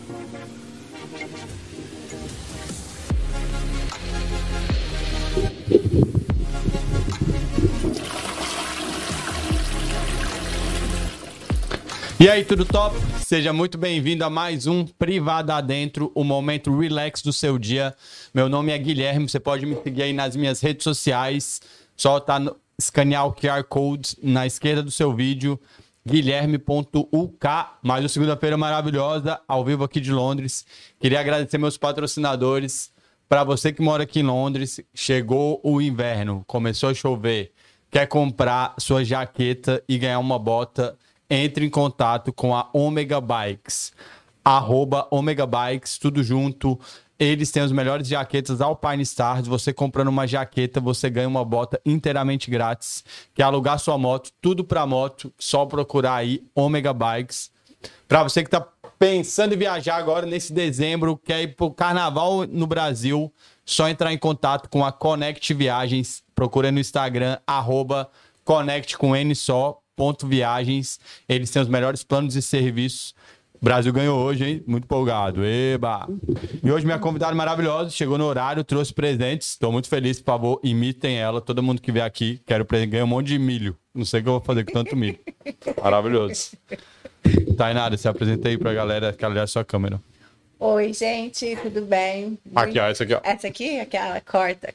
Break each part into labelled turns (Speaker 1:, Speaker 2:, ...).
Speaker 1: E aí, tudo top? Seja muito bem-vindo a mais um Privada Adentro, o momento relax do seu dia. Meu nome é Guilherme, você pode me seguir aí nas minhas redes sociais. Só escanear o QR Code na esquerda do seu vídeo, guilherme.uk. Mais uma segunda-feira maravilhosa, ao vivo aqui de Londres. Queria agradecer meus patrocinadores. Para você que mora aqui em Londres, chegou o inverno, começou a chover, quer comprar sua jaqueta e ganhar uma bota, entre em contato com a Omega Bikes, @Omega Bikes, tudo junto. Eles têm as melhores jaquetas Alpine Stars. Você comprando uma jaqueta, você ganha uma bota inteiramente grátis. Quer alugar sua moto, tudo para moto, só procurar aí Omega Bikes. Para você que está pensando em viajar agora nesse dezembro, quer ir para o carnaval no Brasil, só entrar em contato com a Connect Viagens. Procura no Instagram, @Connect com N só. .viagens, eles têm os melhores planos e serviços. O Brasil ganhou hoje, hein? Muito empolgado. Eba! E hoje minha convidada maravilhosa chegou no horário, trouxe presentes. Estou muito feliz, por favor, imitem ela. Todo mundo que vier aqui, quero presente, ganhar um monte de milho. Não sei o que eu vou fazer com tanto milho. Maravilhoso. Tainara, se apresenta aí pra galera, que aliás sua câmera.
Speaker 2: Oi, gente, tudo bem?
Speaker 1: Aqui, ó, essa aqui, ó.
Speaker 2: Essa aqui? Aquela, corta.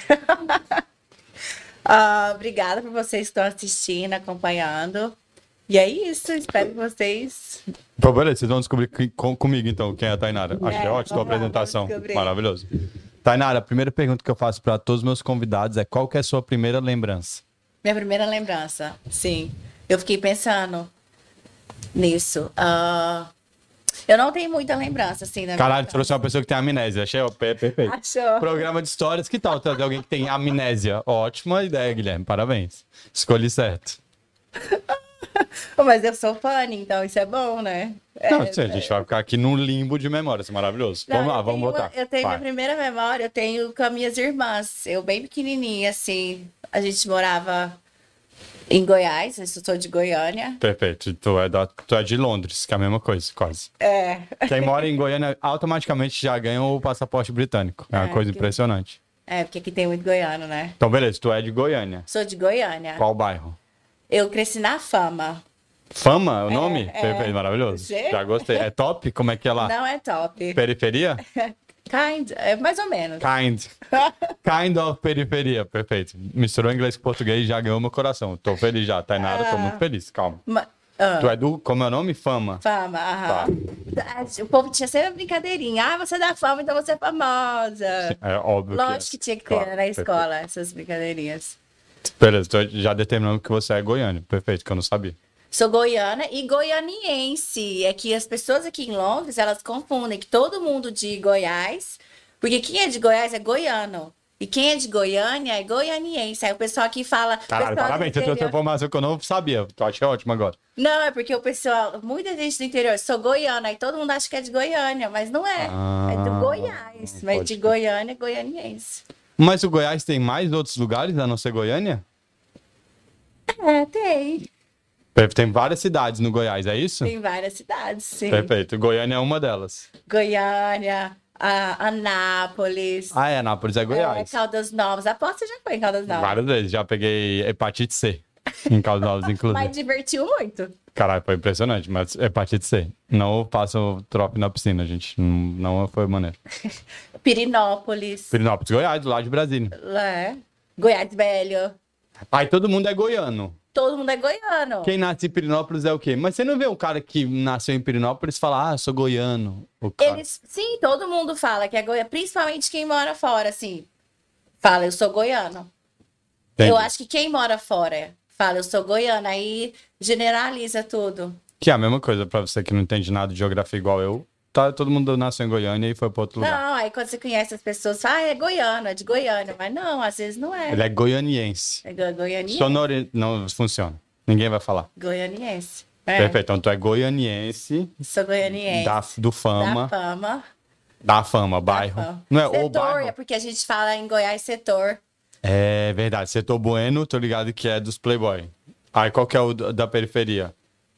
Speaker 2: Obrigada por vocês que estão assistindo, acompanhando. E é isso, espero que vocês...
Speaker 1: Pô, beleza, vocês vão descobrir comigo, então, quem é a Tainara. Achei ótima a apresentação. Maravilhoso. Tainara, a primeira pergunta que eu faço para todos os meus convidados é: qual que é a sua primeira lembrança?
Speaker 2: Minha primeira lembrança, sim. Eu fiquei pensando nisso. Eu não tenho muita lembrança, assim, da
Speaker 1: Caralho, você trouxe uma pessoa que tem amnésia. Achei perfeito.
Speaker 2: Achou.
Speaker 1: Programa de histórias, que tal trazer alguém que tem amnésia? Ótima ideia, Guilherme. Parabéns. Escolhi certo.
Speaker 2: Mas eu sou fã, então isso é bom, né?
Speaker 1: Não, a gente vai ficar aqui num limbo de memória. Isso é maravilhoso.
Speaker 2: Não,
Speaker 1: vamos lá, vamos botar.
Speaker 2: Eu tenho minha primeira memória, eu tenho com as minhas irmãs. Eu bem pequenininha, assim. A gente morava em Goiás, eu sou de Goiânia.
Speaker 1: Perfeito. Tu é de Londres, que é a mesma coisa, quase.
Speaker 2: É.
Speaker 1: Quem mora em Goiânia automaticamente já ganha o passaporte britânico. É uma coisa impressionante.
Speaker 2: É, porque aqui tem muito goiano, né?
Speaker 1: Então, beleza, tu é de Goiânia.
Speaker 2: Sou de Goiânia.
Speaker 1: Qual bairro?
Speaker 2: Eu cresci na Fama.
Speaker 1: Fama, o nome? Perfeito, maravilhoso. Já gostei. É top? Como é que é lá?
Speaker 2: Não é top.
Speaker 1: Periferia?
Speaker 2: Kind, é mais ou menos.
Speaker 1: Kind of periferia, perfeito. Misturou inglês com português, já ganhou meu coração. Tô feliz já, Tainara, tô muito feliz, calma. Tu é do, como é o nome? Fama?
Speaker 2: Fama, aham. Tá. O povo tinha sempre uma brincadeirinha. Você é da Fama, então você é famosa.
Speaker 1: É óbvio.
Speaker 2: Lógico que tinha que ter na escola essas brincadeirinhas.
Speaker 1: Beleza, tu já determinando que você é goiano, perfeito, que eu não sabia.
Speaker 2: Sou goiana e goianiense. É que as pessoas aqui em Londres, elas confundem que todo mundo de Goiás, porque quem é de Goiás é goiano. E quem é de Goiânia é goianiense. Aí o pessoal aqui fala...
Speaker 1: Caralho, parabéns, você trouxe informação que eu não sabia. Tu achei ótimo agora.
Speaker 2: Não, é porque o pessoal, muita gente do interior, sou goiana, aí todo mundo acha que é de Goiânia, mas não é. É do Goiás, mas de Goiânia é goianiense.
Speaker 1: Mas o Goiás tem mais outros lugares a não ser Goiânia?
Speaker 2: É, tem.
Speaker 1: Tem várias cidades no Goiás, é isso?
Speaker 2: Tem várias cidades, sim.
Speaker 1: Perfeito. Goiânia é uma delas.
Speaker 2: Goiânia, Anápolis.
Speaker 1: Ah, é, Anápolis é Goiás.
Speaker 2: Caldas Novas. Aposto que você já foi em Caldas Novas.
Speaker 1: Várias vezes. Já peguei hepatite C em Caldas Novas, inclusive.
Speaker 2: Mas divertiu muito.
Speaker 1: Caralho, foi impressionante, mas hepatite C. Não façam trope na piscina, gente. Não foi maneiro.
Speaker 2: Pirinópolis.
Speaker 1: Pirinópolis, Goiás, do lado de Brasília.
Speaker 2: É. Goiás Velho.
Speaker 1: Aí todo mundo é goiano.
Speaker 2: Todo mundo é goiano.
Speaker 1: Quem nasce em Pirinópolis é o quê? Mas você não vê um cara que nasceu em Pirinópolis e fala, sou goiano.
Speaker 2: Sim, todo mundo fala que é goiano. Principalmente quem mora fora, assim. Fala, eu sou goiano. Entendi. Eu acho que quem mora fora fala, eu sou goiano. Aí generaliza tudo.
Speaker 1: Que é a mesma coisa pra você que não entende nada de geografia igual eu. Tá, todo mundo nasceu em Goiânia e foi pra outro lugar.
Speaker 2: Não, aí quando você conhece as pessoas, fala, é goiano, é de Goiânia. Mas não, às vezes não é.
Speaker 1: Ele é goianiense.
Speaker 2: É goianiense.
Speaker 1: Não funciona. Ninguém vai falar.
Speaker 2: Goianiense. É.
Speaker 1: Perfeito, então tu é goianiense.
Speaker 2: Sou goianiense.
Speaker 1: Do Fama.
Speaker 2: Da Fama.
Speaker 1: Da Fama, bairro.
Speaker 2: Fama.
Speaker 1: Não é
Speaker 2: setor,
Speaker 1: o bairro?
Speaker 2: É porque a gente fala em Goiás setor.
Speaker 1: É verdade, setor Bueno, tô ligado que é dos Playboy. Aí qual que é o da periferia?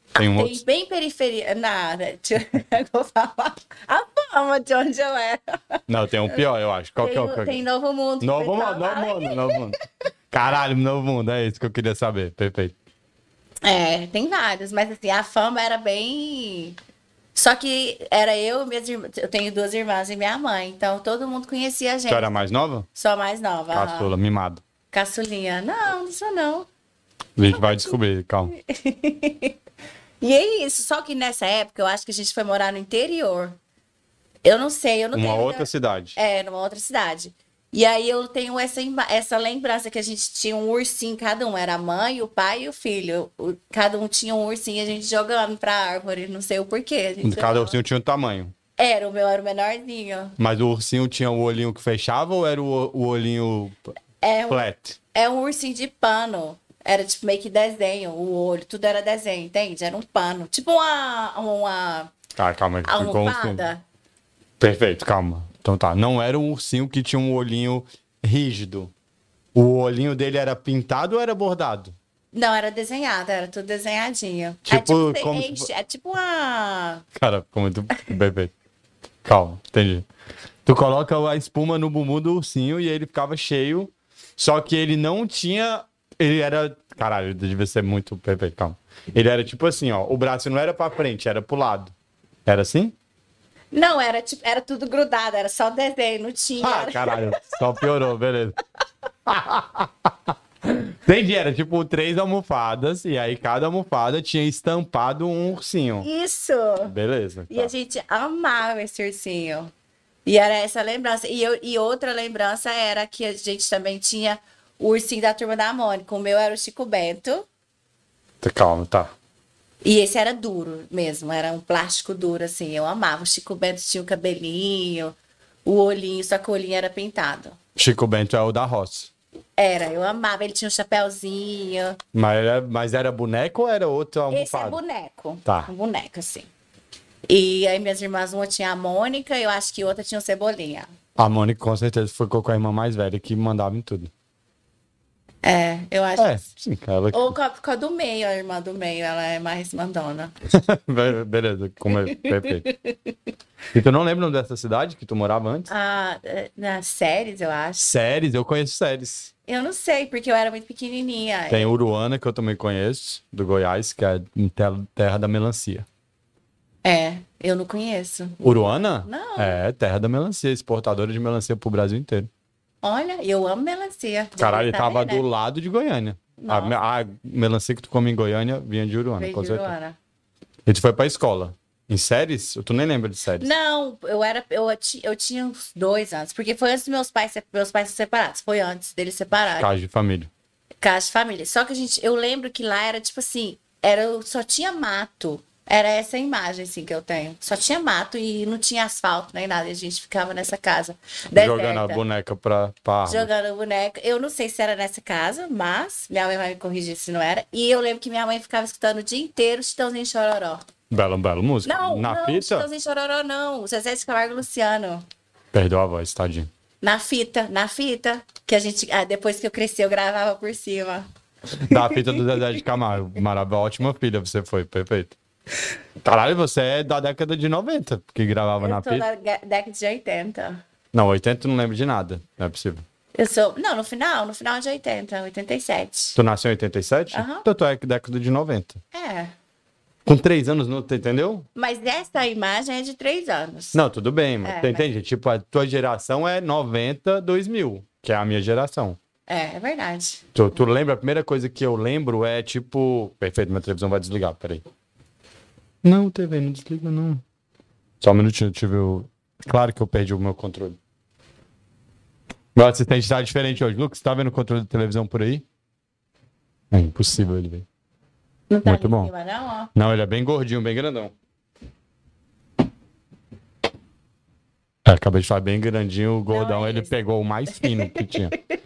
Speaker 1: Tem um
Speaker 2: Tem
Speaker 1: outro?
Speaker 2: bem periferia. Nada. Eu vou falar a fama de onde eu era.
Speaker 1: Não, tem um pior, eu acho. Qual que é o
Speaker 2: Tem Novo Mundo.
Speaker 1: Novo
Speaker 2: o pessoal
Speaker 1: Mundo, Novo
Speaker 2: fala.
Speaker 1: Mundo, Novo Mundo. Caralho, Novo Mundo, é isso que eu queria saber. Perfeito.
Speaker 2: É, tem vários, mas assim, a fama era bem. Só que era eu, minhas irmãs. Eu tenho duas irmãs e minha mãe, então todo mundo conhecia a gente.
Speaker 1: Tu era mais nova?
Speaker 2: Sou a mais nova. aham.
Speaker 1: Caçula, mimado.
Speaker 2: Caçulinha. Não, não sou não.
Speaker 1: A gente vai descobrir, calma.
Speaker 2: E é isso, só que nessa época eu acho que a gente foi morar no interior. Eu não sei, eu não
Speaker 1: Uma
Speaker 2: tenho.
Speaker 1: outra cidade.
Speaker 2: É, numa outra cidade. E aí eu tenho essa lembrança que a gente tinha um ursinho, cada um era a mãe, o pai e o filho. Cada um tinha um ursinho, a gente jogando pra árvore, não sei o porquê. A gente
Speaker 1: Cada
Speaker 2: jogava.
Speaker 1: ursinho tinha um tamanho.
Speaker 2: Era, o meu era o menorzinho.
Speaker 1: Mas o ursinho tinha o olhinho que fechava ou era o olhinho
Speaker 2: É
Speaker 1: flat?
Speaker 2: um ursinho de pano. Era tipo meio que desenho, o olho, tudo era desenho, entende? Era um pano. Tipo uma
Speaker 1: Tá, calma aí. Ficou um ursinho.
Speaker 2: almofada.
Speaker 1: Perfeito, calma. Então tá, não era um ursinho que tinha um olhinho rígido. O olhinho dele era pintado ou era bordado?
Speaker 2: Não, era desenhado, era tudo desenhadinho.
Speaker 1: Tipo,
Speaker 2: você
Speaker 1: como
Speaker 2: enche- é tipo uma.
Speaker 1: Cara, ficou muito perfeito. Calma, entendi. Tu coloca a espuma no bumbum do ursinho e ele ficava cheio, só que ele não tinha... Ele era... Caralho, devia ser muito perfeito, calma. Ele era tipo assim, ó, o braço não era pra frente, era pro lado. Era assim?
Speaker 2: Não, era tipo, era tudo grudado, era só desenho, não tinha.
Speaker 1: Ah, caralho, só piorou, beleza. Entendi, era tipo 3 almofadas, e aí cada almofada tinha estampado um ursinho.
Speaker 2: Isso!
Speaker 1: Beleza.
Speaker 2: E
Speaker 1: tá.
Speaker 2: a gente amava esse ursinho. E era essa lembrança. E outra lembrança era que a gente também tinha o ursinho da Turma da Mônica. O meu era o Chico Bento.
Speaker 1: Calma, tá.
Speaker 2: E esse era duro mesmo, era um plástico duro, assim. Eu amava. O Chico Bento tinha o cabelinho, o olhinho, só que o olhinho era pintado.
Speaker 1: Chico Bento é o da roça.
Speaker 2: Era, eu amava. Ele tinha um chapéuzinho.
Speaker 1: Mas era boneco ou era outro
Speaker 2: Esse é
Speaker 1: almofado?
Speaker 2: boneco.
Speaker 1: Tá.
Speaker 2: Um boneco, assim. E aí minhas irmãs, uma tinha a Mônica, eu acho que outra tinha o Cebolinha.
Speaker 1: A Mônica com certeza ficou com a irmã mais velha que mandava em tudo.
Speaker 2: É, eu acho.
Speaker 1: É, sim, ela...
Speaker 2: Ou com a do meio, a irmã do meio, ela é mais mandona.
Speaker 1: Beleza, como é perfeito. E tu não lembra o nome dessa cidade que tu morava antes?
Speaker 2: Nas séries, eu acho.
Speaker 1: Séries, eu conheço séries.
Speaker 2: Eu não sei, porque eu era muito pequenininha.
Speaker 1: Tem Uruana, que eu também conheço, do Goiás, que é em terra da melancia.
Speaker 2: É, eu não conheço.
Speaker 1: Uruana?
Speaker 2: Não.
Speaker 1: É, terra da melancia, exportadora de melancia pro Brasil inteiro.
Speaker 2: Olha, eu amo melancia.
Speaker 1: Caralho, ele
Speaker 2: Tá
Speaker 1: tava
Speaker 2: vendo,
Speaker 1: do
Speaker 2: né?
Speaker 1: lado de Goiânia. A melancia que tu come em Goiânia vinha de Uruana,
Speaker 2: Veio
Speaker 1: com
Speaker 2: de
Speaker 1: certeza.
Speaker 2: Uruana.
Speaker 1: E tu foi pra escola. Em séries? Tu nem lembra de séries?
Speaker 2: Não, eu tinha uns 2 anos, porque foi antes dos meus pais são separados, foi antes deles separarem.
Speaker 1: Casa de família.
Speaker 2: Casa de família. Só que eu lembro que lá era tipo assim, só tinha mato. Era essa imagem assim que eu tenho. Só tinha mato e não tinha asfalto nem nada. E a gente ficava nessa casa
Speaker 1: Jogando a
Speaker 2: deserta,
Speaker 1: boneca pra árvore.
Speaker 2: jogando boneca. Eu não sei se era nessa casa, mas minha mãe vai me corrigir se não era. E eu lembro que minha mãe ficava escutando o dia inteiro Chitãozinho e Chororó.
Speaker 1: Bela música.
Speaker 2: Não,
Speaker 1: Na
Speaker 2: não,
Speaker 1: fita?
Speaker 2: Chitãozinho e Chororó não. Zezé de Camargo e Luciano.
Speaker 1: Perdeu a voz, tadinho.
Speaker 2: Na fita, que a gente, depois que eu cresci, eu gravava por cima.
Speaker 1: Da fita do Zezé de Camargo. Maravilha, ótima filha você foi, perfeito. Caralho, você é da década de 90, que gravava na
Speaker 2: Eu sou
Speaker 1: fita.
Speaker 2: da década de 80.
Speaker 1: Não, 80 eu não lembro de nada, não é possível.
Speaker 2: Eu sou, não, no final de 80, 87.
Speaker 1: Tu nasceu em 87?
Speaker 2: Aham.
Speaker 1: Então tu é década de 90.
Speaker 2: É,
Speaker 1: Com 3 anos, não, tu entendeu?
Speaker 2: mas essa imagem é de 3 anos.
Speaker 1: Não, tudo bem, mas
Speaker 2: É,
Speaker 1: tu entende? Tipo, a tua geração é 90, 2000, que é a minha geração.
Speaker 2: É verdade.
Speaker 1: Tu lembra? A primeira coisa que eu lembro é tipo... Perfeito, minha televisão vai desligar, peraí. Não, TV, não desliga não. Só um minutinho, tive o... Claro que eu perdi o meu controle. Meu assistente tá diferente hoje. Lucas, tá vendo o controle da televisão por aí? É impossível ele ver.
Speaker 2: Não tá
Speaker 1: Muito
Speaker 2: ali em
Speaker 1: bom.
Speaker 2: cima, não, ó.
Speaker 1: Não, ele é bem gordinho, bem grandão. É, acabei de falar bem grandinho, o gordão,
Speaker 2: Não é
Speaker 1: ele
Speaker 2: esse.
Speaker 1: pegou o mais fino que tinha.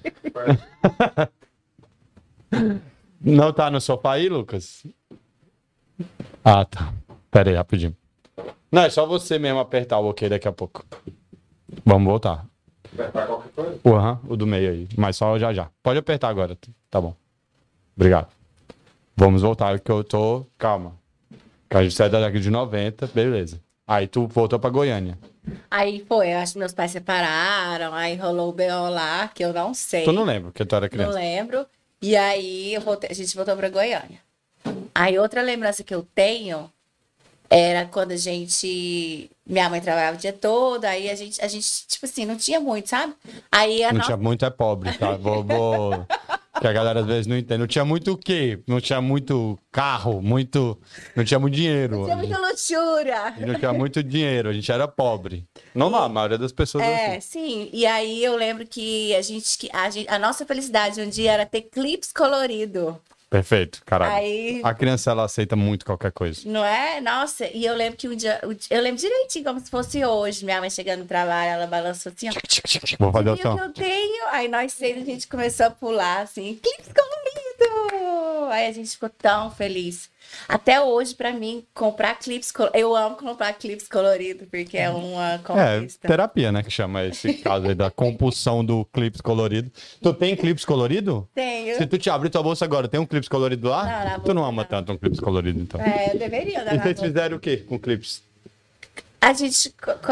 Speaker 1: Não tá no sofá aí, Lucas? Ah, tá. Pera aí, rapidinho. Não, é só você mesmo apertar o OK daqui a pouco. Vamos voltar.
Speaker 3: Apertar qualquer coisa?
Speaker 1: O do meio aí. Mas só já já. Pode apertar agora. Tá bom. Obrigado. Vamos voltar, que eu tô... Calma. A gente sai da década de 90, beleza. Aí tu voltou pra Goiânia.
Speaker 2: Aí foi, eu acho que meus pais separaram, aí rolou o BO lá, que eu não sei.
Speaker 1: Tu não lembra, porque tu era
Speaker 2: Não
Speaker 1: criança.
Speaker 2: lembro. E aí a gente voltou pra Goiânia. Aí outra lembrança que eu tenho era quando a gente. Minha mãe trabalhava o dia todo, aí a gente, tipo assim, não tinha muito, sabe? Aí a
Speaker 1: Não
Speaker 2: nossa.
Speaker 1: tinha muito, é pobre, tá? Que a galera às vezes não entende. Não tinha muito o quê? Não tinha muito carro, muito. Não tinha muito dinheiro.
Speaker 2: Tinha muita luxúria.
Speaker 1: E não tinha muito dinheiro, a gente era pobre. Não, a maioria das pessoas
Speaker 2: É,
Speaker 1: assim.
Speaker 2: sim. E aí eu lembro que a nossa felicidade um dia era ter clipes coloridos.
Speaker 1: Perfeito, caralho.
Speaker 2: Aí-
Speaker 1: A criança, ela aceita muito qualquer coisa.
Speaker 2: Não é? Nossa, e eu lembro que um dia, eu lembro direitinho como se fosse hoje. Minha mãe chegando no trabalho, ela balançou assim, ó.
Speaker 1: Vou fazer o
Speaker 2: Viu
Speaker 1: som.
Speaker 2: que eu tenho? Aí nós seis a gente começou a pular assim, clipes coloridos! Aí a gente ficou tão feliz. Até hoje, pra mim, comprar clipes coloridos. Eu amo comprar clipes coloridos, porque é uma
Speaker 1: É,
Speaker 2: conquista.
Speaker 1: terapia, né? Que chama esse caso aí da compulsão do clips colorido. Tu tem clips colorido?
Speaker 2: Tenho.
Speaker 1: Se tu te abrir tua bolsa agora, tem um clips colorido lá?
Speaker 2: Não, na
Speaker 1: Tu não
Speaker 2: bolsa
Speaker 1: ama
Speaker 2: não.
Speaker 1: tanto um clips colorido, então.
Speaker 2: É, eu deveria
Speaker 1: E
Speaker 2: dar na
Speaker 1: vocês
Speaker 2: bolsa.
Speaker 1: fizeram o quê com clips?
Speaker 2: A gente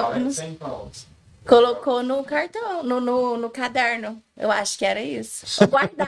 Speaker 2: colocou no cartão, no caderno. Eu acho que era isso. Eu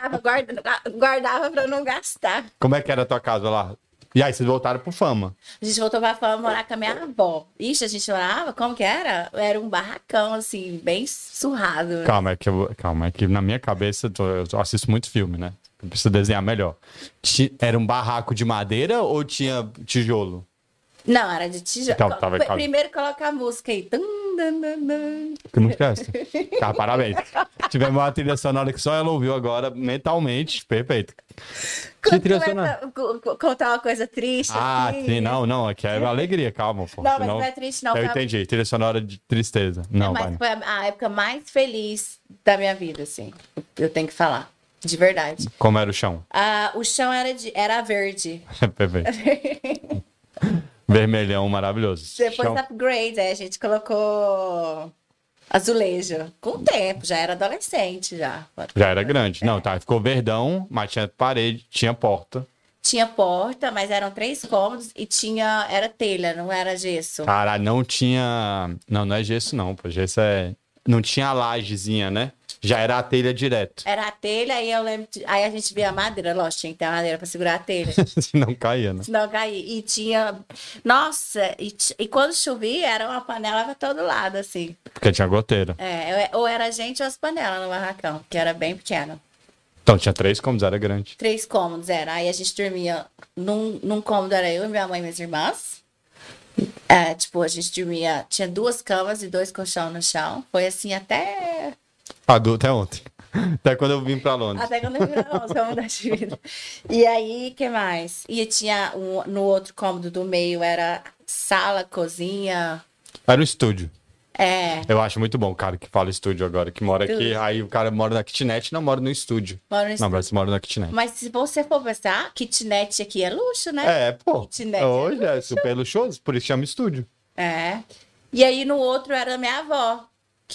Speaker 2: guardava pra não gastar.
Speaker 1: Como é que era a tua casa lá? E aí, vocês voltaram pro Fama.
Speaker 2: A gente voltou pra Fama morar com a minha avó. Ixi, a gente morava, como que era? Era um barracão, assim, bem surrado.
Speaker 1: Calma, é que na minha cabeça, eu assisto muito filme, né? Eu preciso desenhar melhor. Era um barraco de madeira ou tinha tijolo?
Speaker 2: Não, era de tijolo.
Speaker 1: Então, tava em casa.
Speaker 2: Primeiro coloca a música aí. Tum, dun, dun, dun.
Speaker 1: Que música é essa? Tá, parabéns. Tivemos uma trilha sonora que só ela ouviu agora, mentalmente. Perfeito. Que trilha sonora?
Speaker 2: Contar uma coisa triste.
Speaker 1: Ah,
Speaker 2: assim.
Speaker 1: sim, não, aqui é alegria, calma, pô.
Speaker 2: Não, mas
Speaker 1: Senão-
Speaker 2: não é triste, não.
Speaker 1: Eu
Speaker 2: Foi a-
Speaker 1: entendi, trilha sonora de tristeza. Não,
Speaker 2: mas
Speaker 1: vai.
Speaker 2: foi a época mais feliz da minha vida, assim. Eu tenho que falar. De verdade.
Speaker 1: Como era o chão?
Speaker 2: O chão era verde.
Speaker 1: Perfeito. Vermelhão maravilhoso.
Speaker 2: Depois
Speaker 1: Chão-
Speaker 2: upgrade, a gente colocou azulejo. Com o tempo, já era adolescente já.
Speaker 1: Já era grande. Não, tá, ficou verdão, mas tinha parede, tinha porta.
Speaker 2: Tinha porta, mas eram 3 cômodos e era telha, não era gesso.
Speaker 1: Cara, não tinha. Não é gesso, não, pô. Gesso é. Não tinha lajezinha, né? Já era a telha direto.
Speaker 2: Era a telha e eu lembro. Aí a gente via a madeira, lógico, tinha que ter a madeira pra segurar a telha.
Speaker 1: Senão caía, né?
Speaker 2: Senão caía. E tinha. Nossa, e quando chovia, era uma panela pra todo lado, assim.
Speaker 1: Porque tinha goteira.
Speaker 2: Ou era a gente ou as panelas no barracão, que era bem pequeno.
Speaker 1: Então tinha 3 cômodos, era grande.
Speaker 2: 3 cômodos era. Aí a gente dormia. Num cômodo era eu, minha mãe e minhas irmãs. Tipo, a gente dormia. Tinha 2 camas e 2 colchão no chão. Foi assim até.
Speaker 1: Até ontem. Até quando eu vim pra Londres.
Speaker 2: Até quando eu virei vamos mudar de vida. E aí, que mais? E tinha no outro cômodo do meio era sala, cozinha.
Speaker 1: Era um estúdio.
Speaker 2: É.
Speaker 1: Eu acho muito bom o cara que fala estúdio agora, que mora aqui,
Speaker 2: Estúdio.
Speaker 1: aí o cara mora na kitnet, não mora no estúdio.
Speaker 2: Mora no
Speaker 1: Não,
Speaker 2: estúdio.
Speaker 1: mas você mora na kitnet.
Speaker 2: Mas se você for pensar, kitnet aqui é luxo, né?
Speaker 1: É, pô.
Speaker 2: Kitnet.
Speaker 1: Hoje é super luxuoso, por isso chama estúdio.
Speaker 2: É. E aí no outro era minha avó.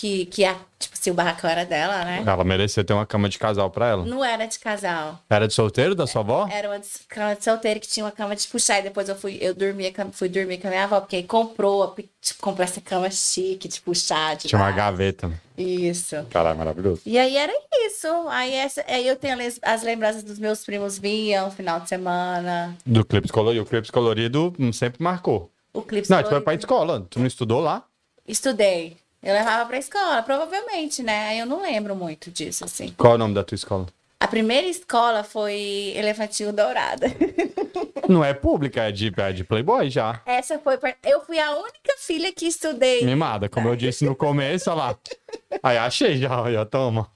Speaker 2: Tipo assim, o barracão era dela, né?
Speaker 1: Ela merecia ter uma cama de casal pra ela.
Speaker 2: Não era de casal.
Speaker 1: Era de solteiro da sua avó?
Speaker 2: Era uma cama de solteiro que tinha uma cama de puxar. E depois fui dormir com a minha avó, porque aí comprou essa cama chique de puxar. De
Speaker 1: Tinha uma
Speaker 2: baixo.
Speaker 1: gaveta. Né?
Speaker 2: Isso.
Speaker 1: Caralho, maravilhoso.
Speaker 2: E aí era isso. Aí eu tenho as lembranças dos meus primos vinham final de semana.
Speaker 1: Do Clips Colorido. O Clips Colorido sempre marcou.
Speaker 2: O clipe
Speaker 1: Não, tu foi pra escola. Tu não estudou lá?
Speaker 2: Estudei. Eu levava pra escola, provavelmente, né? Eu não lembro muito disso, assim.
Speaker 1: Qual é o nome da tua escola?
Speaker 2: A primeira escola foi Elefantinho Dourada.
Speaker 1: Não é pública, é de Playboy já.
Speaker 2: Eu fui a única filha que estudei.
Speaker 1: Mimada, como eu disse no começo, olha lá. Aí achei já toma.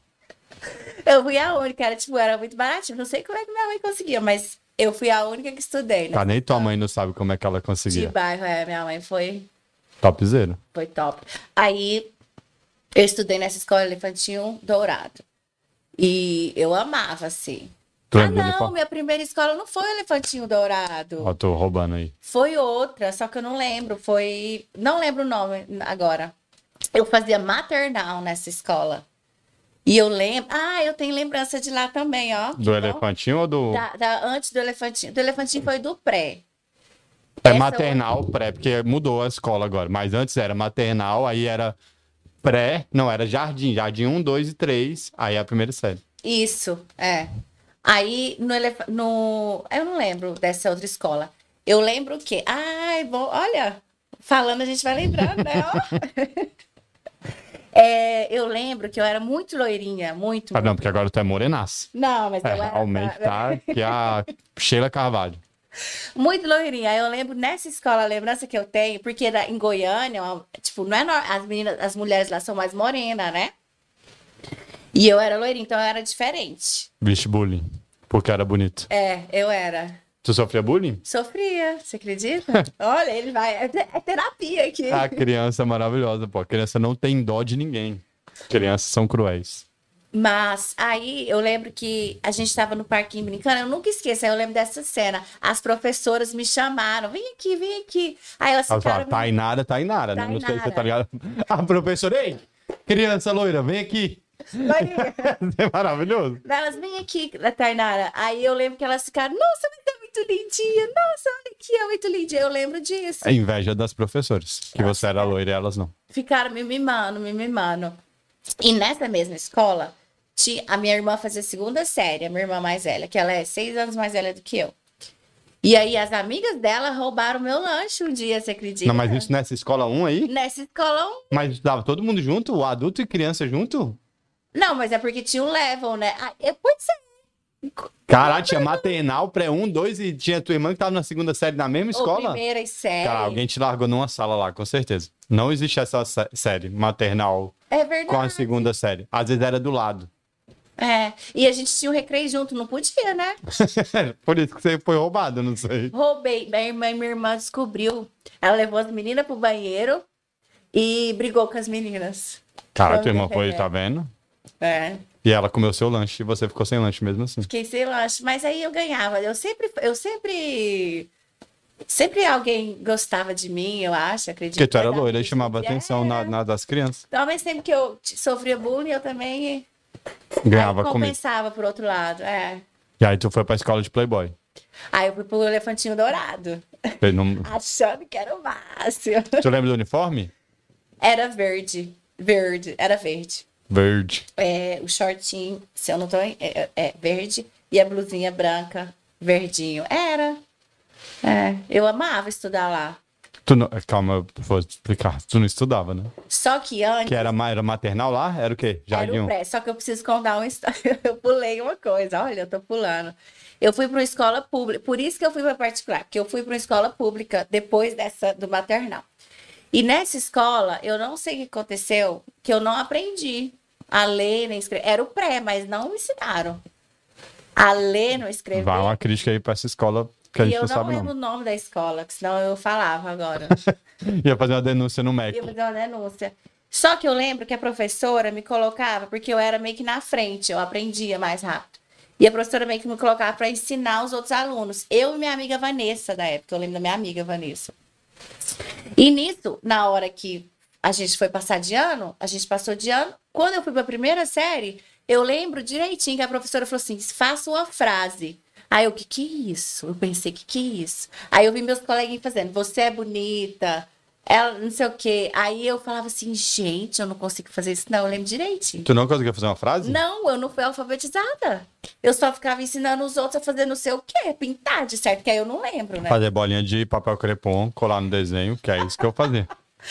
Speaker 2: Eu fui a única, era muito baratinho. Não sei como é que minha mãe conseguia, mas eu fui a única que estudei, né?
Speaker 1: Tá, nem tua mãe não sabe como é que ela
Speaker 2: De
Speaker 1: conseguia.
Speaker 2: bairro, minha mãe foi
Speaker 1: Topzera.
Speaker 2: top. Aí eu estudei nessa escola Elefantinho Dourado. E eu amava, assim.
Speaker 1: Tu lembra do
Speaker 2: Não,
Speaker 1: uniforme?
Speaker 2: minha primeira escola não foi Elefantinho Dourado.
Speaker 1: Ó, tô roubando aí.
Speaker 2: Foi outra, só que eu não lembro. Não lembro o nome agora. Eu fazia maternal nessa escola. E eu lembro. Eu tenho lembrança de lá também, ó.
Speaker 1: Do elefantinho ou do...
Speaker 2: Antes do elefantinho. Do elefantinho foi do pré.
Speaker 1: É
Speaker 2: Essa
Speaker 1: maternal, pré, porque mudou a escola agora. Mas antes era maternal, aí era pré, não, era jardim. Jardim 1, 2 e 3, aí é a primeira série.
Speaker 2: Isso, é. Aí eu não lembro dessa outra escola. Eu lembro que, ai, bom, olha, falando a gente vai lembrando, né? Ó. É, eu lembro que eu era muito loirinha, muito,
Speaker 1: Ah, não,
Speaker 2: muito.
Speaker 1: porque agora tu é morenaça.
Speaker 2: Não, mas eu era
Speaker 1: Realmente tá que a Sheila Carvalho.
Speaker 2: muito loirinha. Aí eu lembro nessa escola, a lembrança que eu tenho, porque em Goiânia, tipo, não é as meninas, as mulheres lá são mais morenas, né? E eu era loirinha, então eu era diferente.
Speaker 1: Vixe, bullying. Porque era bonito.
Speaker 2: É, eu era.
Speaker 1: Tu sofria bullying?
Speaker 2: Sofria, você acredita? Olha, ele vai. É terapia aqui.
Speaker 1: A criança é maravilhosa, pô. A criança não tem dó de ninguém. Crianças são cruéis.
Speaker 2: Mas aí eu lembro que a gente estava no parquinho brincando, eu nunca esqueço, aí eu lembro dessa cena. As professoras me chamaram, vem aqui, vem aqui. Aí elas
Speaker 1: Ela fala,
Speaker 2: ficaram.
Speaker 1: Tainara, né? Não sei se você tá ligado. A professora, ei, criança loira, vem aqui.
Speaker 2: Loirinha.
Speaker 1: É maravilhoso.
Speaker 2: Elas, vem aqui, Tainara. Aí eu lembro que elas ficaram, nossa, mas é muito lindinha, nossa, olha aqui, é muito lindinha. Eu lembro disso.
Speaker 1: É inveja das professoras, que você era loira e elas não.
Speaker 2: Ficaram me mimando, me mimando. E nessa mesma escola, a minha irmã fazia segunda série, a minha irmã mais velha, que ela é 6 anos mais velha do que eu. E aí as amigas dela roubaram meu lanche um dia, você acredita?
Speaker 1: Não, mas isso nessa escola 1 aí?
Speaker 2: Nessa escola,
Speaker 1: Mas estava todo mundo junto? O adulto e criança junto?
Speaker 2: não, mas é porque tinha um level, né? Ah, pode ser.
Speaker 1: Caralho, tinha maternal, pré 1, 2 e tinha tua irmã que tava na segunda série na mesma
Speaker 2: Ou
Speaker 1: escola?
Speaker 2: primeira e série.
Speaker 1: Cara, alguém te largou numa sala lá, com certeza. Não existe essa série maternal
Speaker 2: É
Speaker 1: com a
Speaker 2: verdade.
Speaker 1: segunda série. Às vezes era do lado.
Speaker 2: É, e a gente tinha um recreio junto, não podia, né?
Speaker 1: Por isso que você foi roubado, não sei.
Speaker 2: Roubei. Minha irmã descobriu. Ela levou as meninas pro banheiro e brigou com as meninas.
Speaker 1: Cara,
Speaker 2: Vamos
Speaker 1: tua irmã
Speaker 2: defender.
Speaker 1: foi, tá vendo?
Speaker 2: É.
Speaker 1: E ela comeu seu lanche e você ficou sem lanche mesmo assim.
Speaker 2: Fiquei sem lanche, mas aí eu ganhava. Sempre alguém gostava de mim, eu acho, acredito.
Speaker 1: Porque tu era
Speaker 2: Mas
Speaker 1: loira e
Speaker 2: gente
Speaker 1: chamava
Speaker 2: dizia,
Speaker 1: atenção das crianças.
Speaker 2: Talvez sempre que eu sofria bullying, eu também
Speaker 1: Ganhava
Speaker 2: aí
Speaker 1: comida.
Speaker 2: compensava por outro lado. É.
Speaker 1: E aí tu foi pra escola de Playboy.
Speaker 2: Aí eu fui pro Elefantinho Dourado,
Speaker 1: Você não-
Speaker 2: achando que era o máximo.
Speaker 1: Tu lembra do uniforme?
Speaker 2: Era verde. Verde, era verde.
Speaker 1: Verde.
Speaker 2: É, o shortinho, se eu não tô, verde. E a blusinha branca, verdinho. Era. É, eu amava estudar lá.
Speaker 1: Tu não... Calma, eu vou explicar. Tu não estudava, né?
Speaker 2: Só que antes.
Speaker 1: Que era maternal lá? Era o quê?
Speaker 2: Era
Speaker 1: Jardim
Speaker 2: o
Speaker 1: 1?
Speaker 2: pré, só que eu preciso contar uma história. Eu pulei uma coisa, olha, eu tô pulando. Eu fui para uma escola pública, por isso que eu fui para particular, porque eu fui para uma escola pública depois do maternal. E nessa escola, eu não sei o que aconteceu, que eu não aprendi a ler nem escrever. Era o pré, mas não me ensinaram a ler, não escrever.
Speaker 1: Vai uma crítica aí pra essa escola que a
Speaker 2: E
Speaker 1: gente
Speaker 2: eu
Speaker 1: não
Speaker 2: não
Speaker 1: sabe
Speaker 2: lembro
Speaker 1: não.
Speaker 2: o nome da escola, que senão eu falava agora.
Speaker 1: Ia fazer uma denúncia no MEC.
Speaker 2: Ia fazer uma denúncia. Só que eu lembro que a professora me colocava, porque eu era meio que na frente, eu aprendia mais rápido. E a professora meio que me colocava para ensinar os outros alunos. Eu e minha amiga Vanessa, da época, eu lembro da minha amiga Vanessa. E nisso, na hora que a gente foi passar de ano, a gente passou de ano. Quando eu fui para a primeira série, eu lembro direitinho que a professora falou assim: faça uma frase. Aí eu, que é isso? Eu pensei, que é isso? Aí eu vi meus coleguinhas fazendo, você é bonita, ela não sei o quê. Aí eu falava assim, gente, eu não consigo fazer isso, não. Eu lembro direitinho.
Speaker 1: Tu não conseguia fazer uma frase?
Speaker 2: Não, eu não fui alfabetizada. Eu só ficava ensinando os outros a fazer não sei o quê, pintar, de certo, que aí eu não lembro, né?
Speaker 1: Fazer bolinha de papel crepom, colar no desenho, que é isso que eu fazia.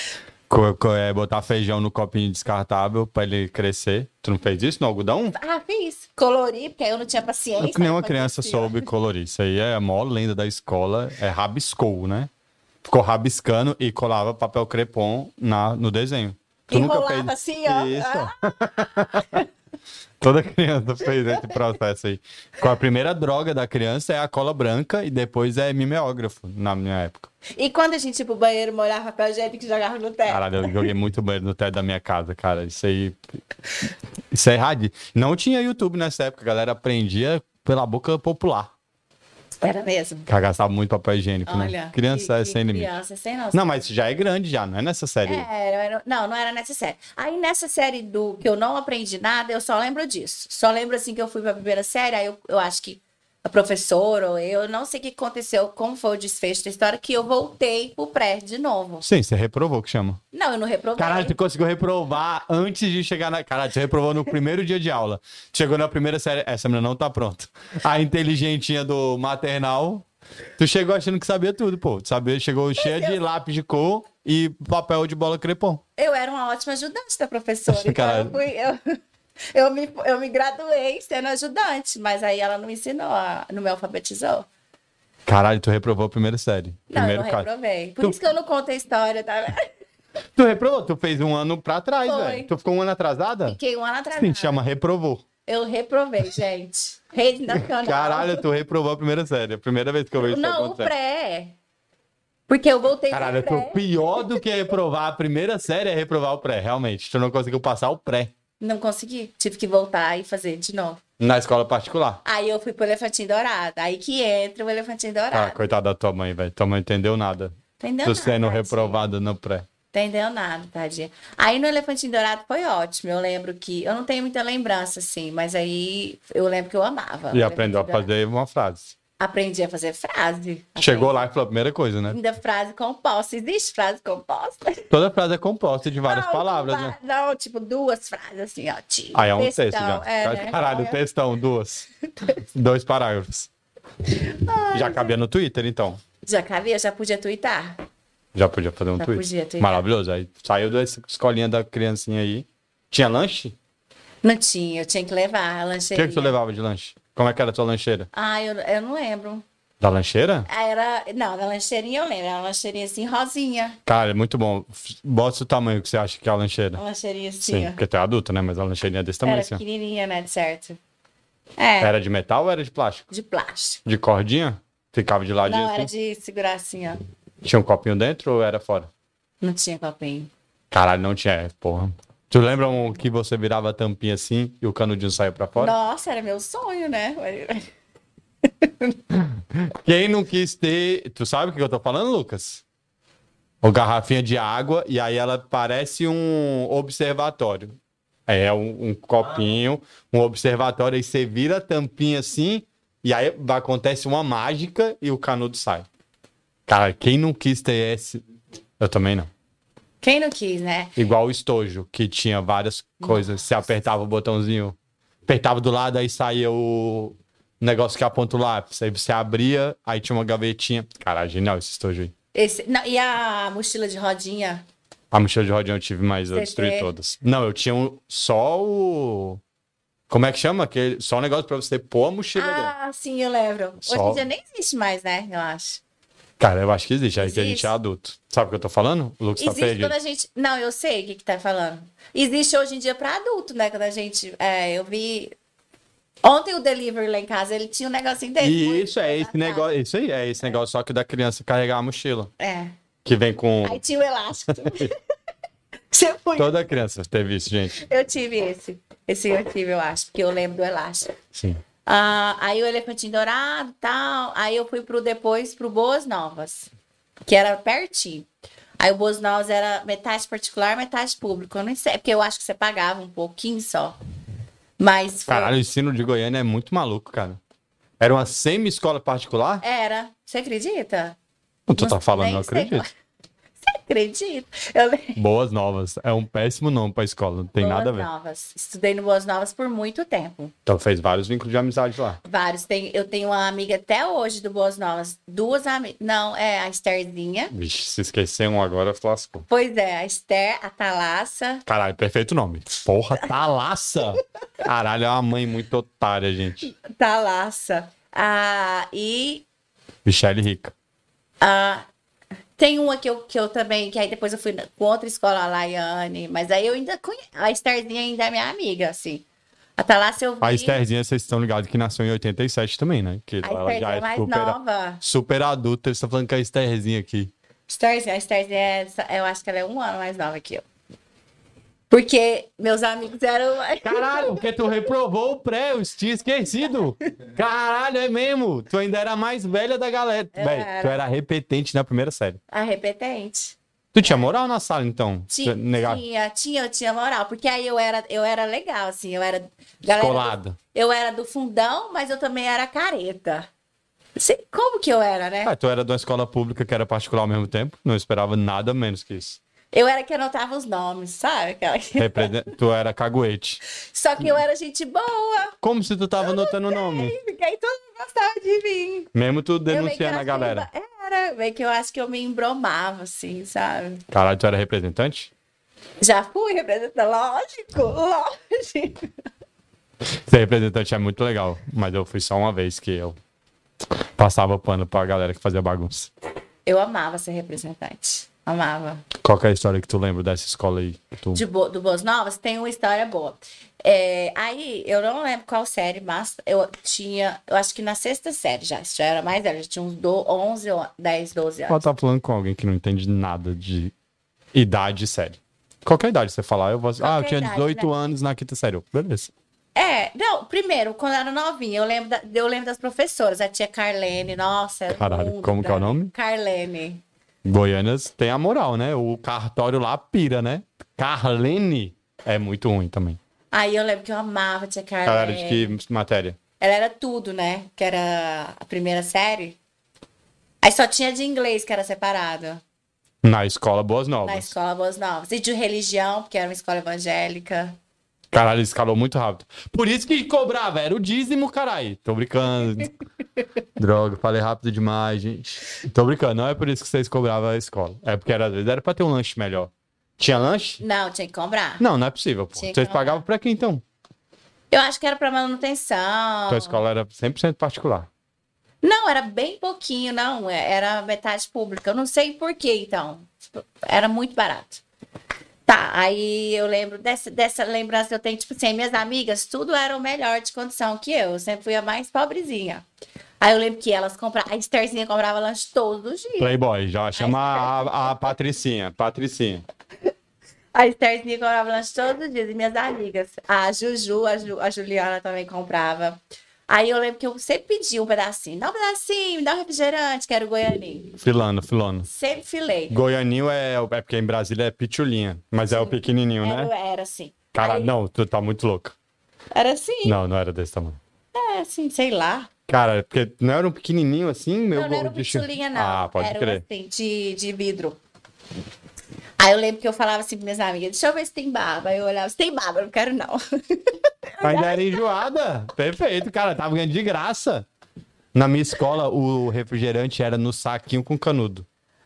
Speaker 1: Botar feijão no copinho descartável pra ele crescer. Tu não fez isso no algodão?
Speaker 2: Ah, fiz. Colori, porque aí eu não tinha paciência.
Speaker 1: É que nenhuma
Speaker 2: pra
Speaker 1: criança
Speaker 2: fazer.
Speaker 1: soube colorir. Isso aí é a maior lenda da escola. É rabiscou, né? Ficou rabiscando e colava papel crepom no desenho. Tu nunca
Speaker 2: Enrolava
Speaker 1: fez
Speaker 2: assim, ó.
Speaker 1: isso? Toda criança fez esse processo aí. Com a primeira droga da criança é a cola branca e depois é mimeógrafo, na minha época.
Speaker 2: E quando a gente ia pro banheiro, molhava papel higiênico e jogava no teto.
Speaker 1: Caralho, eu joguei muito banheiro no teto da minha casa, cara. Isso aí. Isso é errado. Não tinha YouTube nessa época, a galera aprendia pela boca popular.
Speaker 2: Era mesmo.
Speaker 1: Que gastava muito papel higiênico,
Speaker 2: Olha.
Speaker 1: né? Criança é sem limite.
Speaker 2: Criança sem noção.
Speaker 1: Não, mas já é grande já, não é nessa série.
Speaker 2: Não era nessa série. Aí nessa série do que eu não aprendi nada, eu só lembro disso. Só lembro assim que eu fui pra primeira série, aí eu acho que a professora ou eu não sei o que aconteceu, como foi o desfecho da história, que eu voltei pro pré de novo.
Speaker 1: Sim, você reprovou, que chama.
Speaker 2: Não, eu não reprovei.
Speaker 1: Caralho, tu conseguiu reprovar antes de chegar na... Caralho, tu reprovou no primeiro dia de aula. Chegou na primeira série, essa menina não tá pronta. A inteligentinha do maternal, tu chegou achando que sabia tudo, pô. Tu sabia, chegou cheia de lápis de cor e papel de bola crepom.
Speaker 2: Eu era uma ótima ajudante da professora. Então
Speaker 1: Caralho.
Speaker 2: eu me graduei sendo ajudante, mas aí ela não me ensinou, não me alfabetizou.
Speaker 1: Caralho, tu reprovou a primeira série.
Speaker 2: Não,
Speaker 1: Primeiro
Speaker 2: eu não
Speaker 1: caso.
Speaker 2: reprovei. Por isso que eu não conto a história, tá?
Speaker 1: Tu reprovou? Tu fez um ano pra trás,
Speaker 2: Foi.
Speaker 1: velho. Tu ficou um ano atrasada?
Speaker 2: Fiquei um ano atrasada.
Speaker 1: Sim, chama reprovou.
Speaker 2: Eu reprovei, gente. Rede nacional.
Speaker 1: Caralho, tu reprovou a primeira série. A primeira vez que eu vejo isso
Speaker 2: Não, o
Speaker 1: acontecer.
Speaker 2: pré. Porque eu voltei
Speaker 1: Caralho,
Speaker 2: pro
Speaker 1: tu
Speaker 2: pré.
Speaker 1: pior do que reprovar a primeira série é reprovar o pré, realmente. Tu não conseguiu passar o pré
Speaker 2: Não consegui. Tive que voltar e fazer de novo.
Speaker 1: na escola particular.
Speaker 2: Aí eu fui pro Elefantinho Dourado. Aí que entra o Elefantinho
Speaker 1: Ah,
Speaker 2: Dourado.
Speaker 1: coitada da tua mãe, velho. Tua mãe não entendeu nada.
Speaker 2: Entendeu
Speaker 1: Tu
Speaker 2: nada,
Speaker 1: sendo
Speaker 2: tadinha.
Speaker 1: reprovada no pré.
Speaker 2: Entendeu nada, tadinha. Aí no Elefantinho Dourado foi ótimo. Eu lembro que... Eu não tenho muita lembrança, assim. Mas aí eu lembro que eu amava.
Speaker 1: E
Speaker 2: o
Speaker 1: aprendeu a
Speaker 2: Elefantinho Dourado.
Speaker 1: fazer uma frase.
Speaker 2: Aprendi a fazer frase.
Speaker 1: Chegou lá e falou a primeira coisa, né?
Speaker 2: Ainda frase composta. Existe frase composta?
Speaker 1: Toda frase é composta de várias
Speaker 2: Não,
Speaker 1: palavras,
Speaker 2: não,
Speaker 1: né?
Speaker 2: Não, tipo duas frases assim, ó. Tipo,
Speaker 1: Aí é um
Speaker 2: textão,
Speaker 1: texto já.
Speaker 2: né?
Speaker 1: Caralho, textão, duas. 2 parágrafos. Já cabia no Twitter, então.
Speaker 2: Já cabia, já podia twittar.
Speaker 1: Já podia fazer um
Speaker 2: Já
Speaker 1: tweet.
Speaker 2: podia twittar.
Speaker 1: Maravilhoso. Aí saiu dessa escolinha da criancinha aí. Tinha lanche?
Speaker 2: Não tinha, eu tinha que levar a
Speaker 1: O
Speaker 2: lancheirinha.
Speaker 1: que tu levava de lanche? Como é que era a tua lancheira?
Speaker 2: Ah, eu não lembro.
Speaker 1: Da lancheira?
Speaker 2: Não, da lancheirinha eu lembro. Era uma lancheirinha assim, rosinha.
Speaker 1: Cara, é muito bom. Bota o tamanho que você acha que é a lancheira.
Speaker 2: Uma lancheirinha assim,
Speaker 1: Sim,
Speaker 2: ó.
Speaker 1: porque tu é adulto, né? Mas a lancheirinha é desse tamanho,
Speaker 2: Era
Speaker 1: assim. ó.
Speaker 2: pequenininha, né, de certo. É,
Speaker 1: Era de metal ou era de plástico?
Speaker 2: de plástico.
Speaker 1: De cordinha? Ficava de ladinho
Speaker 2: Não,
Speaker 1: assim?
Speaker 2: era de segurar assim, ó.
Speaker 1: Tinha um copinho dentro ou era fora?
Speaker 2: Não tinha copinho.
Speaker 1: Caralho, não tinha, porra. Tu lembra um que você virava a tampinha assim e o canudinho saiu pra fora?
Speaker 2: Nossa, era meu sonho, né?
Speaker 1: Quem não quis ter... Tu sabe o que eu tô falando, Lucas? O garrafinha de água e aí ela parece um observatório. É um copinho, um observatório, aí você vira a tampinha assim e aí acontece uma mágica e o canudo sai. Cara, quem não quis ter esse... Eu também não.
Speaker 2: Quem não quis, né?
Speaker 1: Igual o estojo, que tinha várias coisas. Você apertava o botãozinho, apertava do lado, aí saía o negócio que aponta o lápis. Aí você abria, aí tinha uma gavetinha. Caralho, genial esse estojo aí.
Speaker 2: Não, e a mochila de rodinha?
Speaker 1: A mochila de rodinha eu tive, mas eu
Speaker 2: Você
Speaker 1: destruí
Speaker 2: tem?
Speaker 1: todas. Não, eu tinha só o... Como é que chama? Só um negócio pra você pôr a mochila dentro.
Speaker 2: Ah, sim, eu lembro. Hoje
Speaker 1: Só-
Speaker 2: em dia nem existe mais, né? Eu acho.
Speaker 1: Cara, eu acho que existe, aí que a gente
Speaker 2: Existe.
Speaker 1: é adulto. Sabe o que eu tô falando? O Lucas tá
Speaker 2: Existe
Speaker 1: perdido.
Speaker 2: quando a gente... Não, eu sei o que tá falando. Existe hoje em dia pra adulto, né? Quando a gente... eu vi... Ontem o delivery lá em casa, ele tinha um negocinho desse.
Speaker 1: E isso é esse negócio, isso aí, é esse negócio só que da criança carregar a mochila.
Speaker 2: É.
Speaker 1: Que vem com...
Speaker 2: Aí tinha o elástico. Você foi...
Speaker 1: Toda criança teve isso, gente.
Speaker 2: Eu tive esse. Esse eu tive, eu acho. Porque eu lembro do elástico.
Speaker 1: Sim.
Speaker 2: Aí o Elefantinho Dourado e tal. Aí eu fui depois pro Boas Novas, que era pertinho. Aí o Boas Novas era metade particular, metade público. Eu nem sei, porque eu acho que você pagava um pouquinho só. Mas foi...
Speaker 1: Caralho, o ensino de Goiânia é muito maluco, cara. Era uma semi-escola particular?
Speaker 2: Era. Você acredita?
Speaker 1: Não, tu tá
Speaker 2: Não-
Speaker 1: falando,
Speaker 2: nem
Speaker 1: não
Speaker 2: sei
Speaker 1: acredito.
Speaker 2: como- Você acredita? Eu lembro.
Speaker 1: Boas Novas. É um péssimo nome pra escola, não tem nada a ver.
Speaker 2: Boas Novas. Estudei no Boas Novas por muito tempo.
Speaker 1: Então fez vários vínculos de amizade lá.
Speaker 2: Vários. Eu tenho uma amiga até hoje do Boas Novas. Duas amigas. Não, é a Estherzinha.
Speaker 1: Vixe, se esquecer um agora, lascou.
Speaker 2: Pois é, a Esther, a Thalassa.
Speaker 1: Caralho, perfeito nome. Porra, Thalassa. Caralho, é uma mãe muito otária, gente.
Speaker 2: Thalassa. E
Speaker 1: Michele Rica.
Speaker 2: tem uma que eu também, que aí depois eu fui com outra escola, a Laiane, mas aí eu ainda conheço. A Estherzinha ainda é minha amiga, assim. A Thalassa eu vi.
Speaker 1: A Estherzinha, vocês estão ligados que nasceu em 87 também, né? Que
Speaker 2: A
Speaker 1: ela já
Speaker 2: Estherzinha é
Speaker 1: é
Speaker 2: mais
Speaker 1: super,
Speaker 2: nova.
Speaker 1: super adulta. Eles estão falando que é a Estherzinha aqui.
Speaker 2: A Estherzinha, eu acho que ela é um ano mais nova que eu. Porque meus amigos eram.
Speaker 1: Caralho, porque tu reprovou o pré, eu tinha esquecido. Caralho, é mesmo. Tu ainda era a mais velha da galera. Véi, tu era repetente na primeira série.
Speaker 2: A repetente.
Speaker 1: Tu tinha moral na sala, então?
Speaker 2: Eu tinha moral, porque aí eu era legal, assim, eu era...
Speaker 1: Descolada.
Speaker 2: Eu era do fundão, mas eu também era careta. Como que eu era, né?
Speaker 1: Tu era de uma escola pública que era particular ao mesmo tempo? Não esperava nada menos que isso.
Speaker 2: Eu era que anotava os nomes, sabe?
Speaker 1: Tu era caguete.
Speaker 2: Só que eu era gente boa.
Speaker 1: Como se tu tava anotando o nome?
Speaker 2: Porque aí todo mundo gostava de mim.
Speaker 1: Mesmo tu denunciando a galera.
Speaker 2: Era, meio que eu acho que eu me embromava, assim, sabe?
Speaker 1: Caralho, tu era representante?
Speaker 2: Já fui representante, lógico.
Speaker 1: Ser representante é muito legal, mas eu fui só uma vez que eu passava pano pra galera que fazia bagunça.
Speaker 2: Eu amava ser representante. Amava.
Speaker 1: Qual que é a história que tu lembra dessa escola aí?
Speaker 2: Do Boas Novas, tem uma história boa. Aí, eu não lembro qual série, mas eu acho que na sexta série já era mais velha, já tinha uns 11, 10, 12 anos.
Speaker 1: Ela tá falando com alguém que não entende nada de idade série. Qualquer idade você falar, eu vou... eu tinha 18 anos na quinta série. Beleza.
Speaker 2: Não, primeiro, quando eu era novinha, eu lembro das professoras, a tia Carlene, nossa.
Speaker 1: Caralho, como que é o nome?
Speaker 2: Carlene.
Speaker 1: Goianas tem a moral, né? O cartório lá pira, né? Carlene é muito ruim também.
Speaker 2: Aí eu lembro que eu amava a tia Carlene.
Speaker 1: Ela era de que matéria?
Speaker 2: Ela era tudo, né? Que era a primeira série. Aí só tinha de inglês que era separado.
Speaker 1: Na escola Boas Novas.
Speaker 2: Na escola Boas Novas. E de religião, porque era uma escola evangélica.
Speaker 1: Caralho, escalou muito rápido. Por isso que cobrava, era o dízimo, caralho. Tô brincando. Droga, falei rápido demais, gente. Tô brincando, não é por isso que vocês cobravam a escola. É porque às vezes era pra ter um lanche melhor. Tinha lanche?
Speaker 2: Não, tinha que comprar.
Speaker 1: Não, não é possível, pô. Vocês pagavam pra quê, então?
Speaker 2: Eu acho que era pra manutenção.
Speaker 1: Tua escola era 100% particular.
Speaker 2: Não, era bem pouquinho, não. Era metade pública. Eu não sei por quê, então. Era muito barato. Tá, aí eu lembro dessa lembrança que eu tenho, tipo assim, minhas amigas, tudo era o melhor de condição que eu sempre fui a mais pobrezinha. Aí eu lembro que elas compravam, a Estherzinha comprava lanche todos os dias.
Speaker 1: Playboy, já chama a Patricinha.
Speaker 2: A Estherzinha comprava lanche todos os dias, e minhas amigas, a Juju, a Juliana também comprava. Aí eu lembro que eu sempre pedia um pedacinho. Dá um pedacinho, me dá um refrigerante, que era o goianinho.
Speaker 1: Filano.
Speaker 2: Sempre filei.
Speaker 1: Goianinho é porque em Brasília é pitulinha, mas é o pequenininho, né?
Speaker 2: Era assim.
Speaker 1: Cara, não, tu tá muito louca.
Speaker 2: Era assim.
Speaker 1: Não era desse tamanho.
Speaker 2: Assim, sei lá.
Speaker 1: Cara, porque não era um pequenininho assim, meu...
Speaker 2: Não era um pitulinha, não.
Speaker 1: Ah, pode crer.
Speaker 2: Era assim, de vidro. Aí eu lembro que eu falava assim para minhas amigas, deixa eu ver se tem baba. Aí eu olhava, se tem baba, eu não quero não.
Speaker 1: Ainda era enjoada. Perfeito, cara, tava ganhando de graça. Na minha escola, o refrigerante era no saquinho com canudo.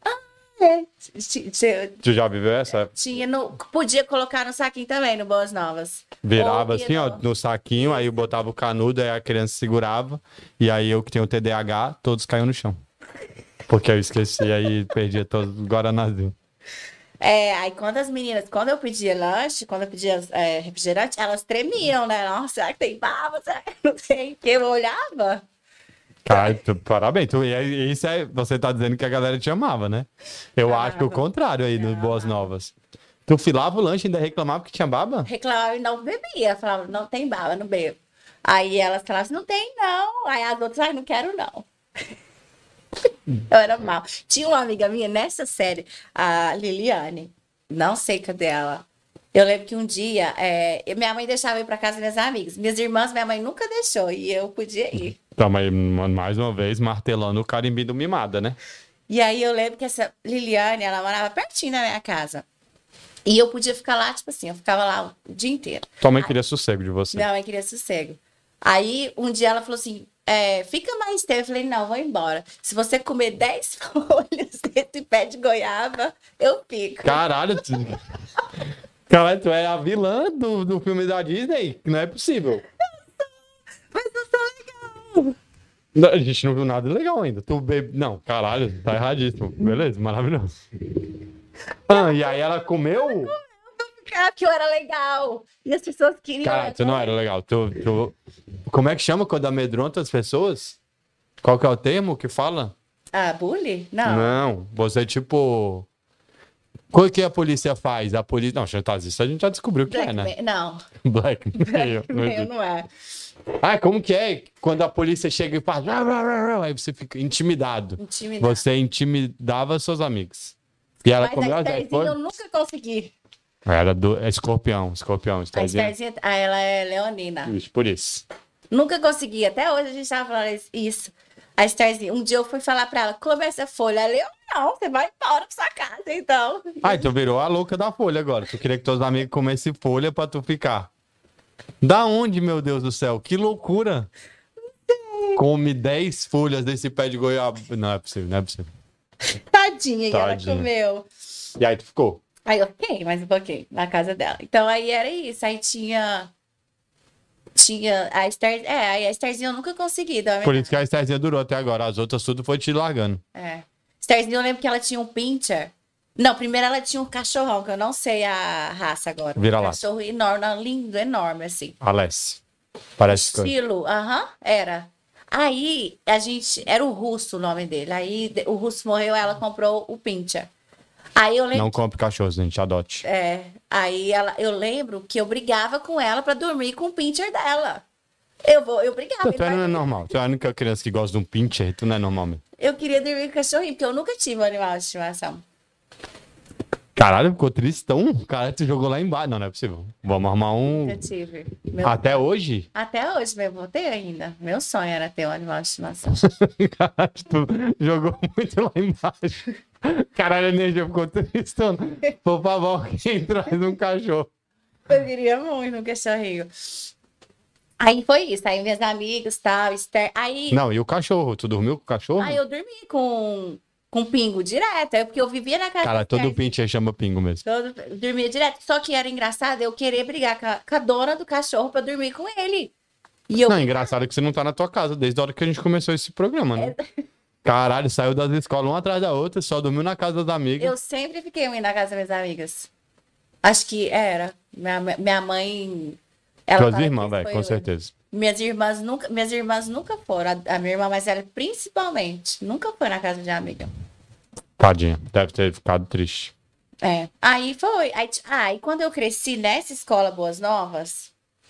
Speaker 1: Tu já viveu essa?
Speaker 2: Podia colocar no saquinho também, no Boas Novas.
Speaker 1: Virava assim, ó, no saquinho, aí eu botava o canudo, aí a criança segurava, e aí eu que tenho o TDAH, todos caíam no chão. Porque eu esqueci, aí perdia todos os guaranazinhos.
Speaker 2: Aí quando eu pedia lanche, quando eu pedia refrigerante, elas tremiam, né? Nossa, será que tem baba? Será que não tem? Porque eu olhava.
Speaker 1: Cara, parabéns. Você tá dizendo que a galera te amava, né? Eu acho que o contrário aí, no Boas Novas. Tu filava o lanche e ainda reclamava que tinha baba?
Speaker 2: Reclamava e não bebia. Falava, não tem baba, não bebo. Aí elas falavam assim, não tem não. Aí as outras, não quero não. Eu era mal. Tinha uma amiga minha nessa série, a Liliane. Não sei cadê ela. Eu lembro que um dia, minha mãe deixava eu ir pra casa das minhas amigas. Minhas irmãs, minha mãe nunca deixou e eu podia ir.
Speaker 1: Então, mas mais uma vez, martelando o carimbido mimada, né?
Speaker 2: E aí eu lembro que essa Liliane, ela morava pertinho da minha casa. E eu podia ficar lá, tipo assim, eu ficava lá o dia inteiro.
Speaker 1: Tua mãe queria sossego de você.
Speaker 2: Minha mãe queria sossego. Aí, um dia ela falou assim, fica mais tempo. Eu falei, não, vou embora. Se você comer 10 folhas desse pé de goiaba, eu fico.
Speaker 1: Caralho, tu é a vilã do filme da Disney? Não é possível.
Speaker 2: Mas eu sou legal.
Speaker 1: Não, a gente não viu nada legal ainda. Tu bebe... Não, caralho, tá erradíssimo. Beleza, maravilhoso. E aí ela comeu?
Speaker 2: Que eu era legal. E as pessoas queriam...
Speaker 1: Cara, tu não era legal. Como é que chama quando amedronta as pessoas? Qual que é o termo que fala?
Speaker 2: Bully? Não.
Speaker 1: Não, você tipo... O que a polícia faz? A polícia... Não, chantagista a gente já descobriu que é, né?
Speaker 2: Não.
Speaker 1: Blackmail.
Speaker 2: Não é.
Speaker 1: Como que é? Quando a polícia chega e fala... Aí você fica intimidado. Você intimidava seus amigos. E ela
Speaker 2: Mas
Speaker 1: comeu
Speaker 2: a
Speaker 1: as 10
Speaker 2: Estherzinha eu
Speaker 1: folhas?
Speaker 2: nunca consegui.
Speaker 1: Era do escorpião,
Speaker 2: A
Speaker 1: Estherzinha.
Speaker 2: Estherzinha, ela é leonina.
Speaker 1: Isso, por isso.
Speaker 2: Nunca consegui. Até hoje a gente tava falando isso. A Estherzinha, um dia eu fui falar pra ela, come essa folha. Ela, eu não, você vai embora pra sua casa, então.
Speaker 1: Ah, tu virou a louca da folha agora. Tu queria que teus amigos comessem folha pra tu ficar. Da onde, meu Deus do céu? Que loucura! Come 10 folhas desse pé de goiaba. Não é possível, não é possível.
Speaker 2: Tadinha, e ela
Speaker 1: Tadinha.
Speaker 2: comeu.
Speaker 1: E aí tu ficou?
Speaker 2: Aí eu fiquei mais um pouquinho na casa dela. Então aí era isso. Aí tinha a Esther. Aí a Estherzinha eu nunca consegui dar uma
Speaker 1: Por isso que a Estherzinha durou até agora. As outras tudo foi te largando.
Speaker 2: É. Estherzinha eu lembro que ela tinha um pincher. Não, primeiro ela tinha um cachorrão, que eu não sei a raça agora.
Speaker 1: Vira-lata.
Speaker 2: Um cachorro enorme, lindo, enorme, assim.
Speaker 1: Alessi. Parece que...
Speaker 2: Estilo, era. Aí a gente. Era o Russo o nome dele. Aí o Russo morreu, ela comprou o pincher. Aí eu lembro.
Speaker 1: Não compre cachorro, gente. Adote.
Speaker 2: Eu lembro que eu brigava com ela pra dormir com o pincher dela. Eu brigava.
Speaker 1: Tu não é normal. Tu é a única criança que gosta de um pincher. Tu não é normal mesmo.
Speaker 2: Eu queria dormir com o cachorrinho, porque eu nunca tive um animal de estimação.
Speaker 1: Caralho, ficou tristão. Caralho, tu jogou lá embaixo. Não, não é possível. Vamos arrumar um...
Speaker 2: Eu tive.
Speaker 1: Até hoje?
Speaker 2: Até hoje, eu vou ter ainda. Meu sonho era ter um animal de estimação.
Speaker 1: Caralho, tu jogou muito lá embaixo. Caralho, a energia ficou tristão. Por favor, quem traz um cachorro?
Speaker 2: Eu queria muito um cachorrinho. Aí foi isso. Aí meus amigos, tal, Esther. Aí
Speaker 1: Não, e o cachorro? Tu dormiu com o cachorro?
Speaker 2: eu dormi com pingo direto. Porque eu vivia na casa
Speaker 1: Cara,
Speaker 2: da
Speaker 1: todo
Speaker 2: Esther.
Speaker 1: pincher chama pingo mesmo.
Speaker 2: Eu dormia direto. Só que era engraçado eu querer brigar com a dona do cachorro pra dormir com ele. E eu
Speaker 1: Não, engraçado que você não tá na tua casa desde a hora que a gente começou esse programa, né? Caralho, saiu das escolas uma atrás da outra, só dormiu na casa das amigas.
Speaker 2: Eu sempre fiquei indo na casa das minhas amigas. Acho que era. Minha mãe. Ela
Speaker 1: Tuas
Speaker 2: fala
Speaker 1: irmãs,
Speaker 2: que
Speaker 1: velho,
Speaker 2: foi
Speaker 1: com
Speaker 2: eu.
Speaker 1: Certeza.
Speaker 2: Minhas irmãs nunca foram. A minha irmã mais velha, principalmente, nunca foi na casa de amiga.
Speaker 1: Tadinha, deve ter ficado triste.
Speaker 2: Aí foi. Aí quando eu cresci nessa escola Boas Novas,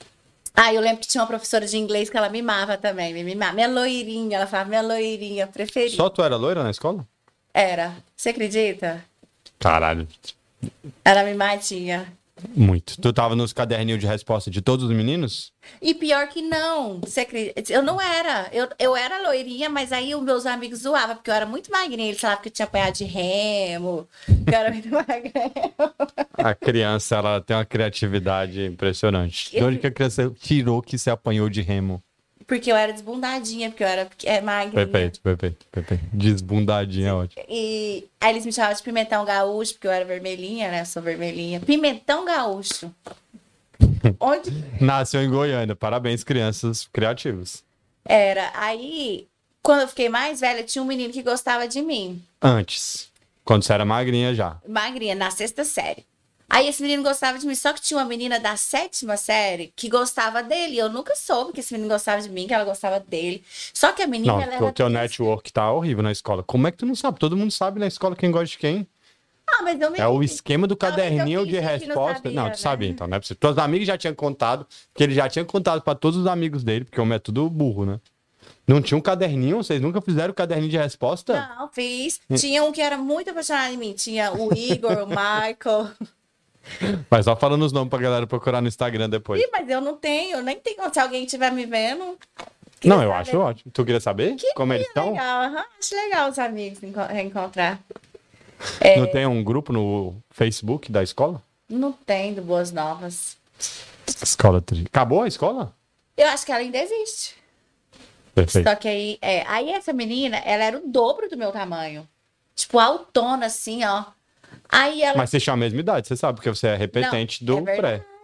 Speaker 2: eu lembro que tinha uma professora de inglês que ela mimava também. Me mimava. Minha loirinha, ela falava minha loirinha preferida.
Speaker 1: Só tu era loira na escola?
Speaker 2: Era. Você acredita?
Speaker 1: Caralho,
Speaker 2: Ela me matinha.
Speaker 1: muito. Tu tava nos caderninhos de resposta de todos os meninos?
Speaker 2: E pior que não, você acredita? Eu não era. Eu era loirinha, mas aí os meus amigos zoavam, porque eu era muito magrinha. Eles falavam que eu tinha apanhado de remo, que eu era muito magrela.
Speaker 1: A criança, ela tem uma criatividade impressionante. De onde que a criança tirou que se apanhou de remo?
Speaker 2: Porque eu era desbundadinha, porque eu era magrinha.
Speaker 1: Perfeito. Desbundadinha, ótimo.
Speaker 2: E aí eles me chamavam de pimentão gaúcho, porque eu era vermelhinha, né? Eu sou vermelhinha. Pimentão gaúcho. Onde
Speaker 1: Nasceu em Goiânia. Parabéns, crianças criativas.
Speaker 2: era? Aí, quando eu fiquei mais velha, tinha um menino que gostava de mim.
Speaker 1: Antes. Quando você era magrinha já.
Speaker 2: Magrinha, na 6ª série. Aí esse menino gostava de mim, só que tinha uma menina da 7ª série que gostava dele. Eu nunca soube que esse menino gostava de mim, que ela gostava dele. Só que a menina,
Speaker 1: Não,
Speaker 2: ela
Speaker 1: porque o
Speaker 2: era
Speaker 1: teu
Speaker 2: triste.
Speaker 1: network tá horrível na escola. Como é que tu não sabe? Todo mundo sabe na escola quem gosta de quem.
Speaker 2: Mas eu me...
Speaker 1: É o esquema do
Speaker 2: mas eu
Speaker 1: caderninho de
Speaker 2: fingi que não
Speaker 1: resposta.
Speaker 2: sabia,
Speaker 1: Não, tu
Speaker 2: né?
Speaker 1: sabia então, né? Teus amigos já tinham contado, porque ele já tinha contado pra todos os amigos dele, porque o homem é tudo burro, né? Não tinha um caderninho? Vocês nunca fizeram caderninho de resposta?
Speaker 2: Não, fiz. Tinha um que era muito apaixonado em mim. Tinha o Igor, o Michael.
Speaker 1: Mas só falando os nomes pra galera procurar no Instagram depois.
Speaker 2: Ih, mas eu não tenho, nem tenho. Se alguém estiver me vendo.
Speaker 1: Não,
Speaker 2: queria
Speaker 1: eu
Speaker 2: saber.
Speaker 1: acho ótimo. Tu queria saber como eles estão?
Speaker 2: Legal, acho legal os amigos reencontrar.
Speaker 1: Não tem um grupo no Facebook da escola?
Speaker 2: Não tem do Boas Novas.
Speaker 1: Escola tri. Acabou a escola?
Speaker 2: Eu acho que ela ainda existe.
Speaker 1: Perfeito.
Speaker 2: Só que aí essa menina, ela era o dobro do meu tamanho. Tipo, altona, assim, ó. Aí ela...
Speaker 1: Mas você tinha a mesma idade, você sabe, porque você é repetente do
Speaker 2: é
Speaker 1: pré.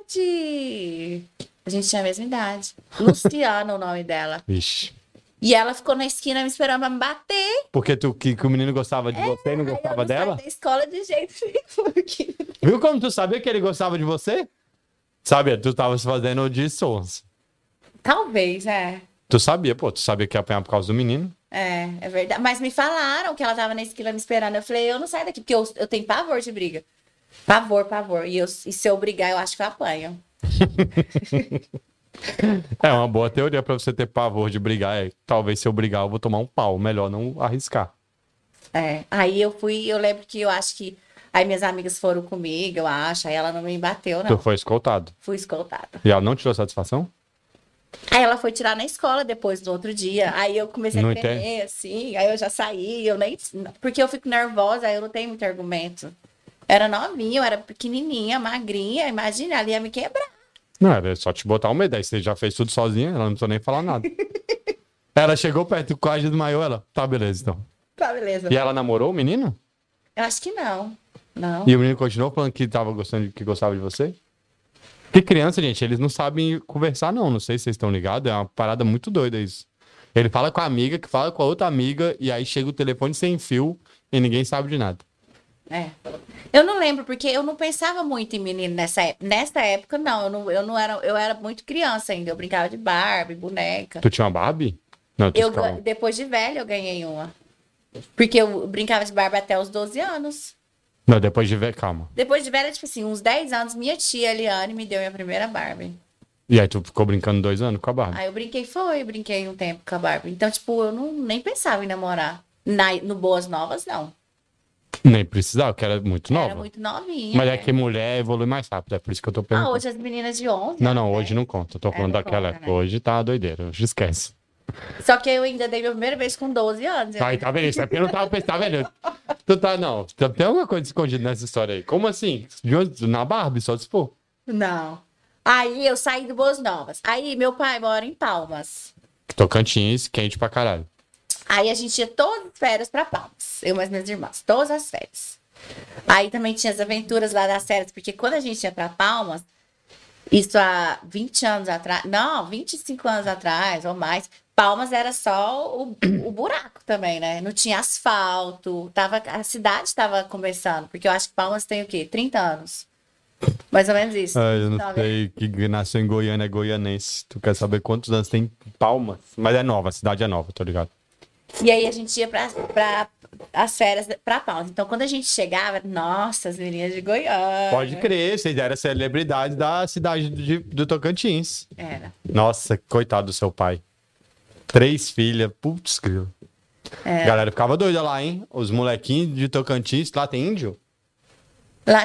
Speaker 2: verdade. A gente tinha a mesma idade. Luciana, o nome dela.
Speaker 1: Vixe.
Speaker 2: E ela ficou na esquina me esperando pra me bater.
Speaker 1: Porque que o menino gostava de você e não
Speaker 2: Aí eu
Speaker 1: gostava
Speaker 2: não
Speaker 1: dela?
Speaker 2: saí da escola de jeito nenhum. Porque...
Speaker 1: Viu como tu sabia que ele gostava de você? Sabia, tu tava se fazendo de sons.
Speaker 2: Talvez,
Speaker 1: Tu sabia, pô, tu sabia que ia apanhar por causa do menino.
Speaker 2: É verdade. Mas me falaram que ela tava na esquina me esperando. Eu falei, eu não saio daqui, porque eu tenho pavor de briga. Pavor. E se eu brigar, eu acho que eu apanho.
Speaker 1: É uma boa teoria pra você ter pavor de brigar. Talvez se eu brigar, eu vou tomar um pau. Melhor não arriscar.
Speaker 2: Aí eu lembro que eu acho que Aí minhas amigas foram comigo, eu acho. Aí ela não me bateu,
Speaker 1: Tu
Speaker 2: não.
Speaker 1: foi escoltado.
Speaker 2: Fui escoltada.
Speaker 1: E ela não tirou satisfação?
Speaker 2: Aí ela foi tirar na escola depois do outro dia. Aí eu comecei
Speaker 1: Não
Speaker 2: a tremer, assim. Aí eu já saí, eu nem... Porque eu fico nervosa, aí eu não tenho muito argumento. Era novinha, eu era pequenininha, magrinha. Imagina, ela ia me quebrar.
Speaker 1: Não, era só te botar um medo. Aí você já fez tudo sozinha, ela não precisou nem falar nada. Ela chegou perto, quase desmaiou ela. Tá, beleza, então.
Speaker 2: Tá, beleza.
Speaker 1: E ela namorou o menino?
Speaker 2: Eu acho que não. Não.
Speaker 1: E o menino continuou falando que tava gostando, que gostava de você? Porque criança, gente, eles não sabem conversar, não. Não sei se vocês estão ligados. É uma parada muito doida isso. Ele fala com a amiga, que fala com a outra amiga, e aí chega o telefone sem fio e ninguém sabe de nada.
Speaker 2: É. Eu não lembro, porque eu não pensava muito em menino nessa época. Nessa época, não. Eu era muito criança ainda. Eu brincava de Barbie, boneca.
Speaker 1: Tu tinha uma Barbie? Não,
Speaker 2: Depois de velha, eu ganhei uma. Porque eu brincava de Barbie até os 12 anos.
Speaker 1: Não, depois de ver, calma.
Speaker 2: Depois de velha, tipo assim, uns 10 anos, minha tia, Eliane, me deu minha primeira Barbie.
Speaker 1: E aí tu ficou brincando 2 anos com a Barbie?
Speaker 2: Aí eu brinquei um tempo com a Barbie. Então, tipo, eu nem pensava em namorar. No Boas Novas, não.
Speaker 1: Nem precisava, porque era muito nova.
Speaker 2: Era muito novinha.
Speaker 1: Mas é que mulher evolui mais rápido, é por isso que eu tô perguntando.
Speaker 2: hoje as meninas de 11
Speaker 1: Não,
Speaker 2: né?
Speaker 1: hoje não conta. Eu tô falando
Speaker 2: não
Speaker 1: daquela
Speaker 2: conta,
Speaker 1: época.
Speaker 2: né?
Speaker 1: Hoje tá doideira, hoje esquece.
Speaker 2: Só que eu ainda dei minha primeira vez com 12 anos.
Speaker 1: Aí, tá vendo? Isso é porque eu não tava pensando, tá vendo? Tu tá, não. Tem alguma coisa escondida nessa história aí. Como assim? Na Barbie, só se for.
Speaker 2: Não. Aí eu saí do Boas Novas. Aí meu pai mora em Palmas.
Speaker 1: Tocantins, quente pra caralho.
Speaker 2: Aí a gente ia todas as férias pra Palmas. Eu e as minhas irmãs. Todas as férias. Aí também tinha as aventuras lá das férias. Porque quando a gente ia pra Palmas, isso há 20 anos atrás. Não, 25 anos atrás ou mais. Palmas era só o buraco também, né? Não tinha asfalto. A cidade estava começando. Porque eu acho que Palmas tem o quê? 30 anos. Mais ou menos isso.
Speaker 1: Eu não sei, que nasceu em Goiânia, é goianense. Tu quer saber quantos anos tem Palmas? Mas é nova, a cidade é nova, tô ligado.
Speaker 2: E aí a gente ia pra as férias pra Palmas. Então, quando a gente chegava, nossa, as meninas de Goiânia.
Speaker 1: Pode crer, vocês eram celebridade da cidade do Tocantins.
Speaker 2: Era.
Speaker 1: Nossa, coitado do seu pai. 3 filhas, putz, grilo.
Speaker 2: É.
Speaker 1: A galera ficava doida lá, hein? Os molequinhos de Tocantins, lá tem índio?
Speaker 2: Lá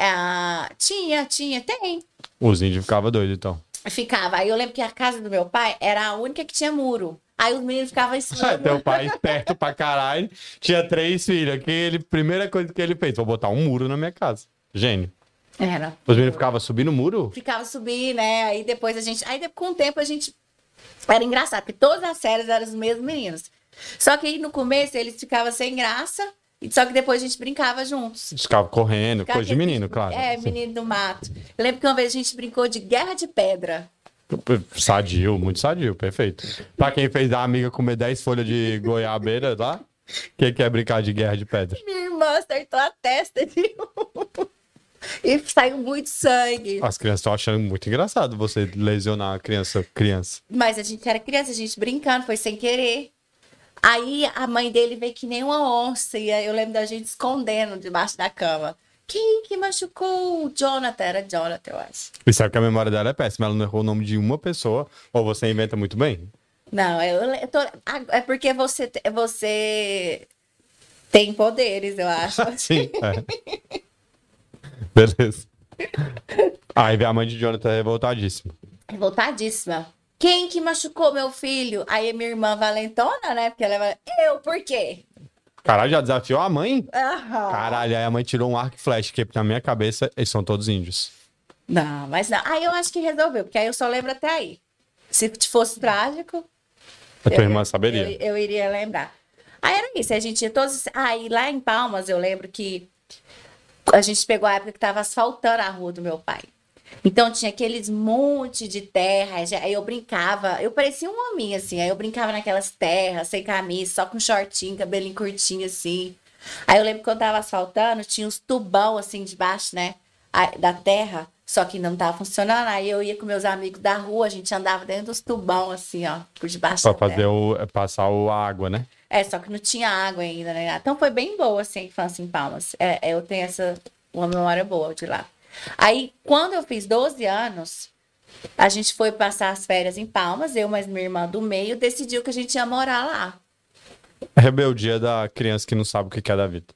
Speaker 2: tem.
Speaker 1: Os índios ficavam doidos, então.
Speaker 2: Ficava. Aí eu lembro que a casa do meu pai era a única que tinha muro. Aí os meninos ficavam em cima.
Speaker 1: Teu pai esperto pra caralho, tinha 3 filhas. Primeira coisa que ele fez, vou botar um muro na minha casa. Gênio.
Speaker 2: Era.
Speaker 1: Os meninos ficavam subindo o muro?
Speaker 2: Ficava subir, né? Aí depois com o tempo a gente... Era engraçado, porque todas as séries eram os mesmos meninos. Só que aí no começo eles ficavam sem graça, só que depois a gente brincava juntos.
Speaker 1: Eles ficavam correndo, coisa de menino, claro.
Speaker 2: É,
Speaker 1: assim.
Speaker 2: menino do mato. Eu lembro que uma vez a gente brincou de guerra de pedra.
Speaker 1: Sadio, muito sadio, perfeito. Pra quem fez a amiga comer 10 folhas de goiabeira lá, quem quer brincar de guerra de pedra?
Speaker 2: Minha irmã acertou a testa de um. E saiu muito sangue.
Speaker 1: As crianças estão achando muito engraçado você lesionar a criança.
Speaker 2: Mas a gente era criança, a gente brincando, foi sem querer. Aí a mãe dele veio que nem uma onça. E aí eu lembro da gente escondendo debaixo da cama. Quem que machucou? O Jonathan. Era Jonathan, eu acho.
Speaker 1: E sabe que a memória dela é péssima. Ela não errou o nome de uma pessoa. Ou você inventa muito bem?
Speaker 2: Não, é porque você tem poderes, eu acho.
Speaker 1: Sim, é. Beleza. Aí vem a mãe de Jonathan revoltadíssima.
Speaker 2: Revoltadíssima. Quem que machucou meu filho? Aí minha irmã valentona, né? Porque ela vai... Eu, por quê?
Speaker 1: Caralho, já desafiou a mãe?
Speaker 2: Aham.
Speaker 1: Caralho, aí a mãe tirou um arco e flecha, que na minha cabeça eles são todos índios.
Speaker 2: Não, mas não. Aí eu acho que resolveu, porque aí eu só lembro até aí. Se fosse trágico...
Speaker 1: A tua irmã saberia.
Speaker 2: Eu iria lembrar. Aí era isso, a gente ia todos... Aí lá em Palmas, eu lembro que a gente pegou a época que tava asfaltando a rua do meu pai. Então tinha aqueles monte de terra, aí eu brincava, eu parecia um homem assim, aí eu brincava naquelas terras, sem camisa, só com shortinho, cabelinho curtinho assim. Aí eu lembro que quando tava asfaltando, tinha uns tubão assim debaixo, né, da terra, só que não tava funcionando. Aí eu ia com meus amigos da rua, a gente andava dentro dos tubão assim, ó, por debaixo
Speaker 1: Pra
Speaker 2: da
Speaker 1: fazer
Speaker 2: terra.
Speaker 1: passar a água, né?
Speaker 2: É, só que não tinha água ainda, né? Então foi bem boa, assim, a infância em Palmas. Eu tenho uma memória boa de lá. Aí, quando eu fiz 12 anos, a gente foi passar as férias em Palmas, eu, mas minha irmã do meio, decidiu que a gente ia morar lá.
Speaker 1: Rebeldia da criança que não sabe o que é da vida.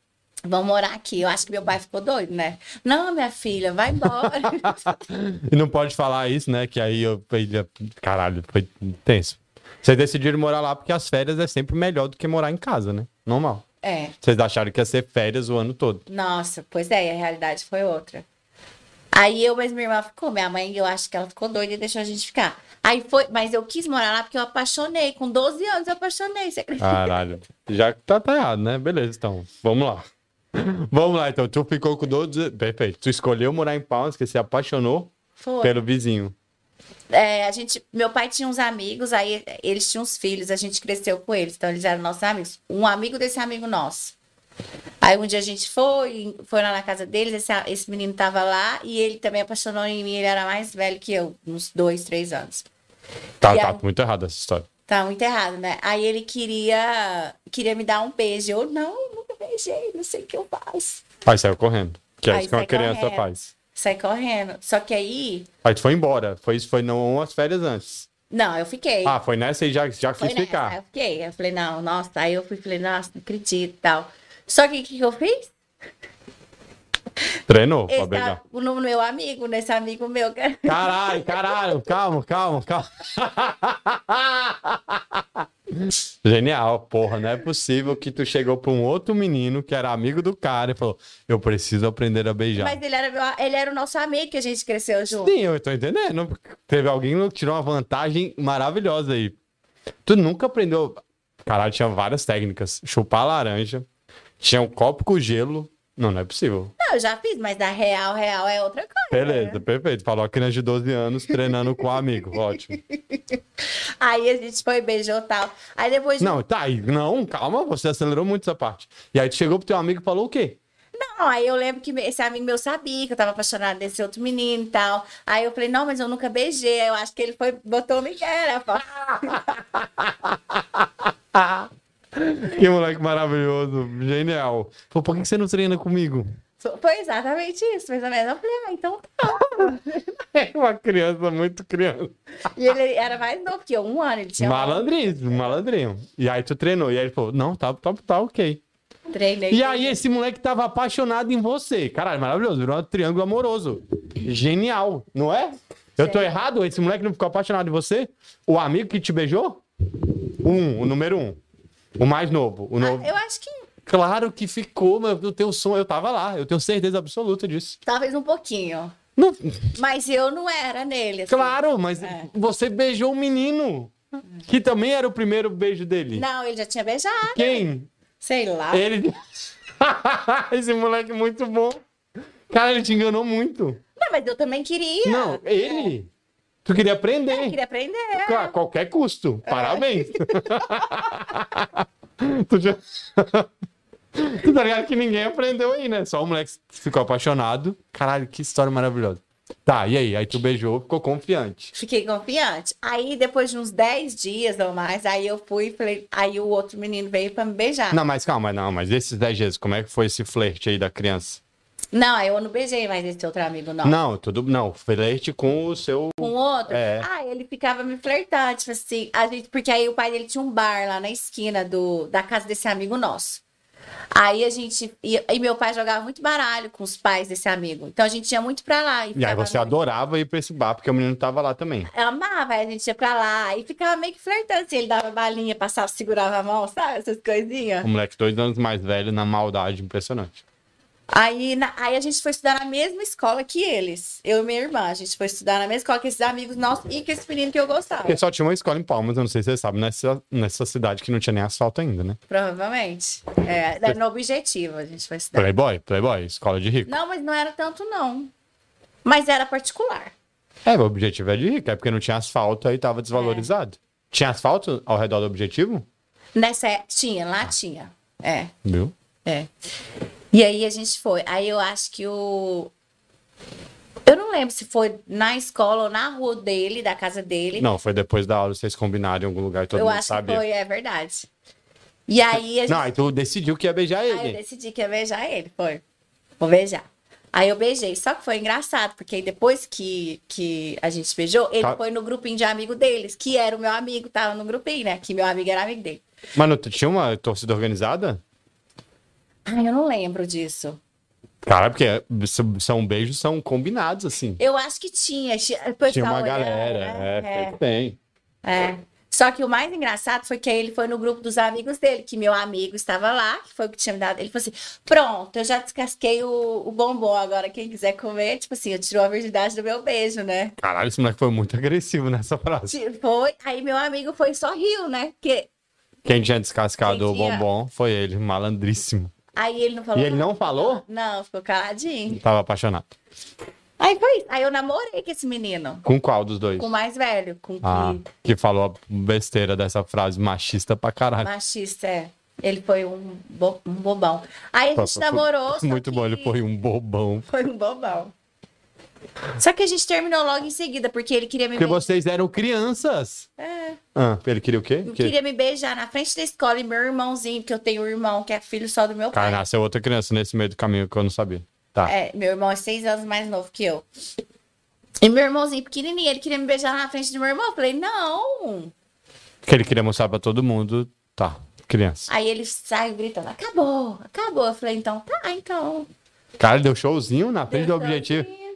Speaker 2: vamos morar aqui. Eu acho que meu pai ficou doido, né? Não, minha filha, vai embora.
Speaker 1: E não pode falar isso, né? Que aí caralho, foi tenso. Vocês decidiram morar lá porque as férias é sempre melhor do que morar em casa, né? Normal.
Speaker 2: É.
Speaker 1: Vocês acharam que ia ser férias o ano todo.
Speaker 2: Nossa, pois é, e a realidade foi outra. Aí eu, mas minha irmã ficou. Minha mãe, eu acho que ela ficou doida e deixou a gente ficar. Aí foi, mas eu quis morar lá porque eu apaixonei. Com 12 anos eu apaixonei. Você acredita?
Speaker 1: Caralho. Já tá errado, né? Beleza, então. Vamos lá. Vamos lá, então. Tu ficou com 12... Perfeito. Tu escolheu morar em Palmas, que se apaixonou
Speaker 2: Foi.
Speaker 1: pelo vizinho.
Speaker 2: É, meu pai tinha uns amigos, aí eles tinham uns filhos, a gente cresceu com eles, então eles eram nossos amigos. Um amigo desse amigo nosso. Aí um dia a gente foi lá na casa deles, esse menino tava lá e ele também apaixonou em mim, ele era mais velho que eu, uns 2, 3 anos.
Speaker 1: Tá
Speaker 2: aí,
Speaker 1: muito errado essa história.
Speaker 2: Tá muito errado, né? Aí ele queria me dar um beijo. Eu nunca beijei, não sei o que eu faço.
Speaker 1: Aí saiu correndo. Que é
Speaker 2: Aí
Speaker 1: isso que uma
Speaker 2: sai
Speaker 1: criança
Speaker 2: correndo.
Speaker 1: faz.
Speaker 2: Sai correndo. Só que aí...
Speaker 1: Aí tu foi embora. Foi não umas férias antes.
Speaker 2: Não, eu fiquei.
Speaker 1: Ah, foi nessa e já
Speaker 2: Foi
Speaker 1: quis
Speaker 2: nessa.
Speaker 1: ficar.
Speaker 2: Aí eu fiquei. Eu falei, não, nossa. Aí eu falei, nossa, não acredito e tal. Só que o que eu fiz?
Speaker 1: Treinou pra beijar.
Speaker 2: No meu amigo, nesse amigo meu.
Speaker 1: Caralho, calma. Genial, porra, não é possível que tu chegou pra um outro menino que era amigo do cara e falou, eu preciso aprender a beijar.
Speaker 2: Mas ele era o nosso amigo que a gente cresceu junto.
Speaker 1: Sim, eu tô entendendo. Teve alguém que tirou uma vantagem maravilhosa aí. Tu nunca aprendeu... Caralho, tinha várias técnicas. Chupar laranja, tinha um copo com gelo. Não é possível.
Speaker 2: Não, eu já fiz, mas da real é outra coisa.
Speaker 1: Beleza, perfeito. Falou a criança de 12 anos treinando com um amigo. Ótimo.
Speaker 2: Aí a gente foi, beijou e tal. Aí depois...
Speaker 1: Não, tá aí. Não, calma, você acelerou muito essa parte. E aí tu chegou pro teu amigo e falou o quê?
Speaker 2: Não, aí eu lembro que esse amigo meu sabia que eu tava apaixonada desse outro menino e tal. Aí eu falei, não, mas eu nunca beijei. Aí eu acho que ele botou o Miguel, né?
Speaker 1: Que moleque maravilhoso, genial. Pô, por que você não treina comigo?
Speaker 2: Foi exatamente isso, mais ou menos. Eu falei, então tá.
Speaker 1: É uma criança, muito criança.
Speaker 2: E ele era mais novo que eu, 1 ano, ele tinha...
Speaker 1: Malandrinho. E aí tu treinou. E aí ele falou, não, tá ok.
Speaker 2: Treinei.
Speaker 1: E aí esse moleque tava apaixonado em você. Caralho, maravilhoso. Virou um triângulo amoroso. Genial, não é? Eu tô errado? Esse moleque não ficou apaixonado em você? O amigo que te beijou? O número 1. O mais novo. O novo.
Speaker 2: Eu acho que
Speaker 1: Claro que ficou, mas eu tenho som, eu tava lá. Eu tenho certeza absoluta disso.
Speaker 2: talvez um pouquinho.
Speaker 1: Não...
Speaker 2: Mas eu não era nele. Assim.
Speaker 1: Claro, mas você beijou um menino. Que também era o primeiro beijo dele.
Speaker 2: Não, ele já tinha beijado.
Speaker 1: Quem?
Speaker 2: Sei lá.
Speaker 1: Ele. Esse moleque é muito bom. Cara, ele te enganou muito.
Speaker 2: Não, mas eu também queria.
Speaker 1: Não, ele. Tu queria aprender.
Speaker 2: Eu queria aprender.
Speaker 1: A qualquer custo. Parabéns. Tu já... Tu tá ligado que ninguém aprendeu aí, né? Só o moleque ficou apaixonado. Caralho, que história maravilhosa. Tá, e aí? Aí tu beijou, ficou confiante.
Speaker 2: Fiquei confiante. Aí, depois de uns 10 dias ou mais, aí eu fui e falei... Aí o outro menino veio pra me beijar.
Speaker 1: Não, mas calma, mas esses 10 dias, como é que foi esse flerte aí da criança?
Speaker 2: Não, aí eu não beijei mais esse outro amigo, não.
Speaker 1: Não, flerte com o seu...
Speaker 2: Com o outro?
Speaker 1: É.
Speaker 2: Ah, ele ficava me flertando, tipo assim... Porque aí o pai dele tinha um bar lá na esquina da casa desse amigo nosso. Aí a gente... E meu pai jogava muito baralho com os pais desse amigo. Então a gente ia muito pra lá.
Speaker 1: E aí você adorava ir pra esse bar, porque o menino tava lá também.
Speaker 2: Eu amava, aí a gente ia pra lá e ficava meio que flertando, assim, ele dava balinha, passava, segurava a mão, sabe? Essas coisinhas.
Speaker 1: O moleque 2 anos mais velho, na maldade, impressionante.
Speaker 2: Aí a gente foi estudar na mesma escola que eles. Eu e minha irmã, a gente foi estudar na mesma escola que esses amigos nossos e que esse menino que eu gostava.
Speaker 1: Porque só tinha uma escola em Palmas, eu não sei se você sabe, nessa cidade que não tinha nem asfalto ainda, né?
Speaker 2: Provavelmente. Era no Objetivo a gente foi estudar.
Speaker 1: Playboy, escola de rico.
Speaker 2: Não, mas não era tanto, não. Mas era particular.
Speaker 1: O objetivo é de rico, é porque não tinha asfalto aí tava desvalorizado. Tinha asfalto ao redor do objetivo?
Speaker 2: Lá tinha.
Speaker 1: Viu?
Speaker 2: E aí a gente foi. Aí eu acho que eu não lembro se foi na escola ou na rua dele, da casa dele.
Speaker 1: Não, foi depois da aula, vocês combinaram em algum lugar e todo mundo sabia.
Speaker 2: Eu acho que foi, é verdade. E aí a gente...
Speaker 1: Não, aí tu decidiu que ia beijar ele.
Speaker 2: Aí eu decidi que ia beijar ele, foi. Vou beijar. Aí eu beijei, só que foi engraçado, porque aí depois que a gente beijou, ele foi no grupinho de amigo deles, que era o meu amigo, tava no grupinho, né? Que meu amigo era amigo dele.
Speaker 1: Mas não tinha uma torcida organizada?
Speaker 2: Ai, eu não lembro disso.
Speaker 1: Cara, porque são beijos, são combinados, assim.
Speaker 2: Eu acho que tinha. O pessoal
Speaker 1: Tinha uma
Speaker 2: olhando,
Speaker 1: galera,
Speaker 2: né?
Speaker 1: feito bem.
Speaker 2: É. Só que o mais engraçado foi que ele foi no grupo dos amigos dele, que meu amigo estava lá, que foi o que tinha me dado. Ele falou assim: pronto, eu já descasquei o bombom, agora quem quiser comer, tipo assim, eu tirou a virgindade do meu beijo, né?
Speaker 1: Caralho, esse moleque foi muito agressivo nessa frase.
Speaker 2: Foi, aí meu amigo foi e só riu, né? Que,
Speaker 1: Quem tinha descascado
Speaker 2: Quem
Speaker 1: o
Speaker 2: tinha-
Speaker 1: bombom foi ele, malandríssimo.
Speaker 2: aí ele não falou
Speaker 1: E ele não
Speaker 2: nada.
Speaker 1: falou?
Speaker 2: Não, ficou caladinho.
Speaker 1: Tava apaixonado.
Speaker 2: Aí foi isso. Aí eu namorei com esse menino,
Speaker 1: Com qual dos dois?
Speaker 2: com o mais velho, com
Speaker 1: Ah, que falou a besteira dessa frase machista pra caralho.
Speaker 2: machista, é. Ele foi um bobão. Aí a gente namorou, só
Speaker 1: Muito bom, ele
Speaker 2: que-
Speaker 1: foi um bobão.
Speaker 2: Foi um bobão. Só que a gente terminou logo em seguida, porque ele queria me
Speaker 1: Porque
Speaker 2: beijar.
Speaker 1: vocês eram crianças.
Speaker 2: É,
Speaker 1: Ah, ele queria o quê?
Speaker 2: ele queria me beijar na frente da escola e meu irmãozinho, porque eu tenho um irmão que é filho só do meu
Speaker 1: Cara,
Speaker 2: pai.
Speaker 1: nasceu outra criança nesse meio do caminho que eu não sabia. Tá.
Speaker 2: É, meu irmão é 6 anos mais novo que eu. E meu irmãozinho pequenininho, ele queria me beijar na frente do meu irmão. Eu falei, não.
Speaker 1: Que ele queria mostrar pra todo mundo. Tá, criança.
Speaker 2: Aí ele saiu gritando, acabou, acabou. Eu falei, então, tá, então.
Speaker 1: Cara, ele deu showzinho na frente do
Speaker 2: Deu
Speaker 1: objetivo.
Speaker 2: showzinho.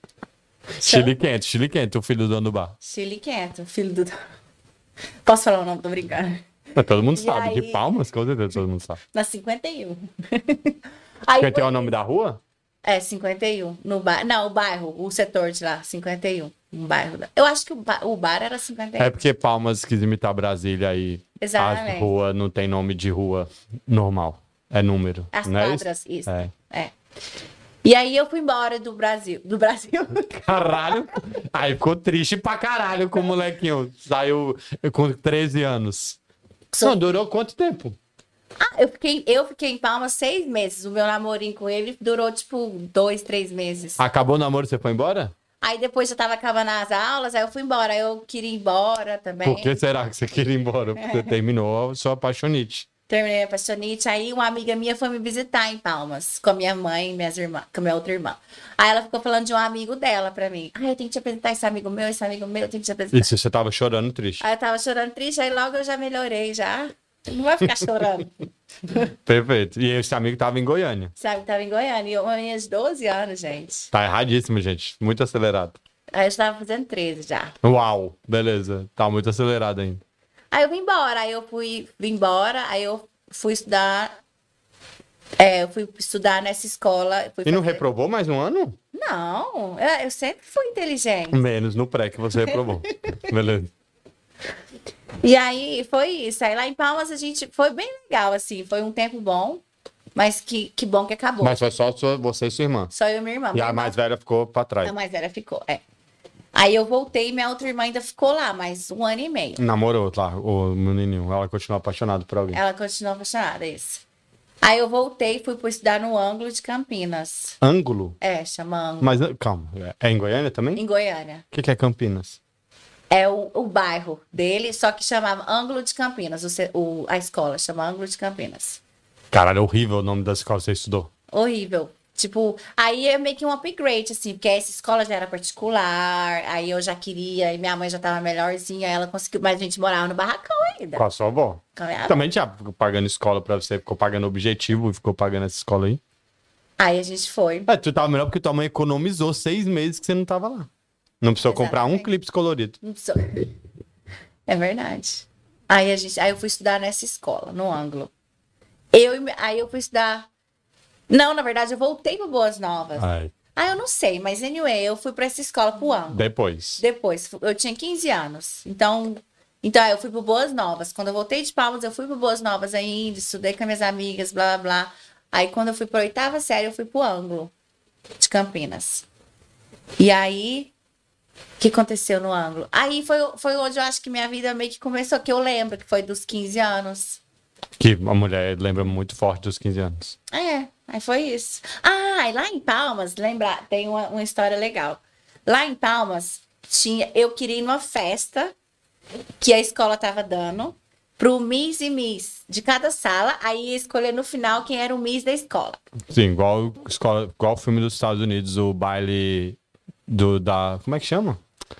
Speaker 1: Chile quente, o filho do dono do bar.
Speaker 2: Chile quieto, filho do... Posso falar o nome? Tô brincando.
Speaker 1: Mas todo mundo
Speaker 2: E
Speaker 1: sabe.
Speaker 2: aí-
Speaker 1: De Palmas, com certeza todo mundo sabe.
Speaker 2: Na 51. Aí
Speaker 1: Quer ter
Speaker 2: foi
Speaker 1: o nome
Speaker 2: isso.
Speaker 1: da rua?
Speaker 2: É, 51. No bar... Não, o bairro, o setor de lá, 51. Um bairro. Eu acho que o bar era 51.
Speaker 1: É porque Palmas quis imitar Brasília aí.
Speaker 2: Exatamente.
Speaker 1: A rua não tem nome de rua normal. É número.
Speaker 2: As
Speaker 1: não é
Speaker 2: quadras, isso.
Speaker 1: É.
Speaker 2: É. E aí eu fui embora do Brasil. Do Brasil.
Speaker 1: Caralho. Aí ficou triste pra caralho com o molequinho. Saiu com 13 anos. Não, durou quanto tempo?
Speaker 2: Ah, eu fiquei em Palmas 6 meses. O meu namorinho com ele durou, tipo, 2, 3 meses.
Speaker 1: Acabou o namoro, você foi embora?
Speaker 2: Aí depois eu tava acabando as aulas, aí eu fui embora. Aí eu queria ir embora também.
Speaker 1: Por que será que você queria ir embora? Porque você terminou a sua apaixonite.
Speaker 2: Terminei a paixonite, aí uma amiga minha foi me visitar em Palmas, com a minha mãe e minhas irmãs, com a minha outra irmã. Aí ela ficou falando de um amigo dela pra mim. Ah, eu tenho que te apresentar esse amigo meu, eu tenho que te apresentar.
Speaker 1: Isso, você tava chorando triste.
Speaker 2: Aí eu tava chorando triste, aí logo eu já melhorei, já. Não vai ficar chorando.
Speaker 1: Perfeito. E esse amigo tava em Goiânia.
Speaker 2: Sabe, tava em Goiânia, e eu tinha de 12 anos, gente.
Speaker 1: Tá erradíssimo, gente. Muito acelerado.
Speaker 2: Aí eu estava fazendo 13 já.
Speaker 1: Uau, beleza. Tá muito acelerado ainda.
Speaker 2: Aí eu vim embora, vim embora, aí eu fui estudar. Eu fui estudar nessa escola.
Speaker 1: E não reprovou mais um ano?
Speaker 2: Não, eu sempre fui inteligente.
Speaker 1: Menos no pré que você reprovou. Beleza.
Speaker 2: E aí foi isso. Aí lá em Palmas a gente foi bem legal, assim. Foi um tempo bom, mas que bom que acabou.
Speaker 1: Mas foi só você e sua irmã.
Speaker 2: Só eu e minha irmã.
Speaker 1: E
Speaker 2: Minha
Speaker 1: a
Speaker 2: irmã-
Speaker 1: mais velha ficou pra trás.
Speaker 2: A mais velha ficou, é. Aí eu voltei e minha outra irmã ainda ficou lá, mais 1 ano e meio.
Speaker 1: Namorou lá, o menininho. Ela continuou apaixonada por alguém.
Speaker 2: Ela continuou apaixonada, isso. Aí eu voltei e fui para estudar no Ângulo de Campinas.
Speaker 1: Ângulo?
Speaker 2: É, chama Ângulo.
Speaker 1: Mas, calma, é em Goiânia também?
Speaker 2: Em Goiânia.
Speaker 1: O que é Campinas?
Speaker 2: É o bairro dele, só que chamava Ângulo de Campinas. A escola chama Ângulo de Campinas.
Speaker 1: Caralho, é horrível o nome da escola que você estudou.
Speaker 2: Horrível. Tipo, aí é meio que um upgrade, assim, porque essa escola já era particular, aí eu já queria, e minha mãe já tava melhorzinha, ela conseguiu, mas a gente morava no barracão ainda.
Speaker 1: Com a sua avó.
Speaker 2: Com a minha avó.
Speaker 1: Também já ficou pagando escola pra você, ficou pagando objetivo e ficou pagando essa escola aí.
Speaker 2: Aí a gente foi.
Speaker 1: É, tu tava melhor porque tua mãe economizou 6 meses que você não tava lá. Não precisou comprar um
Speaker 2: Exatamente.
Speaker 1: clipe colorido.
Speaker 2: Não precisou. É verdade. Aí eu fui estudar nessa escola, no Ângulo. Aí eu fui estudar. Não, na verdade, eu voltei para Boas Novas.
Speaker 1: Ai,
Speaker 2: Ah, eu não sei, mas anyway, eu fui para essa escola pro Ângulo.
Speaker 1: depois.
Speaker 2: Depois, eu tinha 15 anos. Então aí eu fui pro Boas Novas. Quando eu voltei de Palmas, eu fui pro Boas Novas ainda, estudei com as minhas amigas, blá, blá, blá. Aí quando eu fui pra 8ª série, eu fui pro Ângulo de Campinas. E aí, o que aconteceu no Ângulo? Aí foi onde eu acho que minha vida meio que começou, que eu lembro, que foi dos 15 anos.
Speaker 1: Que a mulher lembra muito forte dos 15 anos.
Speaker 2: Aí foi isso. Ah, e lá em Palmas, lembra, tem uma história legal. Lá em Palmas, eu queria ir numa festa que a escola tava dando pro Miss e Miss de cada sala, aí ia escolher no final quem era o Miss da escola.
Speaker 1: Sim, igual o filme dos Estados Unidos, o baile como é que chama?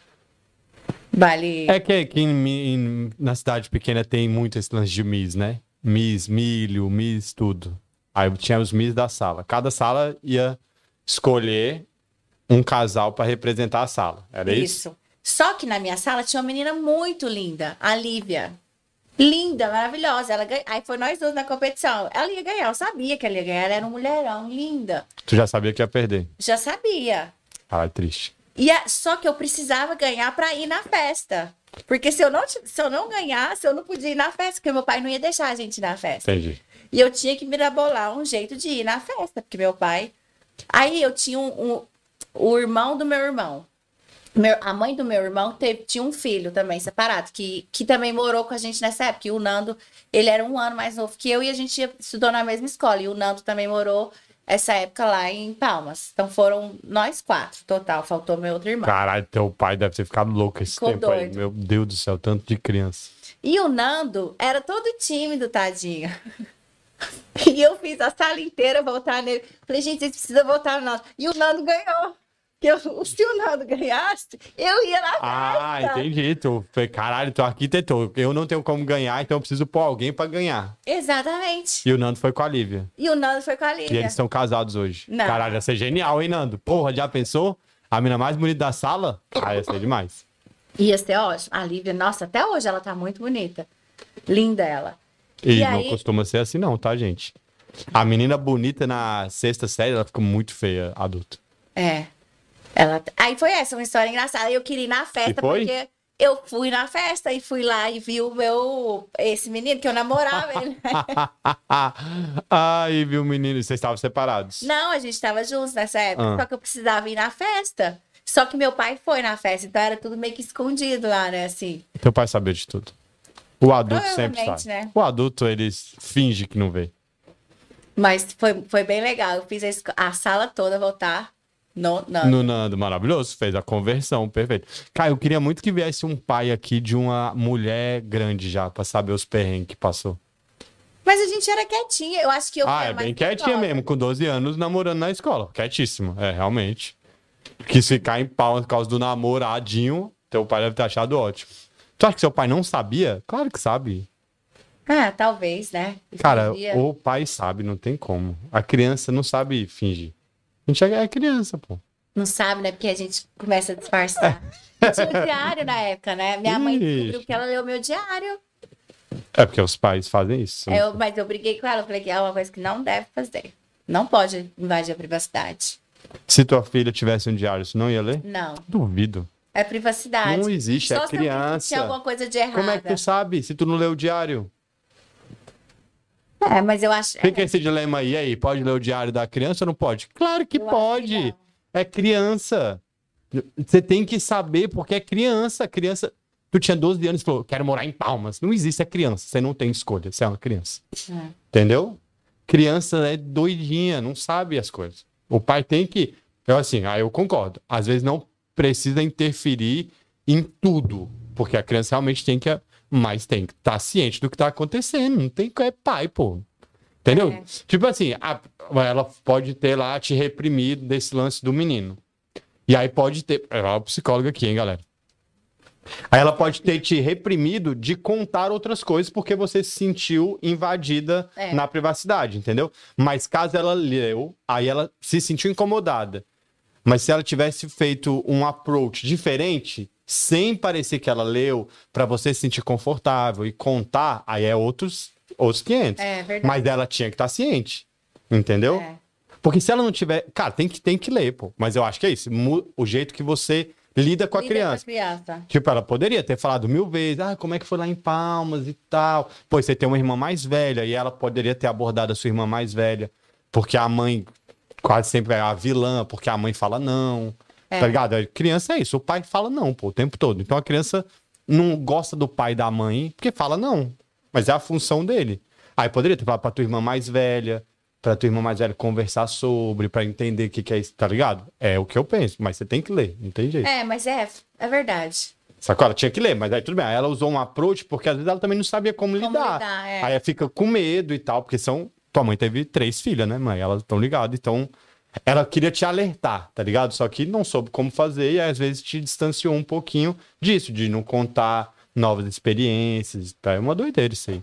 Speaker 2: Baile.
Speaker 1: É que na cidade pequena tem muito esse lance de Miss, né? Miss, milho, Miss, tudo. Aí tinha os Miss da sala. Cada sala ia escolher um casal pra representar a sala. Era isso?
Speaker 2: Isso. Só que na minha sala tinha uma menina muito linda, a Lívia. Linda, maravilhosa. Aí foi nós dois na competição. Ela ia ganhar, eu sabia que ela ia ganhar. Ela era um mulherão, linda.
Speaker 1: Tu já sabia que ia perder.
Speaker 2: Já sabia.
Speaker 1: Ah, triste.
Speaker 2: Só que eu precisava ganhar pra ir na festa. Porque se eu não ganhasse, eu não podia ir na festa, porque meu pai não ia deixar a gente ir na festa.
Speaker 1: Entendi.
Speaker 2: E eu tinha que mirabolar um jeito de ir na festa, porque meu pai. Aí eu tinha o irmão do meu irmão. A mãe do meu irmão tinha um filho também separado, que também morou com a gente nessa época. E o Nando, ele era 1 ano mais novo que eu e a gente estudou na mesma escola. E o Nando também morou essa época lá em Palmas. Então foram nós 4 total, faltou meu outro irmão.
Speaker 1: Caralho, teu pai deve ter ficado louco esse
Speaker 2: Ficou
Speaker 1: tempo aí.
Speaker 2: doido.
Speaker 1: Meu Deus do céu, tanto de criança.
Speaker 2: E o Nando era todo tímido, tadinho. E eu fiz a sala inteira votar nele. Falei, gente, vocês precisam votar no Nando. E o Nando ganhou. Se o Nando ganhasse, eu ia na festa.
Speaker 1: Ah, entendi. Tu foi, caralho, tu arquitetou. Eu não tenho como ganhar, então eu preciso pôr alguém pra ganhar.
Speaker 2: Exatamente.
Speaker 1: E o Nando foi com a Lívia.
Speaker 2: E o Nando foi com a
Speaker 1: E
Speaker 2: Lívia.
Speaker 1: eles estão casados hoje.
Speaker 2: Não.
Speaker 1: Caralho, ia ser genial, hein, Nando? Porra, já pensou? A mina mais bonita da sala? Ah, ia ser demais.
Speaker 2: Ia ser ótimo. A Lívia, nossa, até hoje ela tá muito bonita. Linda ela.
Speaker 1: E
Speaker 2: E
Speaker 1: não
Speaker 2: aí-
Speaker 1: costuma ser assim não, tá, gente? A menina bonita na 6ª série, ela fica muito feia, adulta.
Speaker 2: É. Aí foi essa, uma história engraçada. Eu queria ir na festa,
Speaker 1: E foi?
Speaker 2: porque eu fui na festa e fui lá e vi esse menino que eu namorava. Ele.
Speaker 1: Ai, viu, menino? Vocês estavam separados.
Speaker 2: Não, a gente tava juntos nessa época,
Speaker 1: Ah.
Speaker 2: só que eu precisava ir na festa. Só que meu pai foi na festa, então era tudo meio que escondido lá, né, assim.
Speaker 1: Teu pai sabia de tudo. O adulto sempre
Speaker 2: Provavelmente,
Speaker 1: sabe.
Speaker 2: né?
Speaker 1: O adulto, eles fingem que não vê.
Speaker 2: Mas foi bem legal. Eu fiz a sala toda voltar no Nando.
Speaker 1: No Nando, maravilhoso. Fez a conversão, perfeito. Cara, eu queria muito que viesse um pai aqui de uma mulher grande já, pra saber os perrengues que passou.
Speaker 2: Mas a gente era quietinha. Eu acho que eu
Speaker 1: Ah,
Speaker 2: era
Speaker 1: é
Speaker 2: mais
Speaker 1: bem quietinha
Speaker 2: teimosa.
Speaker 1: mesmo, com 12 anos namorando na escola. Quietíssima, é, realmente. Quis ficar em pau por causa do namoradinho, teu pai deve ter achado ótimo. Tu acha que seu pai não sabia? Claro que sabe.
Speaker 2: Ah, talvez, né?
Speaker 1: Cara,
Speaker 2: Escondia.
Speaker 1: o pai sabe, não tem como. A criança não sabe fingir. A gente é criança, pô.
Speaker 2: Não sabe, né? Porque a gente começa a disfarçar. Tinha um diário na época, né? Minha mãe descobriu
Speaker 1: Ixi.
Speaker 2: que ela leu meu diário.
Speaker 1: É porque os pais fazem isso.
Speaker 2: Mas eu briguei com ela. Eu falei que é uma coisa que não deve fazer. Não pode invadir a privacidade.
Speaker 1: Se tua filha tivesse um diário, você não ia ler?
Speaker 2: Não.
Speaker 1: Duvido.
Speaker 2: É privacidade.
Speaker 1: Não existe,
Speaker 2: Só
Speaker 1: é
Speaker 2: se eu
Speaker 1: criança.
Speaker 2: tinha alguma coisa de errada.
Speaker 1: Como é que tu sabe se tu não leu o diário?
Speaker 2: É, mas eu acho.
Speaker 1: Fica esse dilema aí. E aí, pode ler o diário da criança ou não pode? Claro que
Speaker 2: Eu acho
Speaker 1: pode.
Speaker 2: que não.
Speaker 1: É criança. Você tem que saber porque é criança. Criança. Tu tinha 12 anos e falou, quero morar em Palmas. Não existe, é criança. Você não tem escolha. Você é uma criança.
Speaker 2: É.
Speaker 1: Entendeu? Criança é doidinha, não sabe as coisas. O pai tem que. Eu concordo. Às vezes não precisa interferir em tudo. Porque a criança realmente tem que. Mas tem que estar ciente do que está acontecendo. Não tem que. É pai, pô. Entendeu?
Speaker 2: É.
Speaker 1: Tipo assim, ela pode ter lá te reprimido desse lance do menino. E aí pode ter. Ela é uma psicóloga aqui, hein, galera? Aí ela pode ter te reprimido de contar outras coisas porque você se sentiu invadida
Speaker 2: É.
Speaker 1: na privacidade, entendeu? Mas caso ela leu, aí ela se sentiu incomodada. Mas se ela tivesse feito um approach diferente, sem parecer que ela leu, pra você se sentir confortável e contar, aí é outros 500.
Speaker 2: É verdade.
Speaker 1: Mas ela tinha que estar ciente, entendeu?
Speaker 2: É.
Speaker 1: Porque se ela não tiver... Cara, tem que ler, pô. Mas eu acho que é isso. O jeito que você lida com a
Speaker 2: Lida
Speaker 1: criança.
Speaker 2: Com a criança.
Speaker 1: Tipo, ela poderia ter falado 1000 vezes, como é que foi lá em Palmas e tal. Pô, você tem uma irmã mais velha, e ela poderia ter abordado a sua irmã mais velha, porque a mãe quase sempre é a vilã, porque a mãe fala não, tá ligado? A criança é isso, o pai fala não, pô, o tempo todo. Então a criança não gosta do pai e da mãe, porque fala não, mas é a função dele. Aí poderia ter falado pra tua irmã mais velha conversar sobre, pra entender o que é isso, tá ligado? É o que eu penso, mas você tem que ler, não tem jeito.
Speaker 2: É, mas é verdade.
Speaker 1: Sacou? Ela tinha que ler, mas aí tudo bem. Aí ela usou um approach porque às vezes ela também não sabia como lidar.
Speaker 2: é.
Speaker 1: Aí ela fica com medo e tal, porque tua mãe teve 3 filhas, né, mãe? Elas estão ligadas, então ela queria te alertar, tá ligado? Só que não soube como fazer e às vezes te distanciou um pouquinho disso, de não contar novas experiências. É uma doideira isso aí.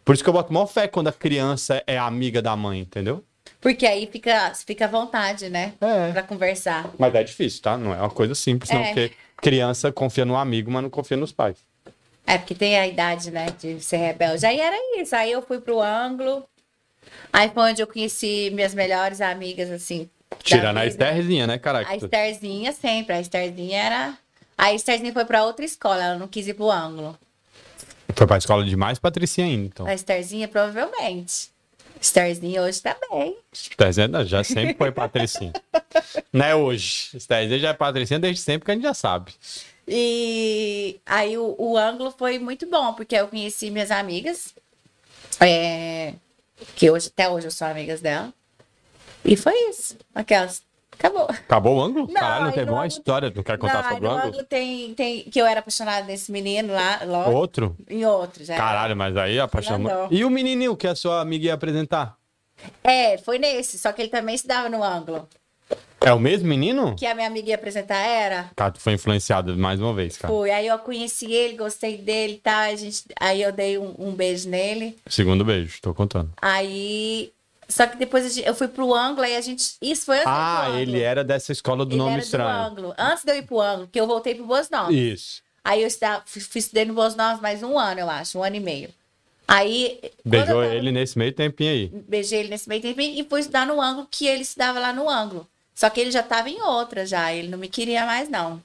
Speaker 1: Por isso que eu boto maior fé quando a criança é amiga da mãe, entendeu?
Speaker 2: Porque aí fica à vontade, né?
Speaker 1: É.
Speaker 2: Pra conversar.
Speaker 1: Mas é difícil, tá? Não é uma coisa simples, não. Porque criança confia no amigo, mas não confia nos pais.
Speaker 2: É, porque tem a idade, né, de ser rebelde. Aí era isso. Aí eu fui pro ângulo. Aí foi onde eu conheci minhas melhores amigas, assim.
Speaker 1: Tirando
Speaker 2: da
Speaker 1: a
Speaker 2: vida.
Speaker 1: Estherzinha, né, caraca?
Speaker 2: A Estherzinha sempre. A Estherzinha era... A Estherzinha foi pra outra escola. Ela não quis ir pro ângulo.
Speaker 1: Foi pra escola de mais Patricinha ainda, então.
Speaker 2: A Estherzinha, provavelmente. Estherzinha hoje tá bem.
Speaker 1: Estherzinha já sempre foi Patricinha. Não é hoje. Estherzinha já é Patricinha desde sempre, que a gente já sabe.
Speaker 2: E aí o ângulo foi muito bom, porque eu conheci minhas amigas, que hoje, até hoje eu sou amigas dela. E foi isso. Aquelas. Acabou.
Speaker 1: Acabou o ângulo?
Speaker 2: Não,
Speaker 1: Caralho, não
Speaker 2: aí
Speaker 1: teve
Speaker 2: no
Speaker 1: uma
Speaker 2: ângulo-
Speaker 1: história. Não quer contar
Speaker 2: Não, aí
Speaker 1: sobre o
Speaker 2: no
Speaker 1: ângulo?
Speaker 2: ângulo tem que eu era apaixonada nesse menino lá, logo.
Speaker 1: Outro?
Speaker 2: Em outro, já.
Speaker 1: Caralho, mas aí apaixonou.
Speaker 2: Não.
Speaker 1: E o menininho que a sua amiga ia apresentar?
Speaker 2: Foi nesse, só que ele também estudava no ângulo.
Speaker 1: É o mesmo menino?
Speaker 2: Que a minha amiga ia apresentar era.
Speaker 1: Cara, tu foi influenciado mais uma vez, cara.
Speaker 2: Fui. Aí eu conheci ele, gostei dele e tal. Aí eu dei um beijo nele.
Speaker 1: Segundo beijo, tô contando.
Speaker 2: Aí. Só que depois eu fui pro ângulo, aí a gente. Isso foi antes do
Speaker 1: Ah,
Speaker 2: ângulo.
Speaker 1: ele era dessa escola do
Speaker 2: Ele
Speaker 1: nome
Speaker 2: era
Speaker 1: estranho.
Speaker 2: do ângulo. Antes de eu ir pro ângulo, que eu voltei pro Boas Novas.
Speaker 1: Isso.
Speaker 2: Aí eu estudei no Boas Novas mais um ano, eu acho, um ano e meio. Aí.
Speaker 1: Beijou
Speaker 2: quando eu
Speaker 1: ele nesse meio tempinho aí.
Speaker 2: beijei ele nesse meio tempo e fui estudar no ângulo, que ele estudava lá no ângulo. Só que ele já tava em outra já, ele não me queria mais, não.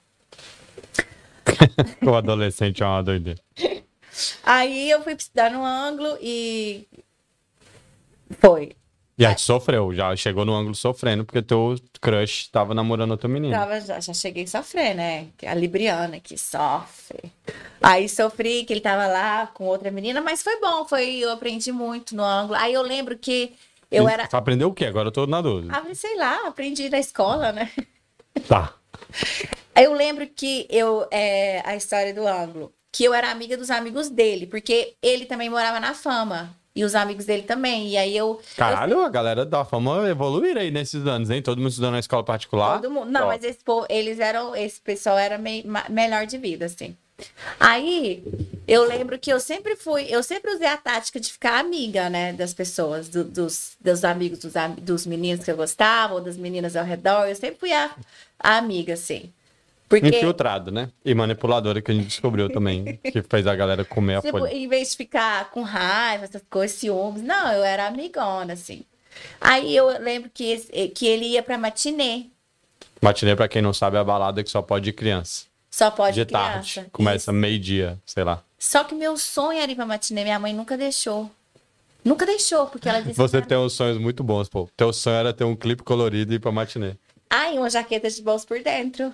Speaker 1: O adolescente é uma doideira.
Speaker 2: Aí eu fui estudar no ângulo e. Foi.
Speaker 1: E aí tu sofreu, já chegou no ângulo sofrendo, porque teu crush tava namorando outra menina.
Speaker 2: Já cheguei a sofrer, né? A Libriana que sofre. Aí sofri que ele tava lá com outra menina, mas foi bom, eu aprendi muito no ângulo. Aí eu lembro que eu
Speaker 1: E
Speaker 2: era.
Speaker 1: Tu aprendeu o quê? Agora eu tô na dúvida.
Speaker 2: Sei lá, aprendi na escola, né?
Speaker 1: Tá.
Speaker 2: Aí eu lembro que a história do ângulo, que eu era amiga dos amigos dele, porque ele também morava na Fama. E os amigos dele também. E aí
Speaker 1: Caralho, a galera da fama evoluíram aí nesses anos, hein? Todo mundo estudando na escola particular.
Speaker 2: Todo mundo. Não,
Speaker 1: Ó,
Speaker 2: mas esse pessoal era melhor de vida, assim. Aí, eu lembro que eu sempre usei a tática de ficar amiga, né, das pessoas, dos amigos, dos meninos que eu gostava, ou das meninas ao redor. Eu sempre fui a amiga, assim. Porque,
Speaker 1: infiltrado, né? E manipuladora, que a gente descobriu também, que fez a galera comer a
Speaker 2: tipo,
Speaker 1: folha.
Speaker 2: em vez de ficar com raiva, essas coisas, ciúmes, não, eu era amigona, assim. Aí eu lembro que ele ia pra matinê.
Speaker 1: Matinê, pra quem não sabe, é a balada que só pode ir criança.
Speaker 2: Só pode
Speaker 1: De
Speaker 2: criança.
Speaker 1: tarde. Começa meio-dia, sei lá.
Speaker 2: Só que meu sonho era ir pra matinê, minha mãe nunca deixou. Nunca deixou, porque ela disse
Speaker 1: Você
Speaker 2: que
Speaker 1: tem uns sonhos muito bons, pô. Teu sonho era ter um clipe colorido e ir pra matinê.
Speaker 2: e uma jaqueta de bolso por dentro.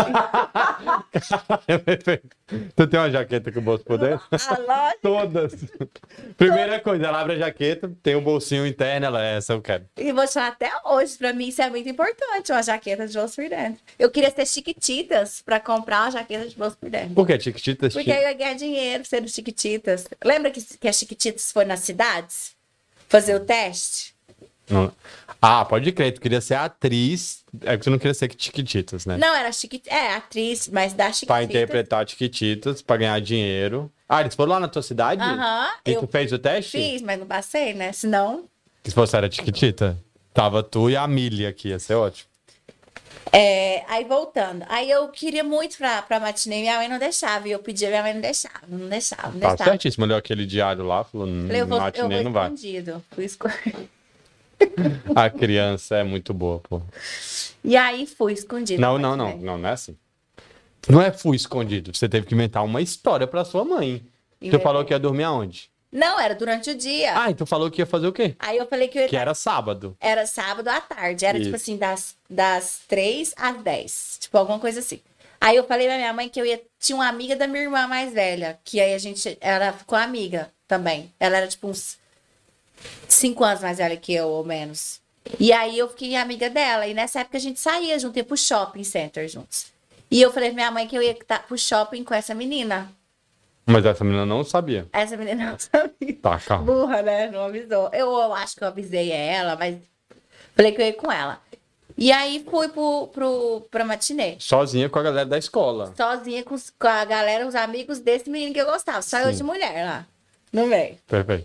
Speaker 1: Tu tem uma jaqueta com o bolso por dentro?
Speaker 2: Lógico.
Speaker 1: Todas. Primeira coisa, ela abre a jaqueta, tem um bolsinho interno, essa eu quero.
Speaker 2: E vou te falar até hoje, pra mim isso é muito importante, uma jaqueta de bolso por dentro. Eu queria ter chiquititas pra comprar uma jaqueta de bolso por dentro.
Speaker 1: Por que Chiquititas?
Speaker 2: Porque aí eu ia ganhar dinheiro sendo chiquititas. Lembra que a chiquititas foi nas cidades fazer o teste?
Speaker 1: Não. Ah, pode crer, tu queria ser atriz, é que tu não queria ser Chiquititas, né?
Speaker 2: Não, era atriz, mas da
Speaker 1: Pra
Speaker 2: chiquititas.
Speaker 1: interpretar Chiquititas, pra ganhar dinheiro. Ah, eles foram lá na tua cidade?
Speaker 2: Aham,
Speaker 1: E
Speaker 2: eu
Speaker 1: tu fez o teste?
Speaker 2: Fiz, mas não passei, né? Senão...
Speaker 1: Se fosse era Chiquitita, tava tu e a Millie aqui, ia ser ótimo.
Speaker 2: Aí voltando. Aí eu queria muito pra matinê, minha mãe não deixava. E eu pedia, minha mãe não deixava, não deixava, não
Speaker 1: Tá
Speaker 2: deixava.
Speaker 1: certíssimo, olhou aquele diário lá, falou,
Speaker 2: Falei, eu vou
Speaker 1: matinê não vai.
Speaker 2: escondido. Fui escondido.
Speaker 1: A criança é muito boa, pô.
Speaker 2: E aí fui escondido.
Speaker 1: Não,
Speaker 2: na
Speaker 1: não, não,
Speaker 2: matinê.
Speaker 1: não é assim. Não é fui escondido, você teve que inventar uma história pra sua mãe. Tu
Speaker 2: Inventei.
Speaker 1: falou que ia dormir aonde?
Speaker 2: Não, era durante o dia.
Speaker 1: Ah, e tu falou que ia fazer o quê?
Speaker 2: Aí eu falei que eu ia
Speaker 1: Que era sábado.
Speaker 2: Era sábado à tarde. Era, tipo
Speaker 1: Isso.
Speaker 2: assim, das 3 às 10. Tipo, alguma coisa assim. Aí eu falei pra minha mãe que tinha uma amiga da minha irmã mais velha. Que aí ela ficou amiga também. Ela era, tipo, uns 5 anos mais velha que eu, ou menos. E aí eu fiquei amiga dela. E nessa época a gente saía junto, ia pro shopping center juntos. E eu falei pra minha mãe que eu ia pro shopping com essa menina.
Speaker 1: Mas essa menina não sabia.
Speaker 2: Essa menina não sabia.
Speaker 1: Tá, calma.
Speaker 2: Burra, né? Não avisou. Eu acho que eu avisei ela, mas falei que eu ia com ela. E aí fui pra matinê.
Speaker 1: Sozinha com a galera da escola.
Speaker 2: Sozinha com a galera, os amigos desse menino que eu gostava. Só eu
Speaker 1: Sim.
Speaker 2: de mulher lá. No meio.
Speaker 1: Perfeito.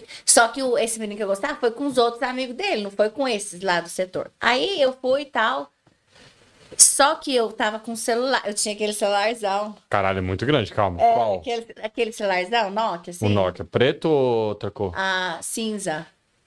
Speaker 2: Só que esse menino que eu gostava foi com os outros amigos dele, não foi com esses lá do setor. Aí eu fui e tal. Só que eu tava com celular, eu tinha aquele celularzão.
Speaker 1: Caralho, é muito grande, calma. Qual?
Speaker 2: Aquele celularzão, Nokia, assim.
Speaker 1: O Nokia, preto ou outra cor?
Speaker 2: Ah, cinza.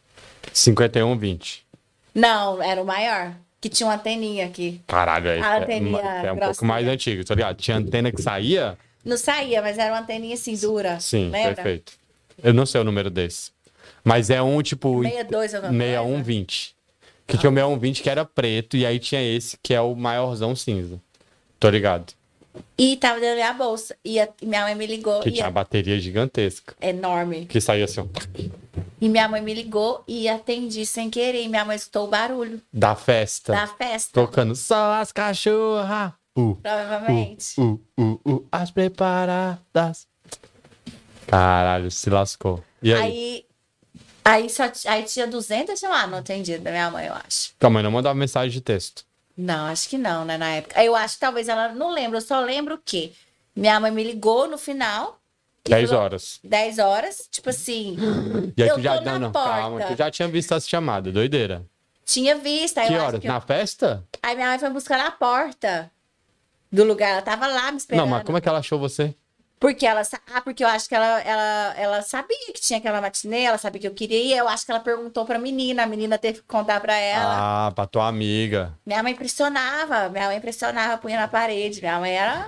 Speaker 1: 5120.
Speaker 2: Não, era o maior. Que tinha uma anteninha aqui.
Speaker 1: Caralho,
Speaker 2: A anteninha
Speaker 1: é um pouco mais antigo, tá ligado? Tinha antena que saía?
Speaker 2: Não saía, mas era uma anteninha assim, dura.
Speaker 1: Sim,
Speaker 2: lembra?
Speaker 1: perfeito. Eu não sei o número desse. Mas é um tipo...
Speaker 2: 62 alguma coisa.
Speaker 1: 6120. Que tinha o 6120 que era preto, e aí tinha esse que é o maiorzão cinza. Tô ligado.
Speaker 2: E tava dentro da minha bolsa. E minha mãe me ligou.
Speaker 1: Que tinha a bateria gigantesca.
Speaker 2: Enorme.
Speaker 1: Que saía assim, ó.
Speaker 2: E minha mãe me ligou e atendi sem querer. E minha mãe escutou o barulho
Speaker 1: Da festa.
Speaker 2: da festa.
Speaker 1: Tocando só as cachorras.
Speaker 2: Provavelmente.
Speaker 1: As preparadas. Caralho, se lascou. E aí?
Speaker 2: Aí tinha 200 chamadas no atendido da minha mãe, eu acho.
Speaker 1: Tua mãe não mandava mensagem de texto.
Speaker 2: Não, acho que não, né, na época. Eu acho que talvez ela não lembra, eu só lembro que minha mãe me ligou no final.
Speaker 1: 10 horas.
Speaker 2: 10 horas, tipo assim.
Speaker 1: E aí
Speaker 2: eu
Speaker 1: tu já...
Speaker 2: tô na
Speaker 1: Não,
Speaker 2: porta.
Speaker 1: calma, tu já tinha visto essa chamada, doideira.
Speaker 2: Tinha visto, aí
Speaker 1: Que
Speaker 2: eu acho
Speaker 1: horas?
Speaker 2: que
Speaker 1: Na festa?
Speaker 2: Aí minha mãe foi buscar na porta do lugar, ela tava lá me esperando.
Speaker 1: Não, mas como é que ela achou você?
Speaker 2: Porque porque eu acho que ela sabia que tinha aquela matinê, ela sabia que eu queria ir, eu acho que ela perguntou pra menina, a menina teve que contar pra ela.
Speaker 1: Ah, pra tua amiga.
Speaker 2: Minha mãe impressionava, punha na parede, minha mãe era...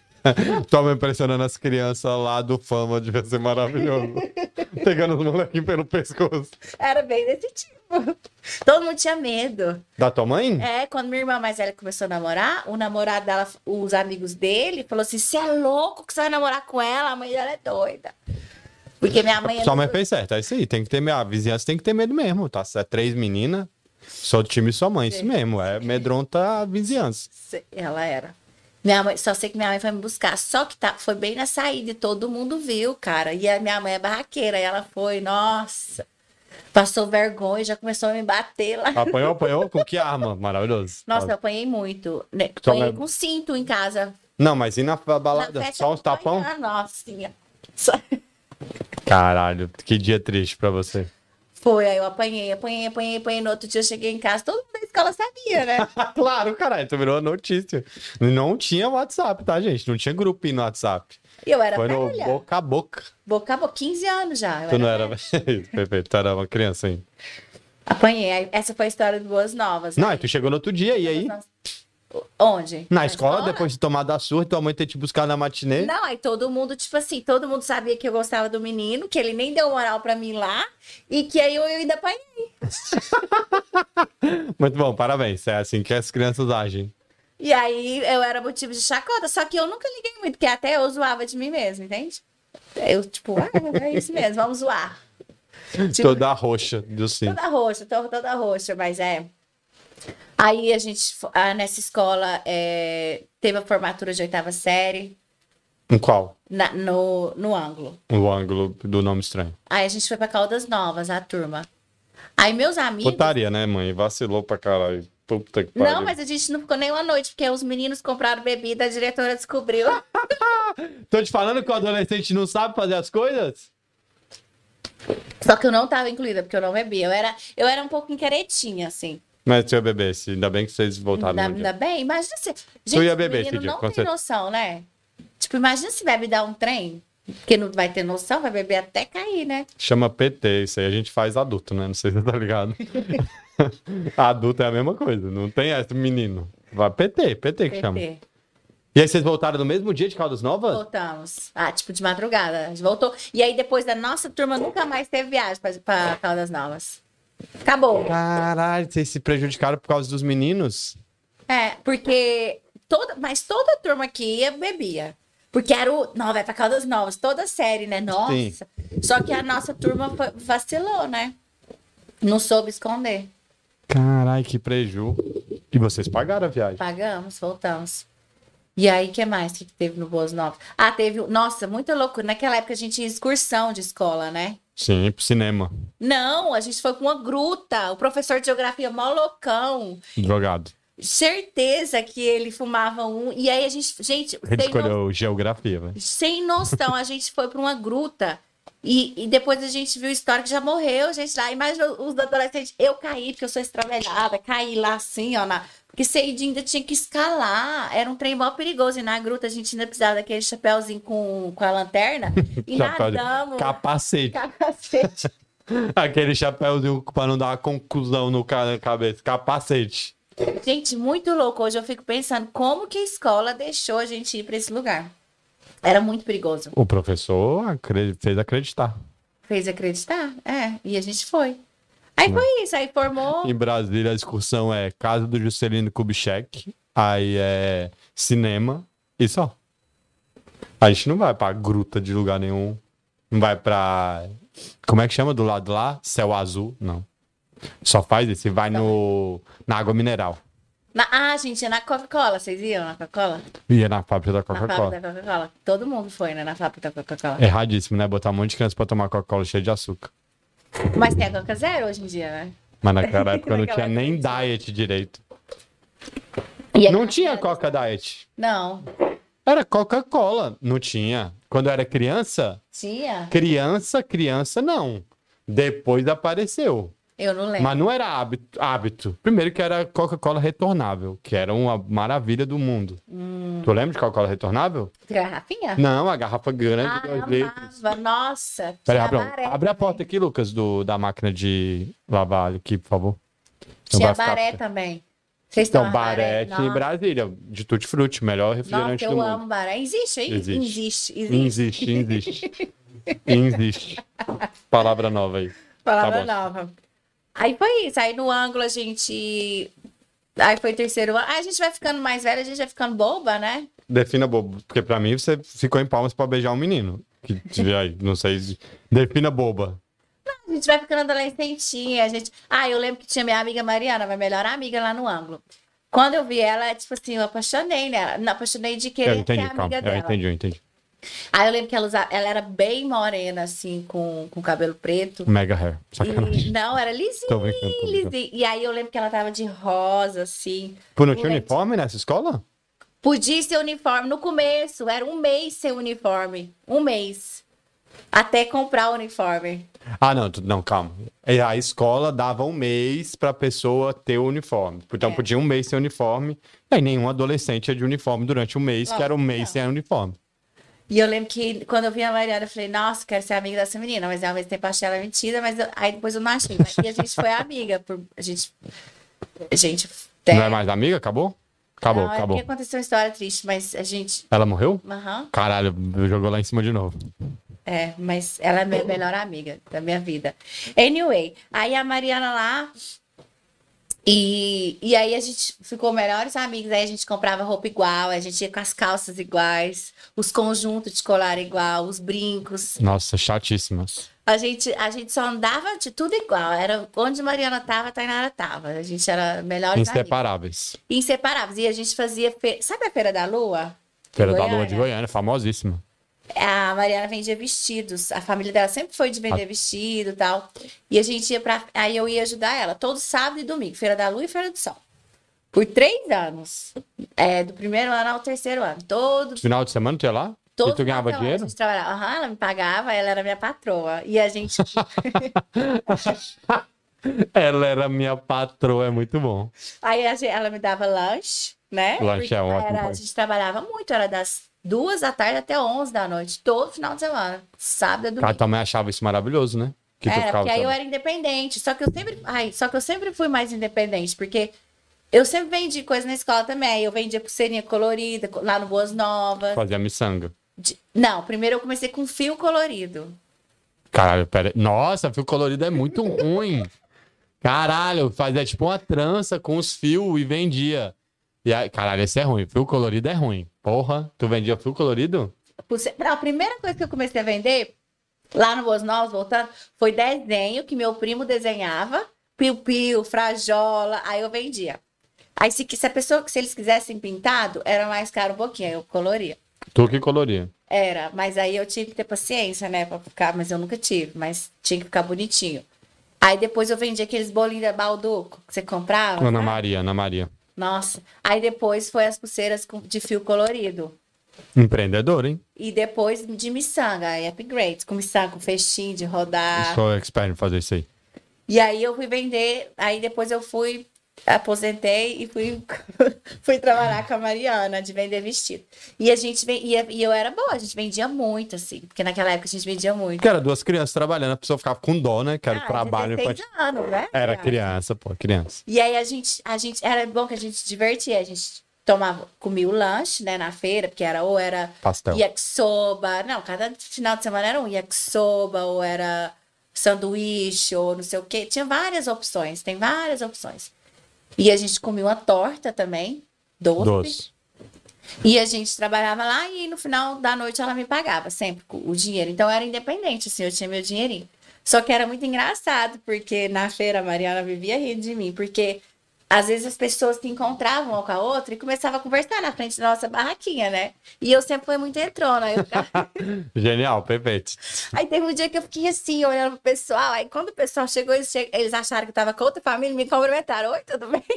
Speaker 1: Tua mãe impressionando as crianças lá do Fama, devia ser maravilhoso. Pegando os molequinhos pelo pescoço.
Speaker 2: Era bem desse tipo. Todo mundo tinha medo.
Speaker 1: Da tua mãe?
Speaker 2: É, quando minha irmã mais velha começou a namorar, o namorado dela, os amigos dele, falou assim, você é louco que você vai namorar com ela? A mãe dela é doida. Porque minha mãe...
Speaker 1: Sua mãe fez certo, é isso aí. Tem que ter medo. A vizinhança tem que ter medo mesmo, tá? Se é 3 meninas, sou do time sua mãe, isso mesmo. É medronta a vizinhança.
Speaker 2: Ela era. Minha mãe, só sei que minha mãe foi me buscar. Só que foi bem na saída e todo mundo viu, cara. E a minha mãe é barraqueira. E ela foi, nossa, passou vergonha, já começou a me bater lá.
Speaker 1: Apanhou com que arma? Maravilhoso.
Speaker 2: Nossa, eu apanhei muito. Né?
Speaker 1: Sua
Speaker 2: Apanhei
Speaker 1: mãe-
Speaker 2: com cinto em casa.
Speaker 1: Não, mas e na balada?
Speaker 2: Na festa,
Speaker 1: Só uns tapão?
Speaker 2: apanhando. Nossa senhora. Só-
Speaker 1: Caralho, que dia triste pra você.
Speaker 2: Foi, aí eu apanhei. No outro dia eu cheguei em casa, todo mundo da escola sabia, né?
Speaker 1: Claro, caralho, tu virou notícia. Não tinha WhatsApp, tá, gente? Não tinha grupinho no WhatsApp.
Speaker 2: E eu era
Speaker 1: Foi no
Speaker 2: velha.
Speaker 1: boca a boca.
Speaker 2: Boca a boca, 15 anos já.
Speaker 1: Tu não era... Perfeito, tu era uma criança ainda.
Speaker 2: Apanhei. Aí, essa foi a história de Boas Novas.
Speaker 1: Não,
Speaker 2: né?
Speaker 1: aí tu chegou no outro dia, e aí?
Speaker 2: Onde?
Speaker 1: Na escola, depois de tomar da surra, tua mãe ter te buscar na matinê?
Speaker 2: Não, aí todo mundo, tipo assim, todo mundo sabia que eu gostava do menino, que ele nem deu moral pra mim lá, e que aí eu ainda apanhei.
Speaker 1: Muito bom, parabéns. É assim que as crianças agem.
Speaker 2: E aí eu era motivo de chacota, só que eu nunca liguei muito, porque até eu zoava de mim mesmo, entende? Eu, tipo, é isso mesmo, vamos zoar. Tipo,
Speaker 1: Toda roxa do sim.
Speaker 2: toda roxa, mas é. Aí a gente, nessa escola, teve a formatura de 8ª série,
Speaker 1: Em qual?
Speaker 2: no ângulo.
Speaker 1: O ângulo do nome estranho.
Speaker 2: Aí a gente foi pra Caldas Novas, a turma. Aí meus amigos...
Speaker 1: Putaria, né, mãe? Vacilou pra caralho. Puta que pariu.
Speaker 2: Não, mas a gente não ficou nem uma noite, porque os meninos compraram bebida, a diretora descobriu.
Speaker 1: Tô te falando que o adolescente não sabe fazer as coisas?
Speaker 2: Só que eu não tava incluída, porque eu não bebia. Eu era um pouco encaretinha, assim.
Speaker 1: Mas se eu bebesse, ainda bem que vocês voltaram no
Speaker 2: Ainda
Speaker 1: dia.
Speaker 2: bem, imagina se... Gente,
Speaker 1: ia
Speaker 2: o
Speaker 1: beber esse
Speaker 2: menino
Speaker 1: dia,
Speaker 2: não
Speaker 1: com
Speaker 2: tem
Speaker 1: certeza.
Speaker 2: noção, né? Tipo, imagina se bebe dar um trem, porque não vai ter noção, vai beber até cair, né?
Speaker 1: Chama PT, isso aí a gente faz adulto, né? Não sei se você tá ligado. Adulto é a mesma coisa, não tem essa, menino. Vai PT que chama.
Speaker 2: PT.
Speaker 1: E aí vocês voltaram no mesmo dia de Caldas Novas?
Speaker 2: Voltamos. Tipo, de madrugada. A gente voltou. E aí, depois da nossa turma, nunca mais teve viagem pra Caldas Novas. Acabou.
Speaker 1: Caralho, vocês se prejudicaram por causa dos meninos?
Speaker 2: Porque mas toda turma que ia, bebia. Porque era não, vai pra Caldas Novas, toda série, né? Nossa.
Speaker 1: Sim.
Speaker 2: Só que a nossa turma vacilou, né? Não soube esconder.
Speaker 1: Caralho, que preju. E vocês pagaram a viagem?
Speaker 2: Pagamos, voltamos. E aí, o que mais que teve no Boas Novas? Teve... Nossa, muito louco. Naquela época a gente tinha excursão de escola, né?
Speaker 1: Sim, pro cinema.
Speaker 2: Não, a gente foi com uma gruta. O professor de geografia, mó loucão.
Speaker 1: Drogado.
Speaker 2: Certeza que ele fumava um. E aí a gente... Gente,
Speaker 1: Ele escolheu geografia, velho.
Speaker 2: sem noção, a gente foi pra uma gruta E depois a gente viu história que já morreu, gente lá. Imagina os adolescentes. Eu caí, porque eu sou estramelhada, caí lá assim, ó. Porque você ainda tinha que escalar. Era um trem mó perigoso. E na gruta a gente ainda precisava daquele chapéuzinho com a lanterna. E nadamos.
Speaker 1: Capacete.
Speaker 2: Capacete.
Speaker 1: Aquele chapéuzinho pra não dar uma conclusão no cabeça. Capacete.
Speaker 2: Gente, muito louco. Hoje eu fico pensando como que a escola deixou a gente ir pra esse lugar. Era muito perigoso.
Speaker 1: O professor fez acreditar.
Speaker 2: Fez acreditar? É. E a gente foi. Aí foi isso. Aí formou.
Speaker 1: Em Brasília, a excursão é casa do Juscelino Kubitschek. Aí é cinema. E só. A gente não vai pra gruta de lugar nenhum. Não vai pra... Como é que chama do lado lá? Céu azul? Não. Só faz isso. E vai na água mineral.
Speaker 2: Gente, na Coca-Cola. Vocês iam na Coca-Cola?
Speaker 1: Ia na fábrica da
Speaker 2: Na
Speaker 1: Coca-Cola.
Speaker 2: fábrica da Coca-Cola. Todo mundo foi, né? Na fábrica da Coca-Cola.
Speaker 1: Erradíssimo, né? Botar um monte de criança pra tomar Coca-Cola cheia de açúcar.
Speaker 2: Mas tem a Coca Zero hoje em dia, né?
Speaker 1: Mas naquela época não
Speaker 2: Naquela
Speaker 1: tinha nem
Speaker 2: época não
Speaker 1: diet direito.
Speaker 2: E aí,
Speaker 1: Não tinha Coca Diet.
Speaker 2: Não.
Speaker 1: Era Coca-Cola. Não tinha. Quando eu era criança,
Speaker 2: Tinha?
Speaker 1: criança não. Depois apareceu.
Speaker 2: Eu não lembro.
Speaker 1: Mas não era hábito. Primeiro que era Coca-Cola retornável, que era uma maravilha do mundo. Tu lembra de Coca-Cola retornável?
Speaker 2: Garrafinha?
Speaker 1: Não, a garrafa grande de 2 litros.
Speaker 2: Amava. Nossa.
Speaker 1: Peraí,
Speaker 2: tinha
Speaker 1: rapidão.
Speaker 2: baré
Speaker 1: Abre a
Speaker 2: também.
Speaker 1: porta aqui, Lucas, da máquina de lavar aqui, por favor. Não
Speaker 2: Tinha
Speaker 1: vai ficar-
Speaker 2: baré também. Vocês
Speaker 1: Então,
Speaker 2: tomam
Speaker 1: baré tinha em
Speaker 2: Nossa.
Speaker 1: Brasília, de tutti-frutti, melhor refrigerante
Speaker 2: Nossa,
Speaker 1: do
Speaker 2: eu
Speaker 1: mundo.
Speaker 2: amo baré. Existe aí?
Speaker 1: Existe.
Speaker 2: Existe.
Speaker 1: Existe. Palavra nova aí.
Speaker 2: Palavra
Speaker 1: Tá bom.
Speaker 2: nova. Aí foi isso. Aí no ângulo a gente... Aí foi terceiro ano. Aí a gente vai ficando mais velha, a gente vai ficando boba, né?
Speaker 1: Defina bobo, porque pra mim você ficou em palmas pra beijar um menino. Aí, não sei. Defina boba.
Speaker 2: A gente vai ficando adolescentinha, a gente... eu lembro que tinha minha amiga Mariana, minha melhor amiga lá no ângulo. Quando eu vi ela, tipo assim, eu apaixonei nela. Não, apaixonei de
Speaker 1: Eu
Speaker 2: querer ser
Speaker 1: entendi,
Speaker 2: amiga
Speaker 1: calma.
Speaker 2: dela.
Speaker 1: Eu entendi.
Speaker 2: Aí eu lembro que ela era bem morena, assim, com cabelo preto.
Speaker 1: Mega hair. Sacanagem.
Speaker 2: Não, era
Speaker 1: Tô
Speaker 2: lisinho,
Speaker 1: brincando, tô brincando.
Speaker 2: lisinho. E aí eu lembro que ela tava de rosa, assim.
Speaker 1: Pô, não tinha
Speaker 2: Moleque.
Speaker 1: uniforme nessa escola?
Speaker 2: Podia ser uniforme. No começo, era um mês ser uniforme. Um mês. Até comprar o uniforme.
Speaker 1: Ah, não, calma. A escola dava um mês pra pessoa ter o uniforme. Então podia um mês sem uniforme. E aí nenhum adolescente ia de uniforme durante um mês, que era um mês sem uniforme.
Speaker 2: E eu lembro que quando eu vi a Mariana, eu falei, nossa, quero ser amiga dessa menina. Mas ao mesmo tempo achei ela mentira, aí depois eu não achei. E a gente foi amiga. A gente
Speaker 1: Não é mais amiga? Acabou? Acabou,
Speaker 2: Não, é
Speaker 1: acabou.
Speaker 2: porque aconteceu uma história triste, mas a gente...
Speaker 1: Ela morreu?
Speaker 2: Aham.
Speaker 1: Caralho, jogou lá em cima de novo.
Speaker 2: É, mas ela é minha melhor amiga da minha vida. Anyway, aí a Mariana lá... E aí a gente ficou melhores amigos, aí a gente comprava roupa igual, a gente ia com as calças iguais, os conjuntos de colar igual, os brincos.
Speaker 1: Nossa, chatíssimas.
Speaker 2: A gente só andava de tudo igual. Era onde Mariana tava, a Tainara tava. A gente era melhores amigos.
Speaker 1: Inseparáveis.
Speaker 2: Inseparáveis. E a gente fazia... Sabe a Feira da Lua?
Speaker 1: Feira da Lua de Goiânia, famosíssima.
Speaker 2: A Mariana vendia vestidos. A família dela sempre foi de vender vestido e tal. E a gente ia pra... Aí eu ia ajudar ela. Todo sábado e domingo. Feira da Lua e Feira do Sol. Por 3 anos. Do primeiro ano ao terceiro ano.
Speaker 1: Final de semana tu ia lá? E tu ganhava dinheiro?
Speaker 2: A gente trabalhava. Aham, ela me pagava, ela era minha patroa. E a gente...
Speaker 1: Ela era minha patroa, é muito bom.
Speaker 2: Aí ela me dava lanche, né?
Speaker 1: Lanche
Speaker 2: Porque
Speaker 1: é ótimo.
Speaker 2: a gente trabalhava muito. Era das 2 da tarde até 11 da noite. Todo final de semana. Sábado e
Speaker 1: Cara,
Speaker 2: domingo.
Speaker 1: também achava isso maravilhoso, né? Que tu
Speaker 2: Era,
Speaker 1: ficava
Speaker 2: porque aí eu era independente. Só que eu sempre fui mais independente, porque eu sempre vendi coisa na escola também. Eu vendia pulseirinha colorida lá no Boas Novas.
Speaker 1: Fazia miçanga.
Speaker 2: Não, primeiro eu comecei com fio colorido.
Speaker 1: Caralho, pera. Nossa, fio colorido é muito ruim. Caralho, fazia tipo uma trança com os fios e vendia. E aí, caralho, esse é ruim. Fio colorido é ruim. Porra, tu vendia fio colorido?
Speaker 2: Não, a primeira coisa que eu comecei a vender, lá no Boas Novas, voltando, foi desenho que meu primo desenhava. Piu-piu, frajola, aí eu vendia. Aí se eles quisessem pintado, era mais caro um pouquinho, aí eu coloria.
Speaker 1: Tu que coloria.
Speaker 2: Era, mas aí eu tinha que ter paciência, né, pra ficar, mas eu nunca tive, mas tinha que ficar bonitinho. Aí depois eu vendia aqueles bolinhos da Balduco que você comprava.
Speaker 1: Ana
Speaker 2: sabe?
Speaker 1: Maria, Ana Maria.
Speaker 2: Nossa. Aí depois foi as pulseiras de fio colorido.
Speaker 1: Empreendedor, hein?
Speaker 2: E depois de miçanga, aí upgrade, com miçanga, com festim, de rodar.
Speaker 1: Sou expert em fazer isso aí.
Speaker 2: E aí eu fui vender, aí depois eu fui, aposentei e fui, fui trabalhar com a Mariana de vender vestido. E a gente e eu era boa, a gente vendia muito, assim, porque naquela época a gente vendia muito.
Speaker 1: Porque era duas crianças trabalhando, a pessoa ficava com dó, né? Que era o trabalho.
Speaker 2: 16 anos, né?
Speaker 1: Era criança, pô, criança.
Speaker 2: E aí a gente, era bom que a gente se divertia, a gente comia o lanche, né, na feira, porque ou era
Speaker 1: Pastel.
Speaker 2: yakisoba, não, cada final de semana era um yakisoba, ou era sanduíche, ou não sei o quê, tinha várias opções, tem várias opções. E a gente comia uma torta também, doce. E a gente trabalhava lá e no final da noite ela me pagava sempre o dinheiro. Então eu era independente, assim, eu tinha meu dinheirinho. Só que era muito engraçado, porque na feira a Mariana vivia rindo de mim, porque às vezes as pessoas se encontravam uma com a outra e começavam a conversar na frente da nossa barraquinha, né? E eu sempre fui muito entrona. Aí
Speaker 1: Genial, perfeito.
Speaker 2: Aí teve um dia que eu fiquei assim, olhando pro pessoal. Aí quando o pessoal chegou, eles acharam que eu tava com outra família, me cumprimentaram. Oi, tudo bem?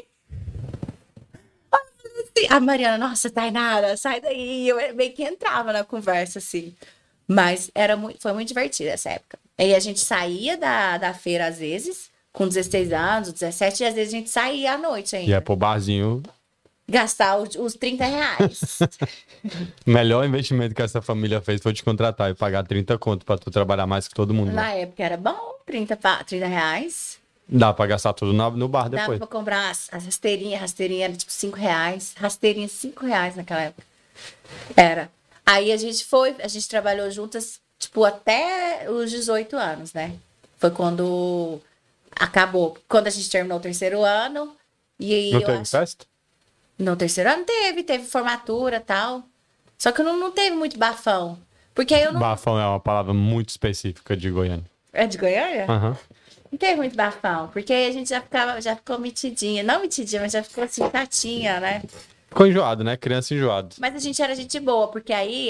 Speaker 2: A Mariana, nossa, Tainara, sai daí. Eu meio que entrava na conversa, assim. Mas foi muito divertido essa época. Aí a gente saía da feira, às vezes, com 16 anos, 17, e às vezes a gente saía à noite ainda.
Speaker 1: Ia pro barzinho.
Speaker 2: Gastar os 30 reais.
Speaker 1: O melhor investimento que essa família fez foi te contratar e pagar 30 conto pra tu trabalhar mais que todo mundo.
Speaker 2: Na época era bom, 30 reais.
Speaker 1: Dá pra gastar tudo no bar depois.
Speaker 2: Dava pra comprar as rasteirinhas. Rasteirinha era tipo 5 reais. Rasteirinha 5 reais naquela época. Era. Aí a gente trabalhou juntas, tipo, até os 18 anos, né? Foi quando acabou. Quando a gente terminou o terceiro ano. E aí
Speaker 1: Não teve festa?
Speaker 2: No terceiro ano teve formatura e tal. Só que não teve muito bafão. Porque aí eu não.
Speaker 1: Bafão é uma palavra muito específica de Goiânia.
Speaker 2: É de Goiânia?
Speaker 1: Aham.
Speaker 2: Não teve muito bafão, porque aí a gente já ficou metidinha. Não metidinha, mas já ficou assim, tatinha, né?
Speaker 1: Ficou enjoado, né? Criança enjoado.
Speaker 2: Mas a gente era gente boa, porque aí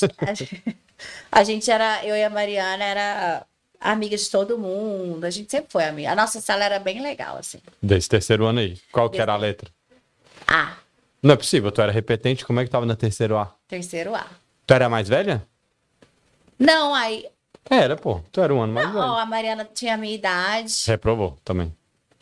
Speaker 2: a gente era, eu e a Mariana era amiga de todo mundo. A gente sempre foi amiga. A nossa sala era bem legal, assim.
Speaker 1: Desse terceiro ano aí. Qual que era a letra?
Speaker 2: A,
Speaker 1: Não é possível, tu era repetente, como é que tava na terceiro A?
Speaker 2: terceiro A.
Speaker 1: Tu era a mais velha?
Speaker 2: Não, aí,
Speaker 1: Era, pô. Tu era um ano mais
Speaker 2: ó,
Speaker 1: velho.
Speaker 2: a Mariana tinha a minha idade.
Speaker 1: Reprovou também.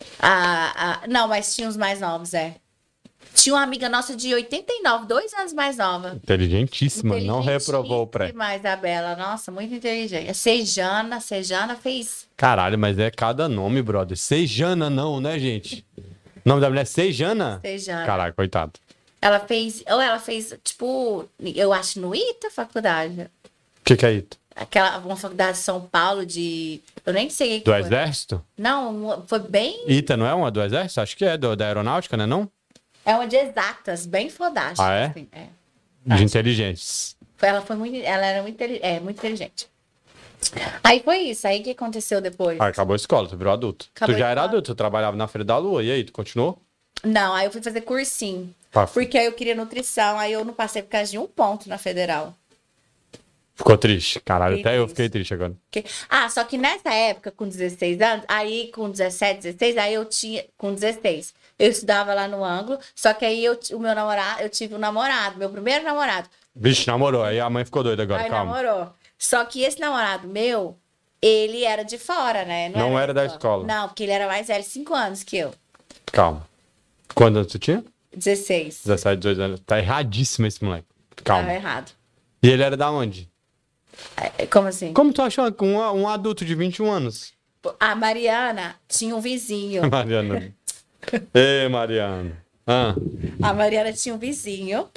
Speaker 2: Não, mas tinha os mais novos, é. Tinha uma amiga nossa de 89, 2 anos mais nova.
Speaker 1: Inteligentíssima, não reprovou o pré.
Speaker 2: Mais a Bela, nossa, muito inteligente. A Sejana fez.
Speaker 1: Caralho, mas é cada nome, brother. Sejana não, né, gente? O nome da mulher é Sejana?
Speaker 2: Sejana.
Speaker 1: Caralho, coitado.
Speaker 2: Ela fez, tipo, eu acho no ITA faculdade.
Speaker 1: O que é isso?
Speaker 2: Uma faculdade de São Paulo de. Eu nem sei o que
Speaker 1: Do
Speaker 2: foi.
Speaker 1: Exército?
Speaker 2: Não, foi bem.
Speaker 1: ITA não é uma do Exército? Acho que é, da Aeronáutica, né não?
Speaker 2: É uma de exatas, bem fodástica.
Speaker 1: Ah, é?
Speaker 2: Assim, é.
Speaker 1: De inteligentes.
Speaker 2: Ela era muito inteligente. Aí foi isso. Aí o que aconteceu depois?
Speaker 1: Aí acabou a escola, tu virou adulto.
Speaker 2: Acabou
Speaker 1: Tu já
Speaker 2: a
Speaker 1: era
Speaker 2: escola.
Speaker 1: adulto, tu trabalhava na Feira da Lua. E aí, tu continuou?
Speaker 2: Não, aí eu fui fazer cursinho.
Speaker 1: Tá.
Speaker 2: Porque aí eu queria nutrição, aí eu não passei por causa de um ponto na federal.
Speaker 1: Ficou triste. Caralho,
Speaker 2: Fiquei
Speaker 1: até eu
Speaker 2: triste.
Speaker 1: fiquei triste agora.
Speaker 2: Só que nessa época, com 16 anos, aí com 17, 16, aí eu tinha, com 16, eu estudava lá no ângulo, só que aí eu tive um namorado, meu primeiro namorado.
Speaker 1: Vixe, namorou. Aí a mãe ficou doida agora,
Speaker 2: Aí
Speaker 1: calma.
Speaker 2: namorou. Só que esse namorado meu, ele era de fora, né?
Speaker 1: Não era da escola.
Speaker 2: Não, porque ele era mais velho, 5 anos que eu.
Speaker 1: Calma. Quantos anos tu tinha?
Speaker 2: 16.
Speaker 1: 17, 18 anos. Tá erradíssimo esse moleque. Calma.
Speaker 2: Tava errado.
Speaker 1: E ele era da onde?
Speaker 2: Como assim?
Speaker 1: Como tu achou com um adulto de 21 anos?
Speaker 2: A Mariana tinha um vizinho.
Speaker 1: Mariana. Ê, Mariana. Ah,
Speaker 2: A Mariana tinha um vizinho.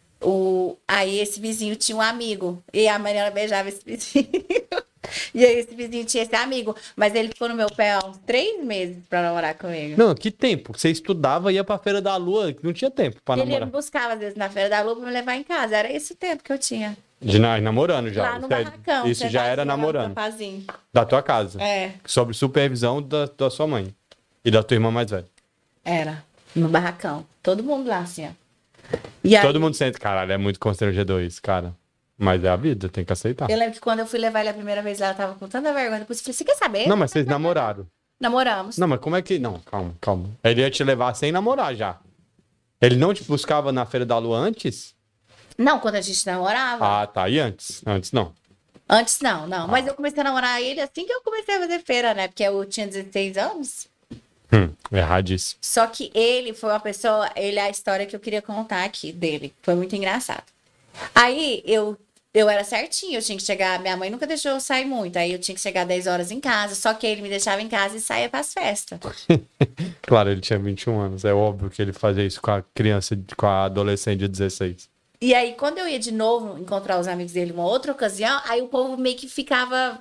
Speaker 2: Aí esse vizinho tinha um amigo. E a Mariana beijava esse vizinho. E aí esse vizinho tinha esse amigo. Mas ele ficou no meu pé há uns 3 meses pra namorar comigo.
Speaker 1: não, que tempo? Você estudava e ia pra Feira da Lua, não tinha tempo pra
Speaker 2: Ele me
Speaker 1: namorar.
Speaker 2: buscava às vezes na Feira da Lua pra me levar em casa. Era esse o tempo que eu tinha.
Speaker 1: Namorando já.
Speaker 2: Lá no
Speaker 1: Isso é-
Speaker 2: barracão.
Speaker 1: Isso já era namorando.
Speaker 2: Papazinho.
Speaker 1: Da tua casa.
Speaker 2: É,
Speaker 1: Sob supervisão da sua mãe. E da tua irmã mais velha.
Speaker 2: era. No barracão. Todo mundo lá, assim, ó. E aí,
Speaker 1: Todo mundo sente, caralho, é muito constrangedor isso, cara. Mas é a vida, tem que aceitar.
Speaker 2: eu lembro que quando eu fui levar ele a primeira vez lá, ela tava com tanta vergonha. Depois eu falei, você quer saber?
Speaker 1: Não, mas vocês namoraram.
Speaker 2: Namoramos.
Speaker 1: Não, mas como é que... Não, calma. Ele ia te levar sem namorar já. Ele não te buscava na Feira da Lua antes?
Speaker 2: Não, quando a gente namorava.
Speaker 1: Ah, tá. E antes? Antes não.
Speaker 2: Antes não. Mas eu comecei a namorar ele assim que eu comecei a fazer feira, né? Porque eu tinha 16 anos.
Speaker 1: Erradíssimo.
Speaker 2: Só que ele foi uma pessoa, ele é a história que eu queria contar aqui dele. Foi muito engraçado. Aí eu era certinho, eu tinha que chegar. Minha mãe nunca deixou eu sair muito. Aí eu tinha que chegar 10 horas em casa. Só que ele me deixava em casa e saía pras festas.
Speaker 1: Claro, ele tinha 21 anos. É óbvio que ele fazia isso com a criança, com a adolescente de 16.
Speaker 2: E aí, quando eu ia de novo encontrar os amigos dele uma outra ocasião, aí o povo meio que ficava.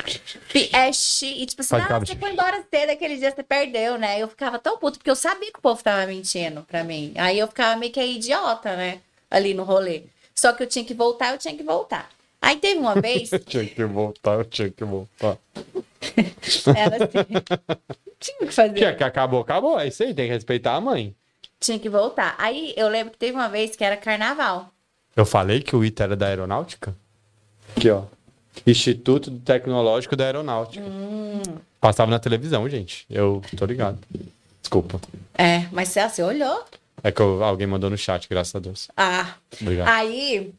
Speaker 2: E tipo assim, você foi embora cedo aquele dia, você perdeu, né? Eu ficava tão puto, porque eu sabia que o povo tava mentindo pra mim. Aí eu ficava meio que idiota, né? Ali no rolê. Só que eu tinha que voltar. Aí teve uma vez.
Speaker 1: eu tinha que voltar.
Speaker 2: Era assim. Tinha que fazer.
Speaker 1: Tinha que acabou. É isso aí, tem que respeitar a mãe.
Speaker 2: Tinha que voltar. Aí eu lembro que teve uma vez que era carnaval.
Speaker 1: Eu falei que o ITA era da aeronáutica? Aqui, ó. Instituto Tecnológico da Aeronáutica. Passava na televisão, gente. Eu tô ligado. Desculpa.
Speaker 2: É, mas você olhou?
Speaker 1: É que alguém mandou no chat, graças a Deus.
Speaker 2: Ah.
Speaker 1: Obrigado.
Speaker 2: Aí.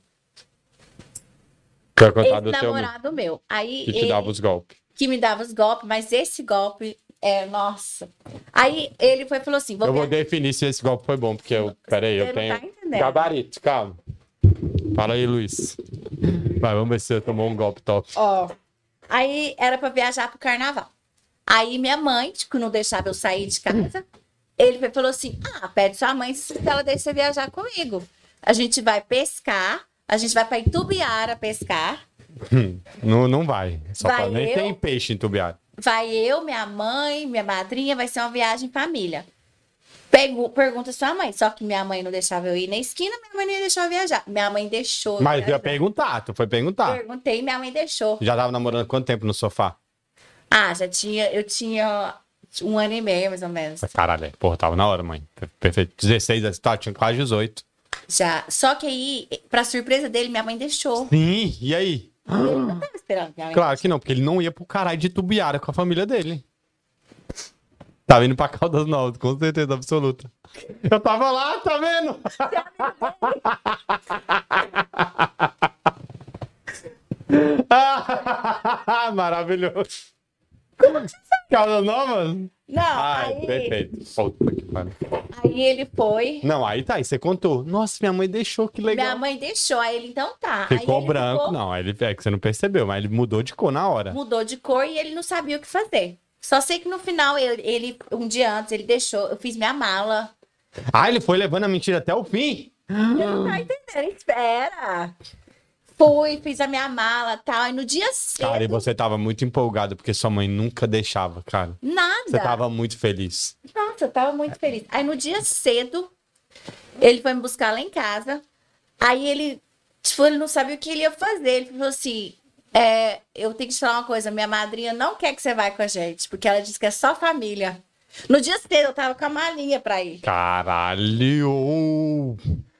Speaker 1: Esse
Speaker 2: namorado meu. Aí
Speaker 1: que te dava os golpes.
Speaker 2: Que me dava os golpes, mas esse golpe nossa. Aí ele foi e falou assim:
Speaker 1: eu vou definir se esse golpe foi bom, porque peraí, eu tenho gabarito, calma. Fala aí, Luiz. Vai, vamos ver se você tomou um golpe top.
Speaker 2: Ó. Aí era pra viajar pro carnaval. Aí minha mãe, tipo, não deixava eu sair de casa. Ele falou assim: pede sua mãe se ela deixa você viajar comigo. A gente vai pescar, a gente vai pra Itubiara pescar.
Speaker 1: Não vai. Nem
Speaker 2: eu,
Speaker 1: tem peixe em Itubiara.
Speaker 2: Vai eu, minha mãe, minha madrinha, vai ser uma viagem família. Pergunta sua mãe. Só que minha mãe não deixava eu ir na esquina, minha mãe não ia deixar eu viajar. Minha mãe deixou.
Speaker 1: Mas eu ia perguntar, tu foi perguntar.
Speaker 2: Perguntei, minha mãe deixou.
Speaker 1: Já tava namorando quanto tempo no sofá?
Speaker 2: Eu tinha 1 ano e meio, mais ou menos.
Speaker 1: Caralho, porra, tava na hora, mãe. Perfeito. 16, tinha quase 18.
Speaker 2: Já. Só que aí, pra surpresa dele, minha mãe deixou.
Speaker 1: Sim, e aí?
Speaker 2: Ele não tava esperando minha mãe.
Speaker 1: Claro que não, porque ele não ia pro caralho de Itubiara com a família dele. Tava indo pra Caldas Novas, com certeza absoluta. Eu tava lá, tá vendo? Maravilhoso. Caldas Novas?
Speaker 2: Não,
Speaker 1: aí... Perfeito. Puta que pariu.
Speaker 2: Aí ele foi.
Speaker 1: Não, aí tá, aí você contou. Nossa, minha mãe deixou, que legal.
Speaker 2: Minha mãe deixou, aí ele, então tá.
Speaker 1: Ficou
Speaker 2: aí
Speaker 1: branco, não, aí ele é que você não percebeu, mas ele mudou de cor na hora.
Speaker 2: Mudou de cor e ele não sabia o que fazer. Só sei que no final, ele um dia antes, ele deixou, eu fiz minha mala.
Speaker 1: Ele foi levando a mentira até o fim?
Speaker 2: Você não tá entendendo, espera. Fiz a minha mala e tal. E no dia cedo.
Speaker 1: Cara, e você tava muito empolgado porque sua mãe nunca deixava, cara.
Speaker 2: Nada.
Speaker 1: Você tava muito feliz.
Speaker 2: Nossa, eu tava muito feliz. Aí no dia cedo, ele foi me buscar lá em casa. Aí ele não sabia o que ele ia fazer. Ele falou assim: eu tenho que te falar uma coisa. Minha madrinha não quer que você vá com a gente, porque ela disse que é só família. No dia cedo, eu tava com a malinha pra ir.
Speaker 1: Caralho!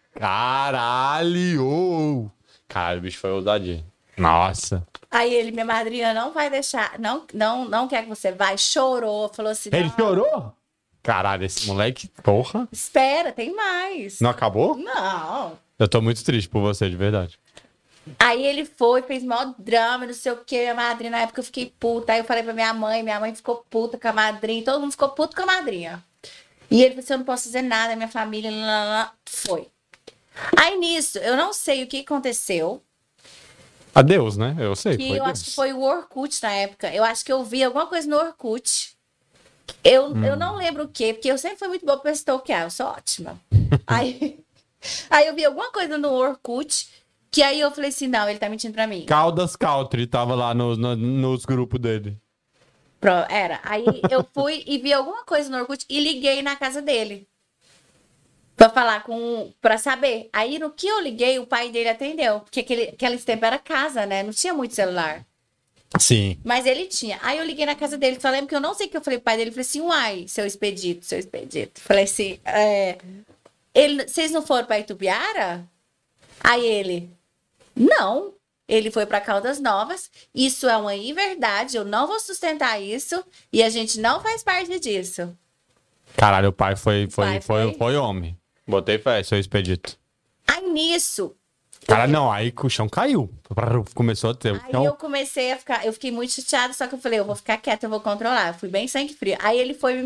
Speaker 1: Caralho, o bicho foi ousadia. Nossa.
Speaker 2: Aí minha madrinha não vai deixar, não quer que você vá. Chorou, falou assim.
Speaker 1: Ele chorou? Caralho, esse moleque, porra.
Speaker 2: Espera, tem mais.
Speaker 1: Não acabou?
Speaker 2: Não.
Speaker 1: Eu tô muito triste por você, de verdade.
Speaker 2: Aí ele fez maior drama, não sei o que. Minha madrinha, na época eu fiquei puta. Aí eu falei pra minha mãe ficou puta com a madrinha. Todo mundo ficou puto com a madrinha. E ele falou assim: eu não posso fazer nada, minha família, foi. Aí nisso, eu não sei o que aconteceu.
Speaker 1: Adeus, né? Eu sei.
Speaker 2: Que eu acho que foi o Orkut na época. Eu acho que eu vi alguma coisa no Orkut. Eu não lembro o quê, porque eu sempre fui muito boa pra stalkear, eu sou ótima. aí eu vi alguma coisa no Orkut, que aí eu falei assim: não, ele tá mentindo pra mim.
Speaker 1: Caldas Country tava lá nos grupos dele.
Speaker 2: Era. Aí eu fui e vi alguma coisa no Orkut e liguei na casa dele. Pra falar pra saber. Aí no que eu liguei, o pai dele atendeu. Porque aquele tempo era casa, né? Não tinha muito celular.
Speaker 1: Sim.
Speaker 2: Mas ele tinha. Aí eu liguei na casa dele. Só lembro que eu não sei o que eu falei pro pai dele. Eu falei assim: uai, seu expedito. Falei assim: vocês não foram pra Itubiara? Aí ele: não. Ele foi pra Caldas Novas. Isso é uma inverdade. Eu não vou sustentar isso. E a gente não faz parte disso.
Speaker 1: Caralho, o pai foi homem. Botei fé, seu expedito.
Speaker 2: Aí nisso,
Speaker 1: Cara, não, aí o chão caiu. Começou a ter o
Speaker 2: Aí
Speaker 1: chão.
Speaker 2: eu comecei a ficar, eu fiquei muito chateada, só que eu falei, eu vou ficar quieta, eu vou controlar. Eu fui bem sangue frio. Aí ele foi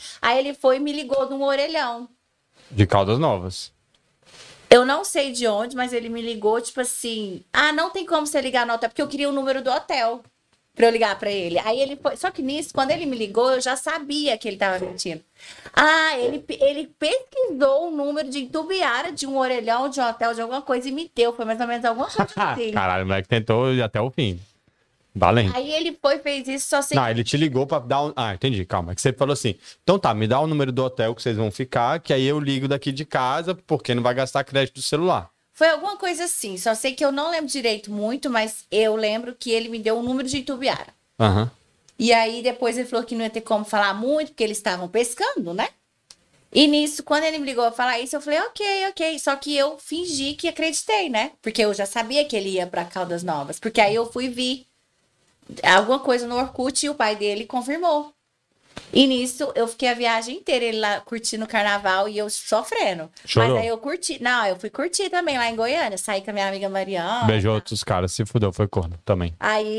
Speaker 2: e me ligou de um orelhão.
Speaker 1: De Caldas Novas.
Speaker 2: Eu não sei de onde, mas ele me ligou, tipo assim, ah, não tem como você ligar no hotel, porque eu queria o número do hotel pra eu ligar pra ele. Aí ele foi, só que nisso, quando ele me ligou, eu já sabia que ele tava mentindo. Ah, ele pesquisou o número de Itubiara, de um orelhão, de um hotel, de alguma coisa e me deu. Foi mais ou menos alguma coisa assim.
Speaker 1: Caralho, o moleque tentou ir até o fim. Valente.
Speaker 2: Aí ele foi, fez isso, só sei
Speaker 1: Não, ele te ligou pra dar um... Ah, entendi, calma. É que você falou assim, então tá, me dá o número do hotel que vocês vão ficar, que aí eu ligo daqui de casa, porque não vai gastar crédito do celular.
Speaker 2: Foi alguma coisa assim, só sei que eu não lembro direito muito, mas eu lembro que ele me deu o número de Itubiara.
Speaker 1: Aham.
Speaker 2: E aí depois ele falou que não ia ter como falar muito, porque eles estavam pescando, né? E nisso, quando ele me ligou a falar isso, eu falei, ok. Só que eu fingi que acreditei, né? Porque eu já sabia que ele ia pra Caldas Novas. Porque aí eu fui ver alguma coisa no Orkut e o pai dele confirmou. E nisso, eu fiquei a viagem inteira, ele lá curtindo o carnaval e eu sofrendo.
Speaker 1: Chorou?
Speaker 2: Mas aí eu curti. Não, eu fui curtir também lá em Goiânia. Saí com a minha amiga Mariana.
Speaker 1: Beijou outros caras, se fudeu, foi corno também.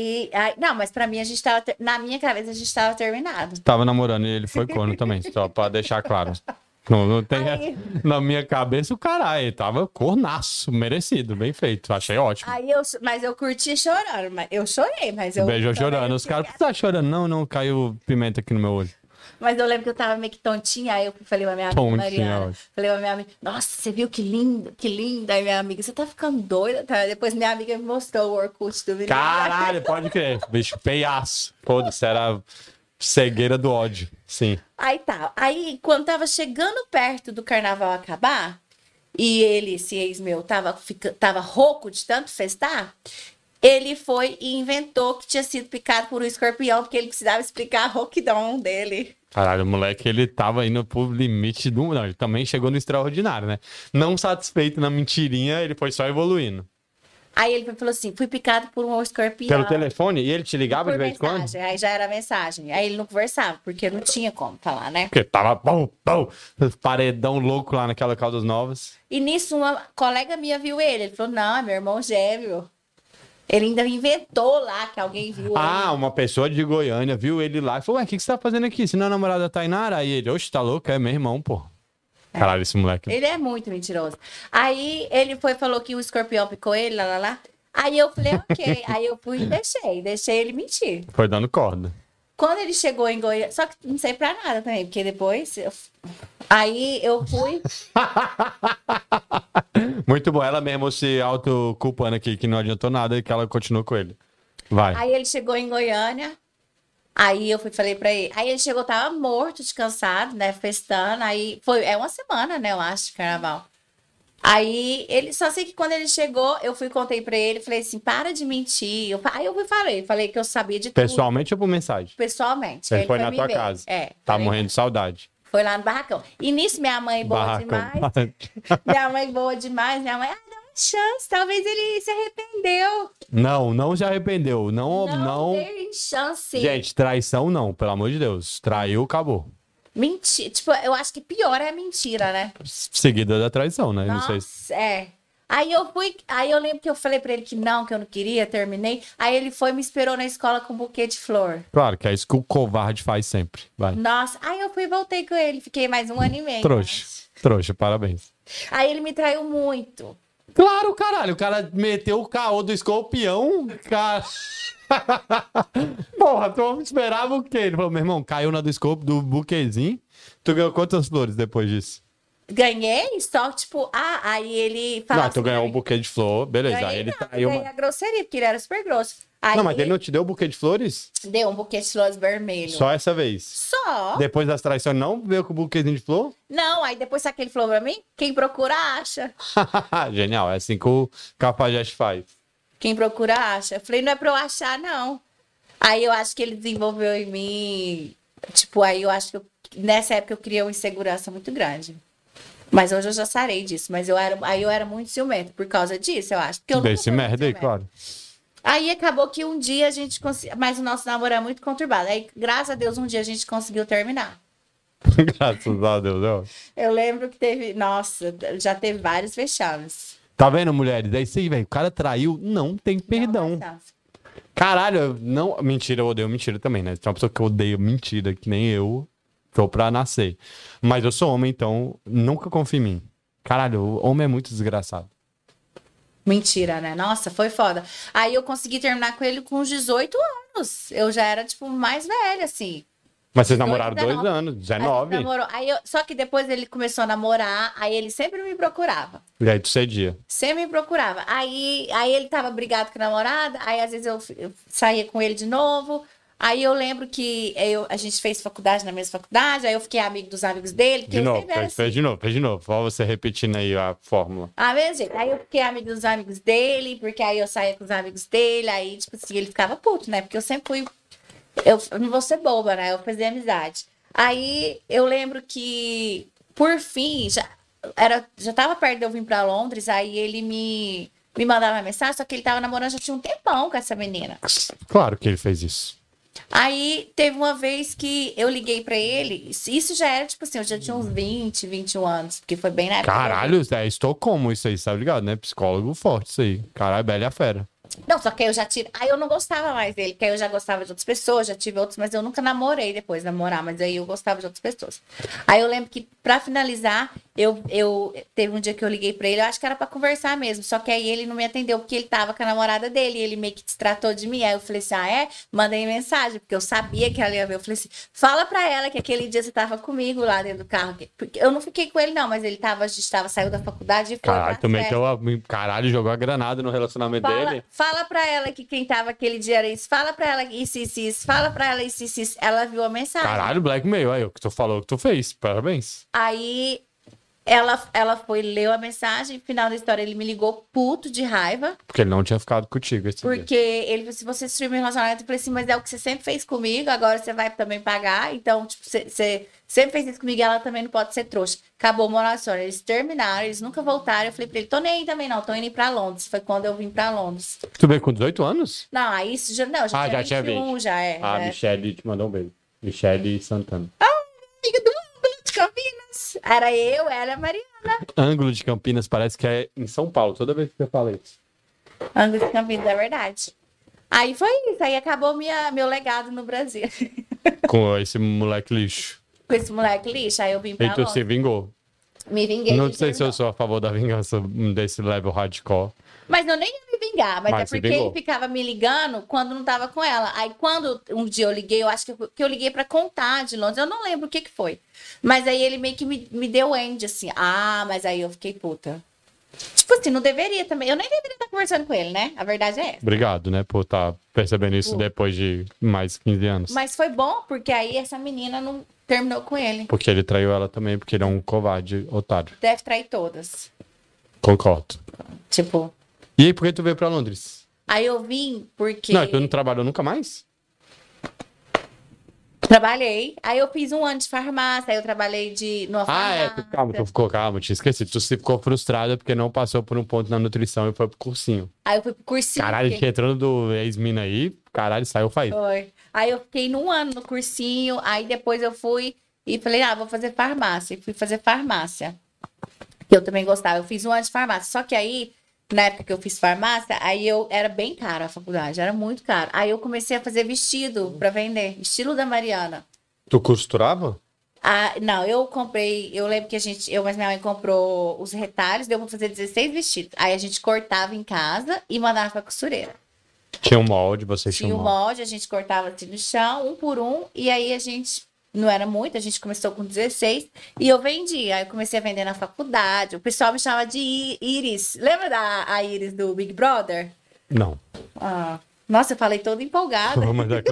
Speaker 2: Não, mas pra mim a gente tava. Na minha cabeça a gente tava terminado.
Speaker 1: Tava namorando e ele foi corno também, só pra deixar claro. Não tem...
Speaker 2: Aí-
Speaker 1: Na minha cabeça, o caralho, ele tava cornaço, merecido, bem feito, achei ótimo.
Speaker 2: Mas eu curti chorando. Eu chorei, mas eu.
Speaker 1: Beijou
Speaker 2: também
Speaker 1: chorando, os caras, por que tá chorando? Não, caiu pimenta aqui no meu olho.
Speaker 2: Mas eu lembro que eu tava meio que tontinha, aí eu falei pra minha amiga
Speaker 1: Tontinha,
Speaker 2: Mariana.
Speaker 1: ótimo.
Speaker 2: Falei pra minha amiga, nossa, você viu que lindo, que linda. Aí minha amiga, você tá ficando doida? Tá? Depois minha amiga me mostrou o Orkut do menino.
Speaker 1: Caralho, pode crer, bicho, peiaço. Foda-se, era cegueira do ódio, sim.
Speaker 2: Aí tá. Aí, quando tava chegando perto do carnaval acabar, e ele, esse ex meu, tava rouco de tanto festar, ele foi e inventou que tinha sido picado por um escorpião, porque ele precisava explicar a rouquidão dele.
Speaker 1: Caralho, o moleque, ele tava indo pro limite do... Não, ele também chegou no extraordinário, né? Não satisfeito na mentirinha, ele foi só evoluindo.
Speaker 2: Aí ele falou assim, fui picado por um escorpião.
Speaker 1: Pelo telefone? E ele te ligava
Speaker 2: Por
Speaker 1: de vez em quando?
Speaker 2: mensagem. Aí já era mensagem. Aí ele não conversava, porque não tinha como falar, né?
Speaker 1: Porque tava paredão louco lá naquela Caldas Novas.
Speaker 2: E nisso, uma colega minha viu ele. Ele falou, não, é meu irmão gêmeo. Ele ainda inventou lá que alguém viu
Speaker 1: Ah,
Speaker 2: ele.
Speaker 1: uma pessoa de Goiânia viu ele lá e falou, ué, o que você tá fazendo aqui? Se não é a namorada da Tainara? Aí ele, oxe, tá louco? É meu irmão, pô. Caralho, esse moleque.
Speaker 2: Ele é muito mentiroso. Aí ele falou que o escorpião picou ele, lá. Aí eu falei, ok. Aí eu fui e deixei ele mentir.
Speaker 1: Foi dando corda.
Speaker 2: Quando ele chegou em Goiânia, só que não sei pra nada também, porque depois... Aí eu fui...
Speaker 1: Muito bom, ela mesmo se autoculpando aqui, que não adiantou nada e que ela continuou com ele. Vai.
Speaker 2: Aí ele chegou em Goiânia, aí eu falei pra ele. Aí ele chegou, tava morto, descansado, né? Festando. Aí é uma semana, né? Eu acho, de carnaval. Aí ele, só sei que quando ele chegou, eu contei pra ele, falei assim: para de mentir. Aí eu falei que eu sabia de tudo.
Speaker 1: Pessoalmente ou por mensagem?
Speaker 2: Pessoalmente.
Speaker 1: Ele foi
Speaker 2: me
Speaker 1: na tua
Speaker 2: ver.
Speaker 1: casa.
Speaker 2: É.
Speaker 1: Tá
Speaker 2: falei-
Speaker 1: morrendo de saudade.
Speaker 2: Foi lá no barracão. E nisso, minha mãe boa
Speaker 1: Barracão.
Speaker 2: demais. Minha mãe boa demais. Minha mãe, dá uma chance. Talvez ele se arrependeu.
Speaker 1: Não se arrependeu. Não.
Speaker 2: Dei chance.
Speaker 1: Gente, traição não, pelo amor de Deus. Traiu, acabou.
Speaker 2: Mentira. Tipo, eu acho que pior é a mentira, né?
Speaker 1: Seguida da traição, né? Não sei.
Speaker 2: Nossa, é. Aí eu lembro que eu falei pra ele que eu não queria, terminei. Aí ele foi e me esperou na escola com um buquê de flor.
Speaker 1: Claro que é isso que o covarde faz sempre. Vai.
Speaker 2: Nossa, aí eu fui e voltei com ele. Fiquei mais 1 ano e meio.
Speaker 1: Trouxa. Trouxa, parabéns.
Speaker 2: Aí ele me traiu muito.
Speaker 1: Claro, caralho. O cara meteu o caô do escorpião. Cara. Porra, tu esperava o quê? Ele falou, meu irmão, caiu na do buquezinho. Tu ganhou quantas flores depois disso?
Speaker 2: Ganhei, só tipo, aí ele falou.
Speaker 1: Não, tu ganhou um buquê de flor, beleza. Aí ele traiu
Speaker 2: ganhei a grosseria, porque ele era super grosso. Aí
Speaker 1: Não, mas ele não te deu o buquê de flores?
Speaker 2: deu um buquê de flores vermelho.
Speaker 1: Só essa vez.
Speaker 2: Só?
Speaker 1: Depois das traições, não veio com o buquêzinho de flor?
Speaker 2: Não, aí depois sabe o que ele falou pra mim? Quem procura, acha.
Speaker 1: Genial, é assim que o Cafajeste faz.
Speaker 2: Quem procura, acha. Eu falei, não é pra eu achar, não. Aí eu acho que ele desenvolveu em mim. Tipo, aí eu acho que nessa época eu criei uma insegurança muito grande. Mas hoje eu já sarei disso. Mas eu era muito ciumenta por causa disso, eu acho. Porque eu nunca
Speaker 1: Desse
Speaker 2: fui muito
Speaker 1: merda aí,
Speaker 2: ciumenta.
Speaker 1: claro.
Speaker 2: Aí acabou que um dia a gente conseguiu. Mas o nosso namoro é muito conturbado. Aí, graças a Deus, um dia a gente conseguiu terminar.
Speaker 1: Graças a Deus, ó.
Speaker 2: Eu lembro que teve. Nossa, já teve vários vexames.
Speaker 1: Tá vendo, mulheres? É isso aí, velho. O cara traiu, não tem perdão.
Speaker 2: Não,
Speaker 1: Caralho, não. Mentira, eu odeio mentira também, né? Tem uma pessoa que odeia mentira, que nem eu. Tô pra nascer. Mas eu sou homem, então nunca confio em mim. Caralho, o homem é muito desgraçado.
Speaker 2: Mentira, né? Nossa, foi foda. Aí eu consegui terminar com ele com uns 18 anos. Eu já era, tipo, mais velha, assim.
Speaker 1: Mas vocês
Speaker 2: 18,
Speaker 1: namoraram 2
Speaker 2: 19.
Speaker 1: anos,
Speaker 2: A gente
Speaker 1: 19.
Speaker 2: namorou. Só que depois ele começou a namorar, aí ele sempre me procurava.
Speaker 1: E aí tu cedia.
Speaker 2: Sempre me procurava. Aí ele tava brigado com a namorada, aí às vezes eu saía com ele de novo. Aí eu lembro que a gente fez faculdade na mesma faculdade, aí eu fiquei amigo dos amigos dele.
Speaker 1: De novo, fez de novo. Só você repetindo aí a fórmula.
Speaker 2: Ah, mesmo jeito. Aí eu fiquei amigo dos amigos dele, porque aí eu saía com os amigos dele, aí, tipo assim, ele ficava puto, né? Porque eu sempre fui. Eu não vou ser boba, né? Eu fazia amizade. Aí eu lembro que, por fim, já tava perto de eu vir pra Londres, aí ele me mandava mensagem, só que ele tava namorando já tinha um tempão com essa menina.
Speaker 1: Claro que ele fez isso.
Speaker 2: Aí teve uma vez que eu liguei pra ele, isso já era tipo assim, eu já tinha uns 20, 21 anos, porque foi bem na época.
Speaker 1: Caralho, é Estocolmo isso aí, sabe ligado, né? Psicólogo forte isso aí. Caralho, Bela e a Fera.
Speaker 2: Não, só que aí eu já tive. Aí eu não gostava mais dele, porque aí eu já gostava de outras pessoas, já tive outros, mas eu nunca namorei depois de namorar, mas aí eu gostava de outras pessoas. Aí eu lembro que, pra finalizar, eu teve um dia que eu liguei pra ele, eu acho que era pra conversar mesmo, só que aí ele não me atendeu porque ele tava com a namorada dele, e ele meio que destratou de mim. Aí eu falei assim: ah, é? Mandei mensagem, porque eu sabia que ela ia ver. Eu falei assim: fala pra ela que aquele dia você tava comigo lá dentro do carro. Porque eu não fiquei com ele, não, mas ele tava, a gente saiu da faculdade e foi.
Speaker 1: Caralho, tu meteu caralho, jogou a granada no relacionamento dele.
Speaker 2: Fala pra ela que quem tava aquele dia era isso. Fala pra ela isso. Fala pra ela isso. Ela viu a mensagem.
Speaker 1: Caralho, blackmail. Aí o que tu falou, o que tu fez. Parabéns.
Speaker 2: Aí ela foi, leu a mensagem. Final da história, ele me ligou puto de raiva.
Speaker 1: Porque ele não tinha ficado contigo esse
Speaker 2: Porque
Speaker 1: dia.
Speaker 2: ele falou assim: você destruiu meu relacionamento. Eu falei assim: mas é o que você sempre fez comigo. Agora você vai também pagar. Então, tipo, você sempre fez isso comigo e ela também não pode ser trouxa. Acabou o moral da história. Eles terminaram, eles nunca voltaram. Eu falei pra ele: tô nem aí também não, tô indo pra Londres. Foi quando eu vim pra Londres.
Speaker 1: Tu veio com 18 anos?
Speaker 2: Não, aí isso já não, já tinha
Speaker 1: já
Speaker 2: 21,
Speaker 1: tinha 20.
Speaker 2: já é.
Speaker 1: Ah,
Speaker 2: é.
Speaker 1: Michele te mandou um beijo. Michele Santana.
Speaker 2: Amiga do Ângulo de Campinas. Era eu, ela e a Mariana.
Speaker 1: Ângulo de Campinas parece que é em São Paulo, toda vez que você fala isso.
Speaker 2: Ângulo de Campinas, é verdade. Aí foi isso, aí acabou meu legado no Brasil.
Speaker 1: Com esse moleque lixo.
Speaker 2: Com esse moleque lixo, aí eu vim pra
Speaker 1: E tu se
Speaker 2: Londres.
Speaker 1: vingou.
Speaker 2: Me vinguei.
Speaker 1: Não
Speaker 2: de
Speaker 1: sei se eu
Speaker 2: terminou.
Speaker 1: sou a favor da vingança desse level hardcore.
Speaker 2: Mas eu nem ia me vingar, mas
Speaker 1: Mas
Speaker 2: é
Speaker 1: se
Speaker 2: porque
Speaker 1: vingou.
Speaker 2: ele ficava me ligando quando não tava com ela. Aí quando um dia eu liguei, eu acho que eu liguei pra contar de Londres, eu não lembro o que foi. Mas aí ele meio que me deu end, assim. Ah, mas aí eu fiquei puta. Tipo assim, não deveria também. Eu nem deveria estar conversando com ele, né? A verdade é essa.
Speaker 1: Obrigado, né, por estar percebendo isso
Speaker 2: Pô.
Speaker 1: depois de mais 15 anos.
Speaker 2: Mas foi bom, porque aí essa menina não terminou com ele.
Speaker 1: Porque ele traiu ela também, porque ele é um covarde otário.
Speaker 2: Deve trair todas.
Speaker 1: Concordo.
Speaker 2: Tipo,
Speaker 1: E aí, por que tu veio pra Londres?
Speaker 2: aí eu vim porque
Speaker 1: Não, tu não trabalhou nunca mais?
Speaker 2: trabalhei. Aí eu fiz um ano de farmácia, aí eu trabalhei numa
Speaker 1: Ah, é.
Speaker 2: farmácia.
Speaker 1: Calma, tinha esquecido. Tu se ficou frustrada porque não passou por um ponto na nutrição e foi pro cursinho.
Speaker 2: Aí eu fui pro cursinho.
Speaker 1: Caralho,
Speaker 2: fiquei-
Speaker 1: entrando do ex-mina aí, caralho, saiu faísca.
Speaker 2: Foi. Aí eu fiquei num ano no cursinho, aí depois eu fui e falei: ah, vou fazer farmácia. E fui fazer farmácia. Que eu também gostava. Eu fiz um ano de farmácia. Só que aí, na época que eu fiz farmácia, aí era bem caro a faculdade, era muito caro. Aí eu comecei a fazer vestido pra vender, estilo da Mariana.
Speaker 1: Tu costurava?
Speaker 2: Ah, não, eu comprei, eu lembro que mas minha mãe comprou os retalhos, deu pra fazer 16 vestidos. Aí a gente cortava em casa e mandava pra costureira.
Speaker 1: Tinha um molde, vocês
Speaker 2: Tinha
Speaker 1: tinham
Speaker 2: o
Speaker 1: um molde.
Speaker 2: molde, a gente cortava assim no chão, um por um, e aí a gente, não era muito, a gente começou com 16, e eu vendia. Aí eu comecei a vender na faculdade, o pessoal me chamava de Iris. Lembra a Iris do Big Brother?
Speaker 1: Não.
Speaker 2: Ah, nossa, eu falei toda empolgada.
Speaker 1: Mas é que...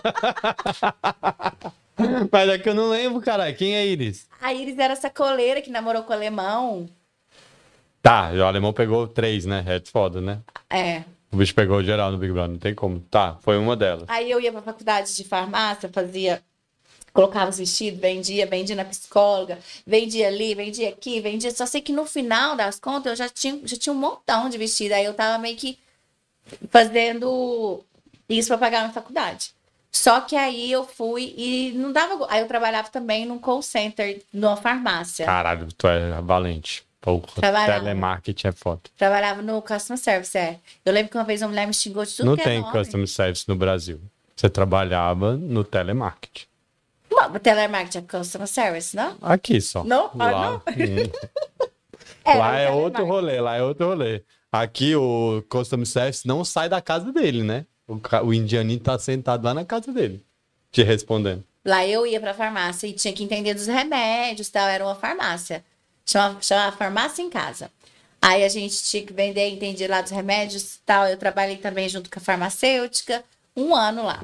Speaker 1: Mas é que eu não lembro, caralho. Quem é Iris?
Speaker 2: A Iris era essa coleira que namorou com o alemão.
Speaker 1: Tá, o alemão pegou 3, né? É foda, né?
Speaker 2: É.
Speaker 1: O bicho pegou geral no Big Brother, não tem como. Tá, foi uma delas.
Speaker 2: Aí eu ia pra faculdade de farmácia, colocava os vestidos, vendia na psicóloga, vendia ali, vendia aqui, vendia. Só sei que no final das contas eu já tinha um montão de vestido. Aí eu tava meio que fazendo isso pra pagar a minha faculdade. Só que aí eu fui e não dava. Aí eu trabalhava também num call center, numa farmácia.
Speaker 1: Caralho, tu é valente.
Speaker 2: Trabalhava.
Speaker 1: Telemarketing é foda.
Speaker 2: Trabalhava no customer service, é. Eu lembro que uma vez uma mulher me xingou de tudo
Speaker 1: Não
Speaker 2: que
Speaker 1: tem
Speaker 2: é nome.
Speaker 1: customer service no Brasil. Você trabalhava no telemarketing.
Speaker 2: O telemarketing é customer service, não?
Speaker 1: Aqui só.
Speaker 2: Não? Ah,
Speaker 1: Lá,
Speaker 2: não?
Speaker 1: lá é
Speaker 2: o
Speaker 1: outro rolê, lá é outro rolê. Aqui o customer service não sai da casa dele, né? O indianinho tá sentado lá na casa dele, te respondendo.
Speaker 2: Lá eu ia pra farmácia e tinha que entender dos remédios e tal. Era uma farmácia. Chamava farmácia em casa. Aí a gente tinha que vender, entendia lá dos remédios e tal. Eu trabalhei também junto com a farmacêutica. 1 ano lá.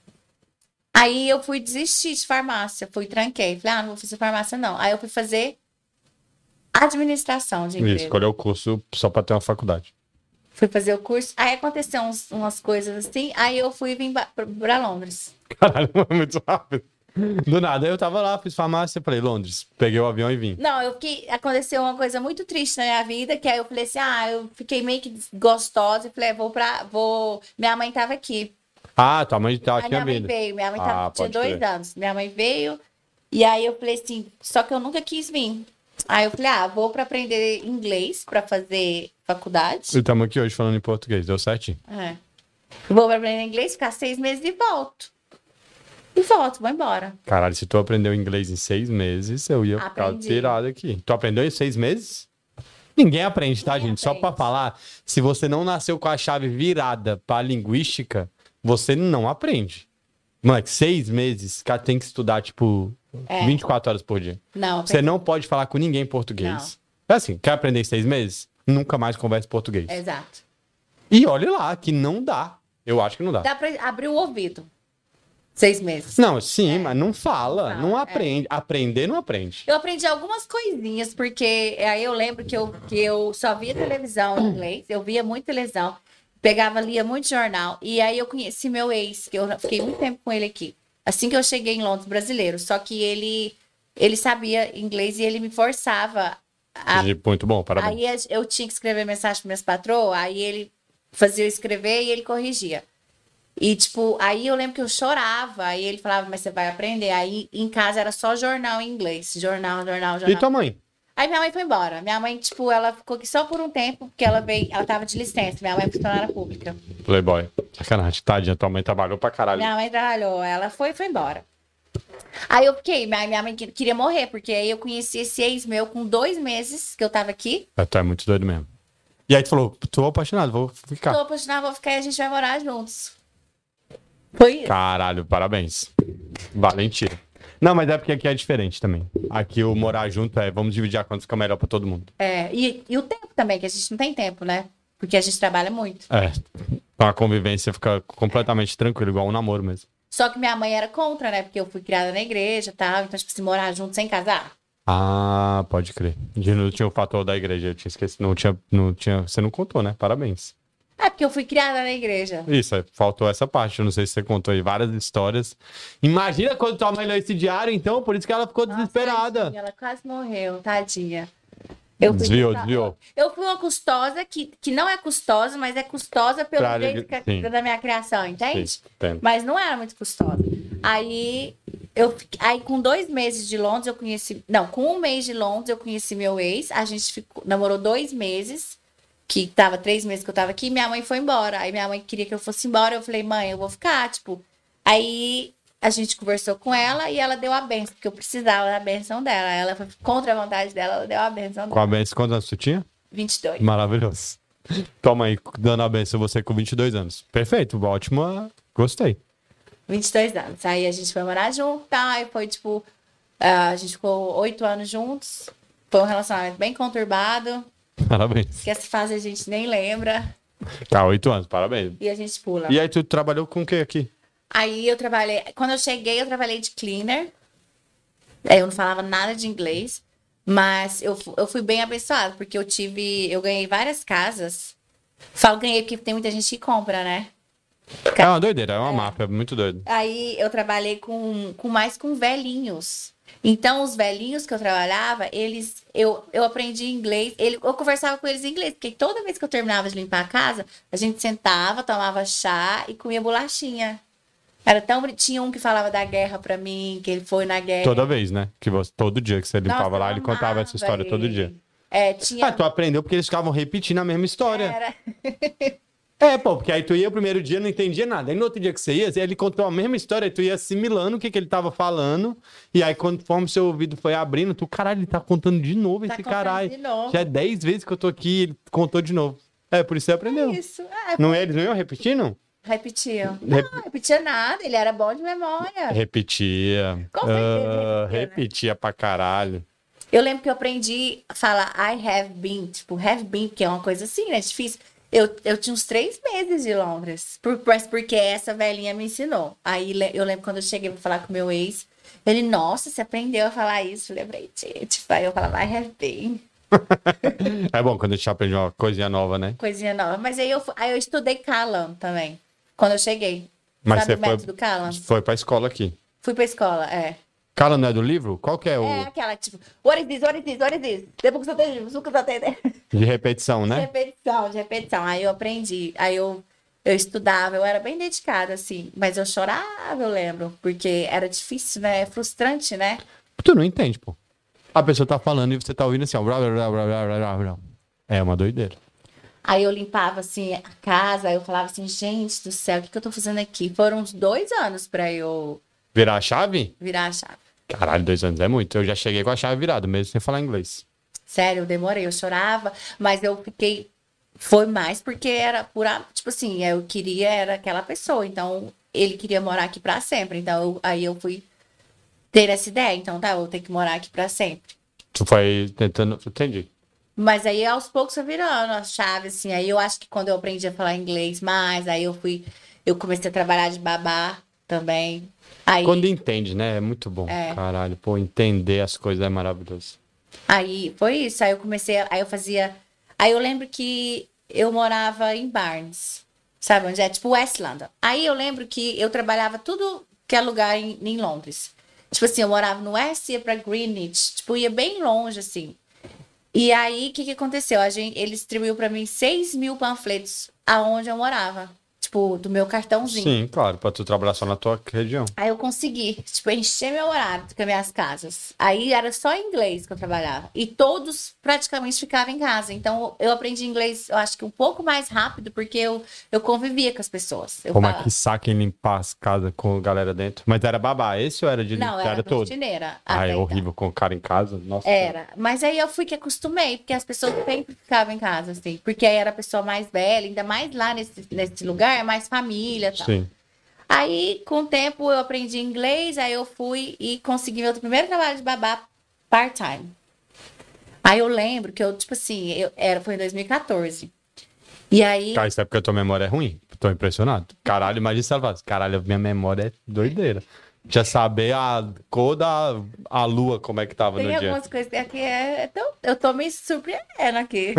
Speaker 2: Aí eu fui desistir de farmácia. Tranquei. Falei, não vou fazer farmácia não. Aí eu fui fazer administração de empresa.
Speaker 1: E escolheu o curso só pra ter uma faculdade.
Speaker 2: Fui fazer o curso. Aí aconteceu umas coisas assim. Aí eu vim pra Londres.
Speaker 1: Caralho, muito rápido. Do nada, eu tava lá, fiz farmácia, falei, Londres. Peguei o avião e vim.
Speaker 2: Não, aconteceu uma coisa muito triste na minha vida, que aí eu falei assim, eu fiquei meio que gostosa e falei, minha mãe tava aqui.
Speaker 1: Ah, tua mãe tinha
Speaker 2: Minha mãe
Speaker 1: vindo.
Speaker 2: veio, minha mãe tinha
Speaker 1: pode
Speaker 2: 2
Speaker 1: crer.
Speaker 2: anos. Minha mãe veio, e aí eu falei assim, só que eu nunca quis vir. Aí eu falei, vou pra aprender inglês, pra fazer faculdade.
Speaker 1: E estamos aqui hoje falando em português, deu certinho.
Speaker 2: Vou pra aprender inglês, ficar 6 meses e volto. Vou embora.
Speaker 1: Caralho, se tu aprendeu inglês em 6 meses, eu ia ficar
Speaker 2: Aprendi.
Speaker 1: tirado aqui. Tu aprendeu em 6 meses? Ninguém aprende, tá,
Speaker 2: Ninguém
Speaker 1: gente? Só
Speaker 2: aprende.
Speaker 1: pra falar, se você não nasceu com a chave virada pra linguística, você não aprende. Moleque, 6 meses, cara, tem que estudar, tipo, 24 horas por dia.
Speaker 2: Não,
Speaker 1: Você não pode falar com ninguém em português. É assim, quer aprender em 6 meses? Nunca mais converse português.
Speaker 2: Exato.
Speaker 1: E olha lá, que não dá. Eu acho que não dá.
Speaker 2: Dá pra abrir o ouvido. 6 meses.
Speaker 1: Não, sim, mas não fala,
Speaker 2: Não
Speaker 1: não
Speaker 2: fala,
Speaker 1: aprende. Aprender não aprende.
Speaker 2: Eu aprendi algumas coisinhas, porque aí eu lembro que eu só via televisão em inglês, eu via muito televisão, lia muito jornal, e aí eu conheci meu ex, que eu fiquei muito tempo com ele aqui. Assim que eu cheguei em Londres, brasileiro, só que ele sabia inglês e ele me forçava a...
Speaker 1: Muito bom, parabéns.
Speaker 2: Aí eu tinha que escrever mensagem para minhas patroas, aí ele fazia eu escrever e ele corrigia. E, tipo, aí eu lembro que eu chorava, aí ele falava, mas você vai aprender. Aí em casa era só jornal em inglês, jornal.
Speaker 1: E tua mãe?
Speaker 2: Aí minha mãe foi embora. Minha mãe, tipo, ela ficou aqui só por um tempo, porque ela tava de licença. Minha mãe é funcionária pública.
Speaker 1: Playboy. Sacanagem, tadinha, tua mãe trabalhou pra caralho.
Speaker 2: Minha mãe trabalhou, ela foi embora. Aí eu fiquei, minha mãe queria morrer, porque aí eu conheci esse ex meu com 2 meses que eu tava aqui.
Speaker 1: Tu é muito doido mesmo. E aí tu falou, tô apaixonado, vou ficar.
Speaker 2: Tô apaixonada, vou ficar e a gente vai morar juntos. Foi isso.
Speaker 1: Caralho, parabéns. Valentia. Não, mas é porque aqui é diferente também. Aqui o morar junto vamos dividir a conta, fica melhor pra todo mundo.
Speaker 2: E o tempo também, que a gente não tem tempo, né? Porque a gente trabalha muito.
Speaker 1: A convivência fica completamente tranquila, igual um namoro mesmo.
Speaker 2: Só que minha mãe era contra, né? Porque eu fui criada na igreja e tal. Então, tipo, se morar junto sem casar.
Speaker 1: Ah, pode crer. Não tinha o fator da igreja, eu tinha esquecido. Não tinha, você não contou, né? Parabéns.
Speaker 2: É porque eu fui criada na igreja.
Speaker 1: Isso, faltou essa parte. Eu não sei se você contou aí várias histórias. Imagina quando tua mãe leu esse diário, então, por isso que ela ficou desesperada.
Speaker 2: Tadinha, ela quase morreu, tadinha.
Speaker 1: Desviou.
Speaker 2: Eu fui uma custosa que não é custosa, mas é custosa pelo
Speaker 1: Pra-
Speaker 2: jeito
Speaker 1: sim.
Speaker 2: da minha criação, entende?
Speaker 1: Sim, entendo.
Speaker 2: Mas não era muito custosa. Aí com 2 meses de Londres eu conheci. Não, com 1 mês de Londres eu conheci meu ex. A gente namorou 2 meses. Que tava 3 meses que eu tava aqui, minha mãe foi embora. Aí minha mãe queria que eu fosse embora. Eu falei, mãe, eu vou ficar, tipo. Aí a gente conversou com ela e ela deu a benção, porque eu precisava da benção dela. Ela foi contra a vontade dela, ela deu a benção
Speaker 1: Com
Speaker 2: dela.
Speaker 1: a benção, quantos anos tu tinha?
Speaker 2: 22.
Speaker 1: Maravilhoso. Toma aí, dando a benção, você com 22 anos. Perfeito, ótimo, gostei.
Speaker 2: 22 anos. Aí a gente foi morar junto, tá? E foi tipo. A gente ficou 8 anos juntos. Foi um relacionamento bem conturbado.
Speaker 1: Parabéns.
Speaker 2: Que essa fase a gente nem lembra.
Speaker 1: Tá, 8 anos, parabéns.
Speaker 2: E a gente pula.
Speaker 1: E aí, tu trabalhou com o que aqui?
Speaker 2: Aí eu trabalhei. Quando eu cheguei, eu trabalhei de cleaner. Eu não falava nada de inglês. Mas eu fui bem abençoada, porque eu ganhei várias casas. Falo ganhei porque tem muita gente que compra, né?
Speaker 1: É uma doideira, é uma máfia, muito doido.
Speaker 2: Aí eu trabalhei mais com velhinhos. Então, os velhinhos que eu trabalhava, eu aprendi inglês. Eu conversava com eles em inglês, porque toda vez que eu terminava de limpar a casa, a gente sentava, tomava chá e comia bolachinha. Era tão bonitinho. Um que falava da guerra pra mim, que ele foi na guerra.
Speaker 1: Toda vez, né? Todo dia que você limpava
Speaker 2: Nossa,
Speaker 1: lá,
Speaker 2: eu
Speaker 1: ele contava essa
Speaker 2: amava
Speaker 1: história todo
Speaker 2: ele.
Speaker 1: dia.
Speaker 2: Tinha...
Speaker 1: Ah, tu aprendeu porque eles ficavam repetindo a mesma história.
Speaker 2: Era...
Speaker 1: Pô, porque aí tu ia o primeiro dia, não entendia nada. Aí no outro dia que você ia, ele contou a mesma história, aí tu ia assimilando o que ele tava falando. E aí, conforme seu ouvido foi abrindo, caralho, ele tá contando de novo esse caralho.
Speaker 2: De novo.
Speaker 1: Já é 10 vezes que eu tô aqui, ele contou de novo. Por isso você aprendeu.
Speaker 2: Isso.
Speaker 1: Não, eles não iam repetindo?
Speaker 2: Repetiam. Não repetia nada, ele era bom de memória.
Speaker 1: Repetia.
Speaker 2: Com certeza
Speaker 1: repetia pra caralho.
Speaker 2: Eu lembro que eu aprendi a falar I have been, tipo, have been, que é uma coisa assim, né? Difícil. Eu tinha uns 3 meses de Londres, porque essa velhinha me ensinou. Aí eu lembro quando eu cheguei pra falar com meu ex, ele, nossa, você aprendeu a falar isso? Eu lembrei, gente. Aí eu falava, I have been.
Speaker 1: É bom quando a gente aprende uma coisinha nova, né?
Speaker 2: Coisinha nova. Mas aí eu estudei Callan também, quando eu cheguei.
Speaker 1: Mas
Speaker 2: sabe
Speaker 1: você
Speaker 2: o método Callan?
Speaker 1: foi pra escola aqui.
Speaker 2: Fui pra escola,
Speaker 1: Callan não é do livro? Qual que é o...
Speaker 2: É aquela, tipo, what is this, what is this, what is this? Depois que você tem...
Speaker 1: De repetição, né?
Speaker 2: De repetição. Aí eu aprendi. Aí eu estudava, eu era bem dedicada, assim. Mas eu chorava, eu lembro. Porque era difícil, né? É frustrante, né?
Speaker 1: Tu não entende, pô. A pessoa tá falando e você tá ouvindo assim, ó. Blá, blá, blá, blá, blá, blá, blá. É uma doideira.
Speaker 2: Aí eu limpava, assim, a casa. Aí eu falava assim, gente do céu, o que eu tô fazendo aqui? Foram uns 2 anos pra eu...
Speaker 1: Virar a chave?
Speaker 2: Virar a chave.
Speaker 1: Caralho, 2 anos é muito. Eu já cheguei com a chave virada, mesmo sem falar inglês.
Speaker 2: Sério, eu demorei, eu chorava, mas eu fiquei. Foi mais porque era pura. Tipo assim, eu queria, era aquela pessoa, então ele queria morar aqui pra sempre. Então aí eu fui ter essa ideia. Então tá, eu vou ter que morar aqui pra sempre.
Speaker 1: Tu foi tentando. Entendi.
Speaker 2: Mas aí aos poucos foi virando a chave, assim. Aí eu acho que quando eu aprendi a falar inglês mais, aí eu comecei a trabalhar de babá também. Aí,
Speaker 1: quando entende, né? É muito bom. Caralho, pô, entender as coisas é maravilhoso.
Speaker 2: Aí foi isso. Aí eu comecei, aí eu fazia. Aí eu lembro que eu morava em Barnes, sabe onde é? Tipo West London. Aí eu lembro que eu trabalhava tudo que é lugar em Londres. Tipo assim, eu morava no West, ia pra Greenwich, tipo, ia bem longe, assim. E aí, o que aconteceu? Ele distribuiu pra mim 6.000 panfletos aonde eu morava. Tipo, do meu cartãozinho.
Speaker 1: Sim, claro, pra tu trabalhar só na tua região.
Speaker 2: Aí eu consegui, tipo, encher meu horário com as minhas casas. Aí era só inglês que eu trabalhava. E todos praticamente ficavam em casa. Então eu aprendi inglês, eu acho que um pouco mais rápido, porque eu convivia com as pessoas.
Speaker 1: Como é que saca em limpar as casas com a galera dentro? Mas era babá, esse ou era de
Speaker 2: Não, era
Speaker 1: todo?
Speaker 2: faxineira.
Speaker 1: É horrível com o cara em casa. Nossa.
Speaker 2: Era. Mas aí eu fui que acostumei, porque as pessoas sempre ficavam em casa, assim. Porque aí era a pessoa mais velha, ainda mais lá nesse lugar, é mais família e tal.
Speaker 1: Sim.
Speaker 2: Aí, com o tempo, eu aprendi inglês, aí eu fui e consegui meu primeiro trabalho de babá part-time. Aí eu lembro que eu, tipo assim, foi em 2014. E aí...
Speaker 1: Cara, isso é porque a tua memória é ruim. Tô impressionado. Caralho, imagina se ela fala, caralho, minha memória é doideira. Já saber a cor a lua, como é que tava no dia.
Speaker 2: Tem algumas coisas que aqui eu tô me surpreendendo aqui.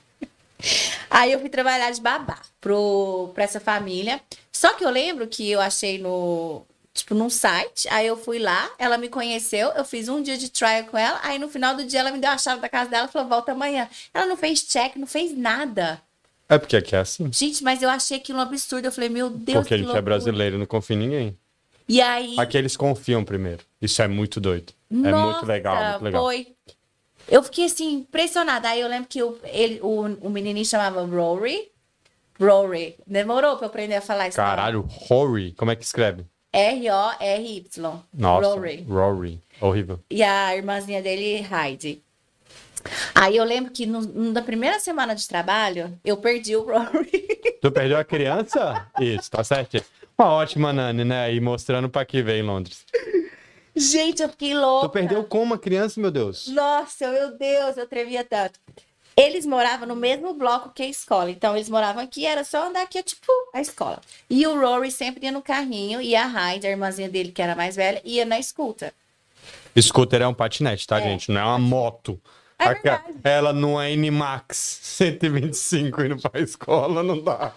Speaker 2: Aí eu fui trabalhar de babá pra essa família. Só que eu lembro que eu achei num site, aí eu fui lá, ela me conheceu, eu fiz um dia de trial com ela, aí no final do dia ela me deu a chave da casa dela e falou, volta amanhã. Ela não fez check, não fez nada.
Speaker 1: É porque aqui é assim.
Speaker 2: Gente, mas eu achei aquilo um absurdo, eu falei, meu Deus,
Speaker 1: porque a gente é brasileiro, não confia em ninguém.
Speaker 2: E aí...
Speaker 1: Aqui eles confiam primeiro. Isso é muito doido.
Speaker 2: Nossa,
Speaker 1: é muito legal, muito legal.
Speaker 2: Foi. Eu fiquei assim, impressionada. Aí eu lembro que o menininho chamava Rory. Rory. Demorou pra eu aprender a falar isso.
Speaker 1: Caralho, Rory. Como é que escreve?
Speaker 2: R-O-R-Y.
Speaker 1: Nossa,
Speaker 2: Rory.
Speaker 1: Rory. Horrível.
Speaker 2: E a irmãzinha dele, Heidi. Aí eu lembro que na primeira semana de trabalho, eu perdi o Rory.
Speaker 1: Tu perdeu a criança? Isso, tá certo. Uma ótima Nani, né? E mostrando pra que veio em Londres.
Speaker 2: Gente, eu fiquei louca.
Speaker 1: Tu perdeu como a criança, meu Deus?
Speaker 2: Nossa, meu Deus, eu tremia tanto. Eles moravam no mesmo bloco que a escola. Então, eles moravam aqui, era só andar aqui, tipo, a escola. E o Rory sempre ia no carrinho, e a Heidi, a irmãzinha dele, que era mais velha, ia na scooter.
Speaker 1: Scooter é um patinete, tá, gente? Não é uma moto.
Speaker 2: É verdade.
Speaker 1: Ela não é N-Max 125 indo pra escola, não dá.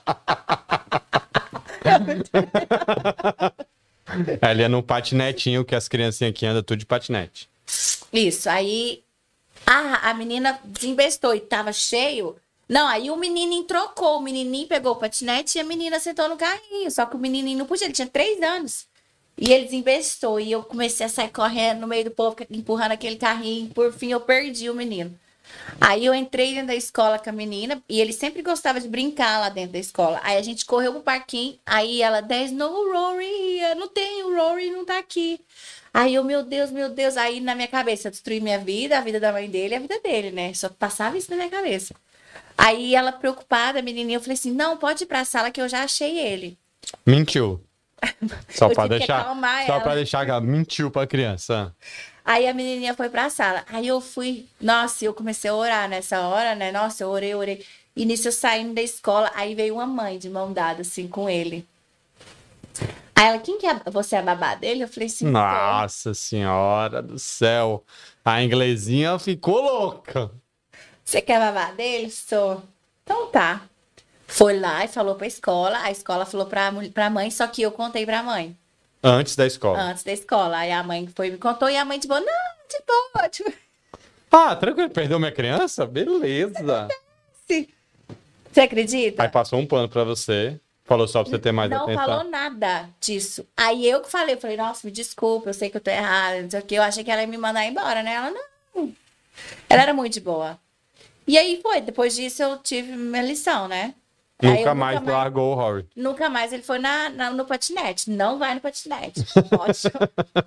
Speaker 1: Ela ia num patinetinho, que as criancinhas aqui andam tudo de patinete.
Speaker 2: Isso, aí a menina desembestou e tava cheio. Não, aí o menininho trocou, o menininho pegou o patinete e a menina sentou no carrinho. Só que o menininho não podia, ele tinha 3 anos. E ele desembestou e eu comecei a sair correndo no meio do povo, empurrando aquele carrinho. Por fim, eu perdi o menino. Aí eu entrei dentro da escola com a menina e ele sempre gostava de brincar lá dentro da escola. Aí a gente correu pro parquinho, aí ela, there's no Rory here, não tem, o Rory não tá aqui. Aí eu, meu Deus, aí na minha cabeça, eu destruí minha vida, a vida da mãe dele e a vida dele, né? Só passava isso na minha cabeça. Aí ela preocupada, a menininha, eu falei assim, não, pode ir pra sala que eu já achei ele.
Speaker 1: Mentiu. Só
Speaker 2: Eu
Speaker 1: pra
Speaker 2: tive que
Speaker 1: deixar.
Speaker 2: acalmar
Speaker 1: Só
Speaker 2: ela.
Speaker 1: pra deixar que ela mentiu pra criança.
Speaker 2: Aí a menininha foi pra sala. Aí eu fui, nossa, eu comecei a orar nessa hora, né? Nossa, eu orei. E nisso eu saindo da escola, aí veio uma mãe de mão dada, assim, com ele. Aí ela, quem que é? Você é a babá dele? Eu falei assim, sou.
Speaker 1: Nossa senhora do céu. A inglesinha ficou louca.
Speaker 2: Você quer a babá dele? Sou. Então tá. Foi lá e falou pra escola, a escola falou pra mãe, só que eu contei pra mãe,
Speaker 1: Antes da escola.
Speaker 2: antes da escola. Aí a mãe foi e me contou, e a mãe, tipo, não, de boa, tipo,
Speaker 1: Ah, tranquilo. Perdeu minha criança? Beleza.
Speaker 2: assim. Você acredita?
Speaker 1: Aí passou um pano pra você. Falou só pra você ter mais
Speaker 2: Não
Speaker 1: atenção.
Speaker 2: falou nada disso. Aí eu que falei, nossa, me desculpa, eu sei que eu tô errada, não sei o quê. Eu achei que ela ia me mandar embora, né? Ela não. Ela era muito de boa. E aí foi, depois disso eu tive minha lição, né? Aí
Speaker 1: Nunca
Speaker 2: eu
Speaker 1: mais largou o Rory.
Speaker 2: Nunca mais ele foi no patinete. Não vai no patinete. Ótimo.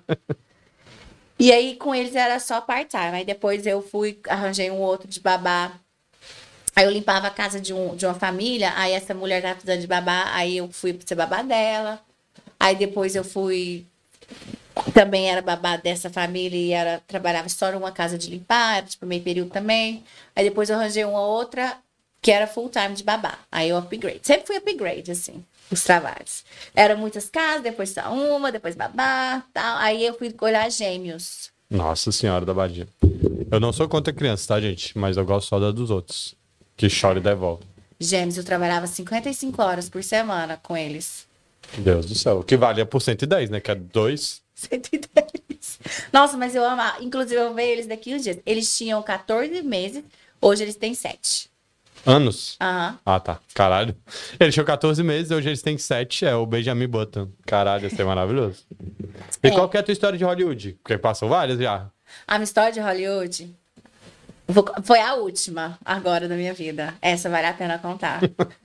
Speaker 2: E aí com eles era só part-time. Aí depois eu fui, arranjei um outro de babá. Aí eu limpava a casa de uma família, aí essa mulher tava precisando de babá, aí eu fui ser babá dela. Aí depois eu fui, também era babá dessa família e trabalhava só numa casa de limpar, era tipo meio período também. Aí depois eu arranjei uma outra que era full time de babá. Aí eu upgrade. Sempre fui upgrade, assim, os trabalhos. Eram muitas casas, depois só uma, depois babá, tal. Aí eu fui olhar gêmeos.
Speaker 1: Nossa senhora da Badia. Eu não sou contra criança, tá, gente? Mas eu gosto só da dos outros. Que chora e devolve.
Speaker 2: Gêmeos, eu trabalhava 55 horas por semana com eles.
Speaker 1: Deus do céu. O que valia por 110, né? Que é 2.
Speaker 2: 110. Nossa, mas eu amava. Inclusive, eu vejo eles daqui uns dias. Eles tinham 14 meses, hoje eles têm 7.
Speaker 1: Anos?
Speaker 2: Aham.
Speaker 1: Ah, tá. Caralho. Eles tinham 14 meses, hoje eles têm 7. É o Benjamin Button. Caralho, isso é maravilhoso. E qual que é a tua história de Hollywood? Porque passou várias já.
Speaker 2: A minha história de Hollywood foi a última agora da minha vida. Essa vale a pena contar.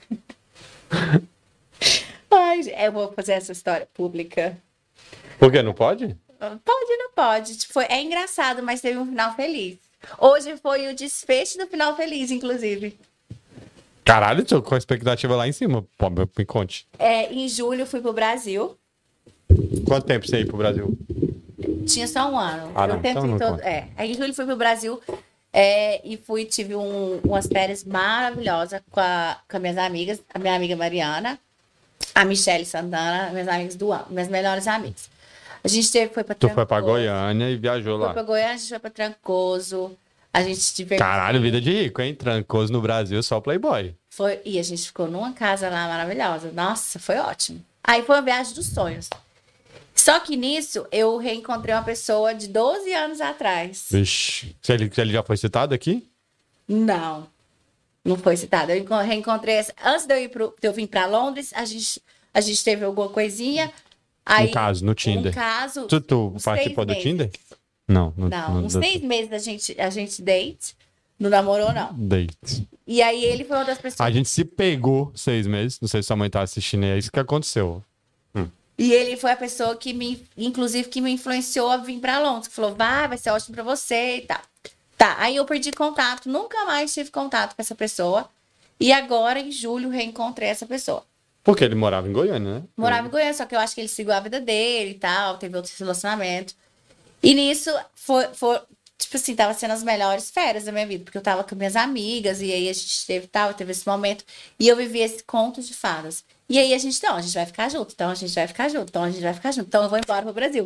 Speaker 2: Ai, eu vou fazer essa história pública.
Speaker 1: Por quê? Não pode?
Speaker 2: Pode, não pode. Tipo, é engraçado, mas teve um final feliz. Hoje foi o desfecho do final feliz, inclusive.
Speaker 1: Caralho, tô com a expectativa lá em cima. Pô, me conte.
Speaker 2: Em julho fui pro Brasil.
Speaker 1: Quanto tempo você ia pro Brasil?
Speaker 2: Tinha só um ano.
Speaker 1: Ah,
Speaker 2: eu
Speaker 1: não,
Speaker 2: tentei
Speaker 1: então não
Speaker 2: todo.
Speaker 1: conta.
Speaker 2: Aí em julho fui pro Brasil e tive umas férias maravilhosas com as minhas amigas, a minha amiga Mariana, a Michelle Santana, minhas amigas do ano, minhas melhores amigas. A gente foi pra
Speaker 1: Tu foi pra
Speaker 2: Trancoso.
Speaker 1: Goiânia e viajou
Speaker 2: Foi
Speaker 1: lá.
Speaker 2: pra Goiânia, a gente foi pra Trancoso. A gente divertiu.
Speaker 1: Caralho, vida de rico, hein? Trancoso no Brasil, só playboy.
Speaker 2: E a gente ficou numa casa lá maravilhosa. Nossa, foi ótimo. Aí foi uma viagem dos sonhos. Só que nisso, eu reencontrei uma pessoa de 12 anos atrás.
Speaker 1: Vixe. Ele já foi citado aqui?
Speaker 2: Não, não foi citado. Eu reencontrei antes de eu vir pra Londres, a gente teve alguma coisinha. Aí,
Speaker 1: Um caso, no Tinder.
Speaker 2: Um caso.
Speaker 1: Tu
Speaker 2: uns
Speaker 1: participou
Speaker 2: 6
Speaker 1: do
Speaker 2: meses.
Speaker 1: Tinder? Não.
Speaker 2: Não, uns 6 meses a gente date. Não namorou, não.
Speaker 1: Date.
Speaker 2: E aí ele foi uma das pessoas.
Speaker 1: A gente se pegou 6 meses. Não sei se sua mãe tá assistindo, é isso que aconteceu.
Speaker 2: E ele foi a pessoa inclusive, que me influenciou a vir pra Londres. Que falou, vai ser ótimo pra você e tal. Tá, aí eu perdi contato, nunca mais tive contato com essa pessoa. E agora, em julho, reencontrei essa pessoa.
Speaker 1: Porque ele morava em Goiânia, né?
Speaker 2: Morava em Goiânia, só que eu acho que ele seguiu a vida dele e tal, teve outros relacionamentos. E nisso, tipo assim, tava sendo as melhores férias da minha vida, porque eu tava com minhas amigas, e aí a gente teve esse momento, e eu vivi esse conto de fadas. E aí a gente vai ficar junto, então a gente vai ficar junto, então a gente vai ficar junto. Então eu vou embora pro Brasil.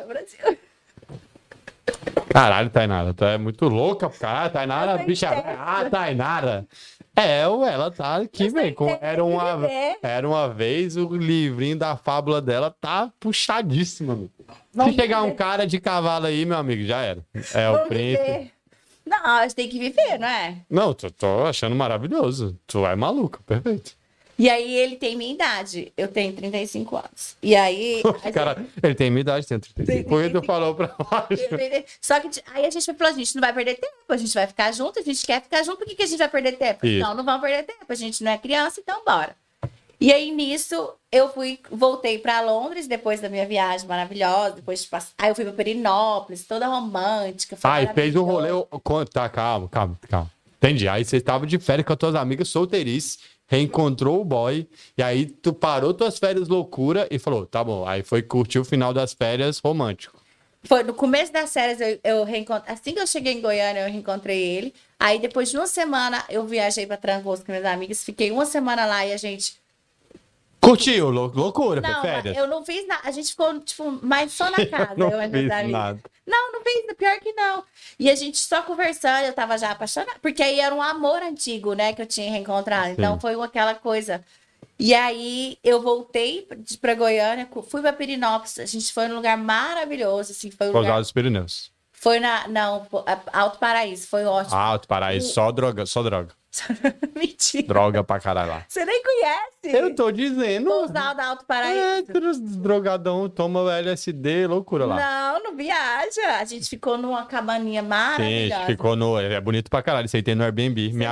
Speaker 1: Caralho, Tainara, tu é muito louca, cara. Tainara, bicha. Ah, Tainara. Ela tá aqui, velho. Era uma vez, o livrinho da fábula dela tá puxadíssimo, amigo. Se chegar um cara de cavalo aí, meu amigo, já era. É o príncipe.
Speaker 2: Viver. Não, a gente tem que viver, não é?
Speaker 1: Não, tô achando maravilhoso. Tu é maluca, perfeito.
Speaker 2: E aí ele tem minha idade. Eu tenho 35 anos. E aí.
Speaker 1: Cara, ele tem minha idade, tem 35. Por que tu falou pra baixo?
Speaker 2: Só que aí a gente falou, a gente não vai perder tempo, a gente vai ficar junto, a gente quer ficar junto, por que a gente vai perder tempo?
Speaker 1: Isso.
Speaker 2: Não vamos perder tempo, a gente não é criança, então bora. E aí nisso eu voltei pra Londres depois da minha viagem maravilhosa, aí eu fui pra Perinópolis, toda romântica.
Speaker 1: E fez um rolê. Tá, calma. Entendi. Aí você estava de férias com as tuas amigas solteirices, reencontrou o boy, e aí tu parou tuas férias loucura e falou, tá bom. Aí foi curtir o final das férias romântico.
Speaker 2: Foi no começo das férias, eu reencontrei. Assim que eu cheguei em Goiânia, eu reencontrei ele. Aí depois de uma semana, eu viajei pra Trancoso com minhas amigas, fiquei uma semana lá e a gente.
Speaker 1: Curtiu, loucura,
Speaker 2: Não,
Speaker 1: foi férias.
Speaker 2: eu não fiz nada. A gente ficou, tipo, mais só na casa.
Speaker 1: Não
Speaker 2: eu e
Speaker 1: fiz
Speaker 2: minhas amigas.
Speaker 1: nada.
Speaker 2: Não fiz, pior que não. E a gente só conversando, eu tava já apaixonada. Porque aí era um amor antigo, né, que eu tinha reencontrado. Então foi aquela coisa. E aí eu voltei pra Goiânia, fui pra Perinópolis. A gente foi num lugar maravilhoso, assim. Foi um lugar...
Speaker 1: Pousada dos Pirineus.
Speaker 2: Foi não, Alto Paraíso, foi ótimo.
Speaker 1: Alto Paraíso, só droga.
Speaker 2: Mentira.
Speaker 1: Droga pra caralho lá.
Speaker 2: Você nem conhece.
Speaker 1: Eu tô dizendo.
Speaker 2: Pousada Alto Paraíso.
Speaker 1: Drogadão, toma LSD, loucura lá.
Speaker 2: Não viaja. A gente ficou numa cabaninha maravilhosa.
Speaker 1: Sim, ficou no... É bonito pra caralho, isso aí tem no Airbnb. Minha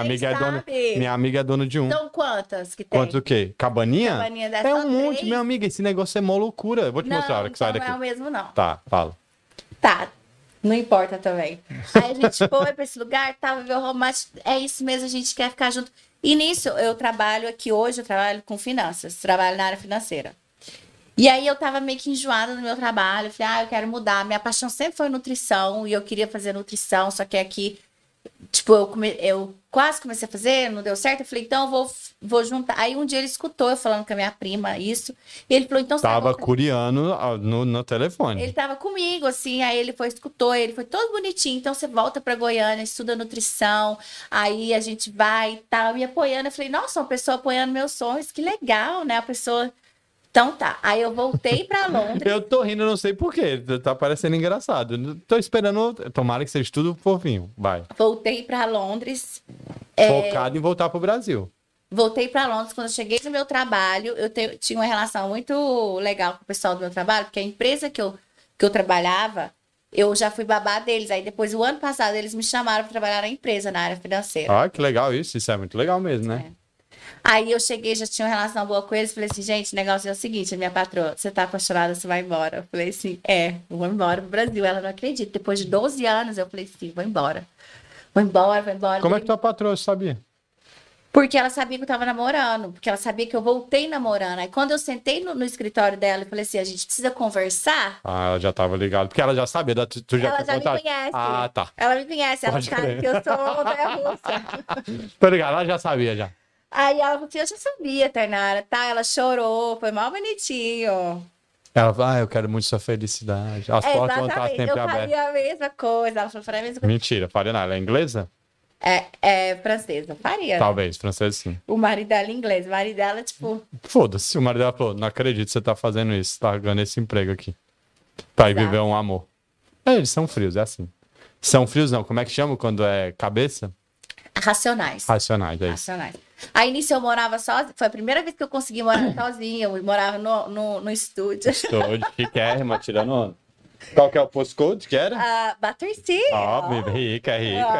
Speaker 1: amiga é dona de um.
Speaker 2: Então quantas que tem?
Speaker 1: Quantos o quê? Cabaninha?
Speaker 2: Cabaninha dessa
Speaker 1: É um monte, minha amiga. Esse negócio é mó loucura. Eu vou te mostrar a hora que sai daqui.
Speaker 2: Não é o mesmo, não.
Speaker 1: Tá, fala.
Speaker 2: Tá. Não importa também. Aí a gente foi pra esse lugar, tava vendo romântico. É isso mesmo, a gente quer ficar junto. E nisso, eu trabalho aqui hoje, eu trabalho com finanças, trabalho na área financeira. E aí eu tava meio que enjoada no meu trabalho. Eu falei, eu quero mudar. Minha paixão sempre foi nutrição e eu queria fazer nutrição, só que aqui, tipo, eu quase comecei a fazer, não deu certo. Eu falei, então eu vou juntar. Aí um dia ele escutou eu falando com a minha prima isso. E ele falou, então você
Speaker 1: tava curiando no telefone.
Speaker 2: Ele tava comigo, assim, aí ele escutou, ele foi todo bonitinho. Então você volta pra Goiânia, estuda nutrição, aí a gente vai e tal, me apoiando. Eu falei, nossa, uma pessoa apoiando meus sonhos, que legal, né? A pessoa. Então tá, aí eu voltei pra Londres.
Speaker 1: Eu tô rindo, não sei porquê, tá parecendo engraçado. Tô esperando, tomara que seja tudo fofinho, vai.
Speaker 2: Voltei pra Londres.
Speaker 1: Focado em voltar pro Brasil.
Speaker 2: Voltei pra Londres, quando eu cheguei no meu trabalho, eu tinha uma relação muito legal com o pessoal do meu trabalho, porque a empresa que eu trabalhava, eu já fui babá deles. Aí depois, o ano passado, eles me chamaram pra trabalhar na empresa, na área financeira.
Speaker 1: Que legal isso é muito legal mesmo, né?
Speaker 2: Aí eu cheguei, já tinha uma relação boa com eles, falei assim, gente, o negócio é o seguinte, a minha patroa, você tá apaixonada, você vai embora. Eu falei assim, eu vou embora pro Brasil. Ela não acredita. Depois de 12 anos, eu falei assim, vou embora. Vou embora.
Speaker 1: Como é que tua patroa sabia?
Speaker 2: Porque ela sabia que eu tava namorando, porque ela sabia que eu voltei namorando. Aí quando eu sentei no escritório dela, eu falei assim, a gente precisa conversar.
Speaker 1: Ela já tava ligada, porque ela já sabia, tu já
Speaker 2: ela já me conhece.
Speaker 1: Tá.
Speaker 2: Ela me conhece, ela sabe que eu sou montanha-russa.
Speaker 1: Tô ligado, ela já sabia já.
Speaker 2: Aí ela falou assim, eu já sabia, Tainara, tá? Ela chorou, foi mal bonitinho.
Speaker 1: Ela falou, eu quero muito sua felicidade. As portas vão estar sempre abertas.
Speaker 2: Eu faria a mesma coisa. Ela falou, faria a mesma coisa.
Speaker 1: Mentira, faria nada. Ela é inglesa?
Speaker 2: É francesa, faria.
Speaker 1: Talvez, francesa sim.
Speaker 2: O marido dela é inglês, o marido dela, tipo...
Speaker 1: Foda-se, o marido dela falou, não acredito que você tá fazendo isso, tá ganhando esse emprego aqui. Pra ir viver um amor. Eles são frios, é assim. São frios não, como é que chama quando é cabeça?
Speaker 2: Racionais.
Speaker 1: Racionais, é isso.
Speaker 2: Racionais. Aí nisso eu morava sozinha, foi a primeira vez que eu consegui morar sozinha, eu morava no estúdio.
Speaker 1: Estúdio, chiquérrima, tirando onda. Qual que é o postcode que era?
Speaker 2: Battersea.
Speaker 1: Rica.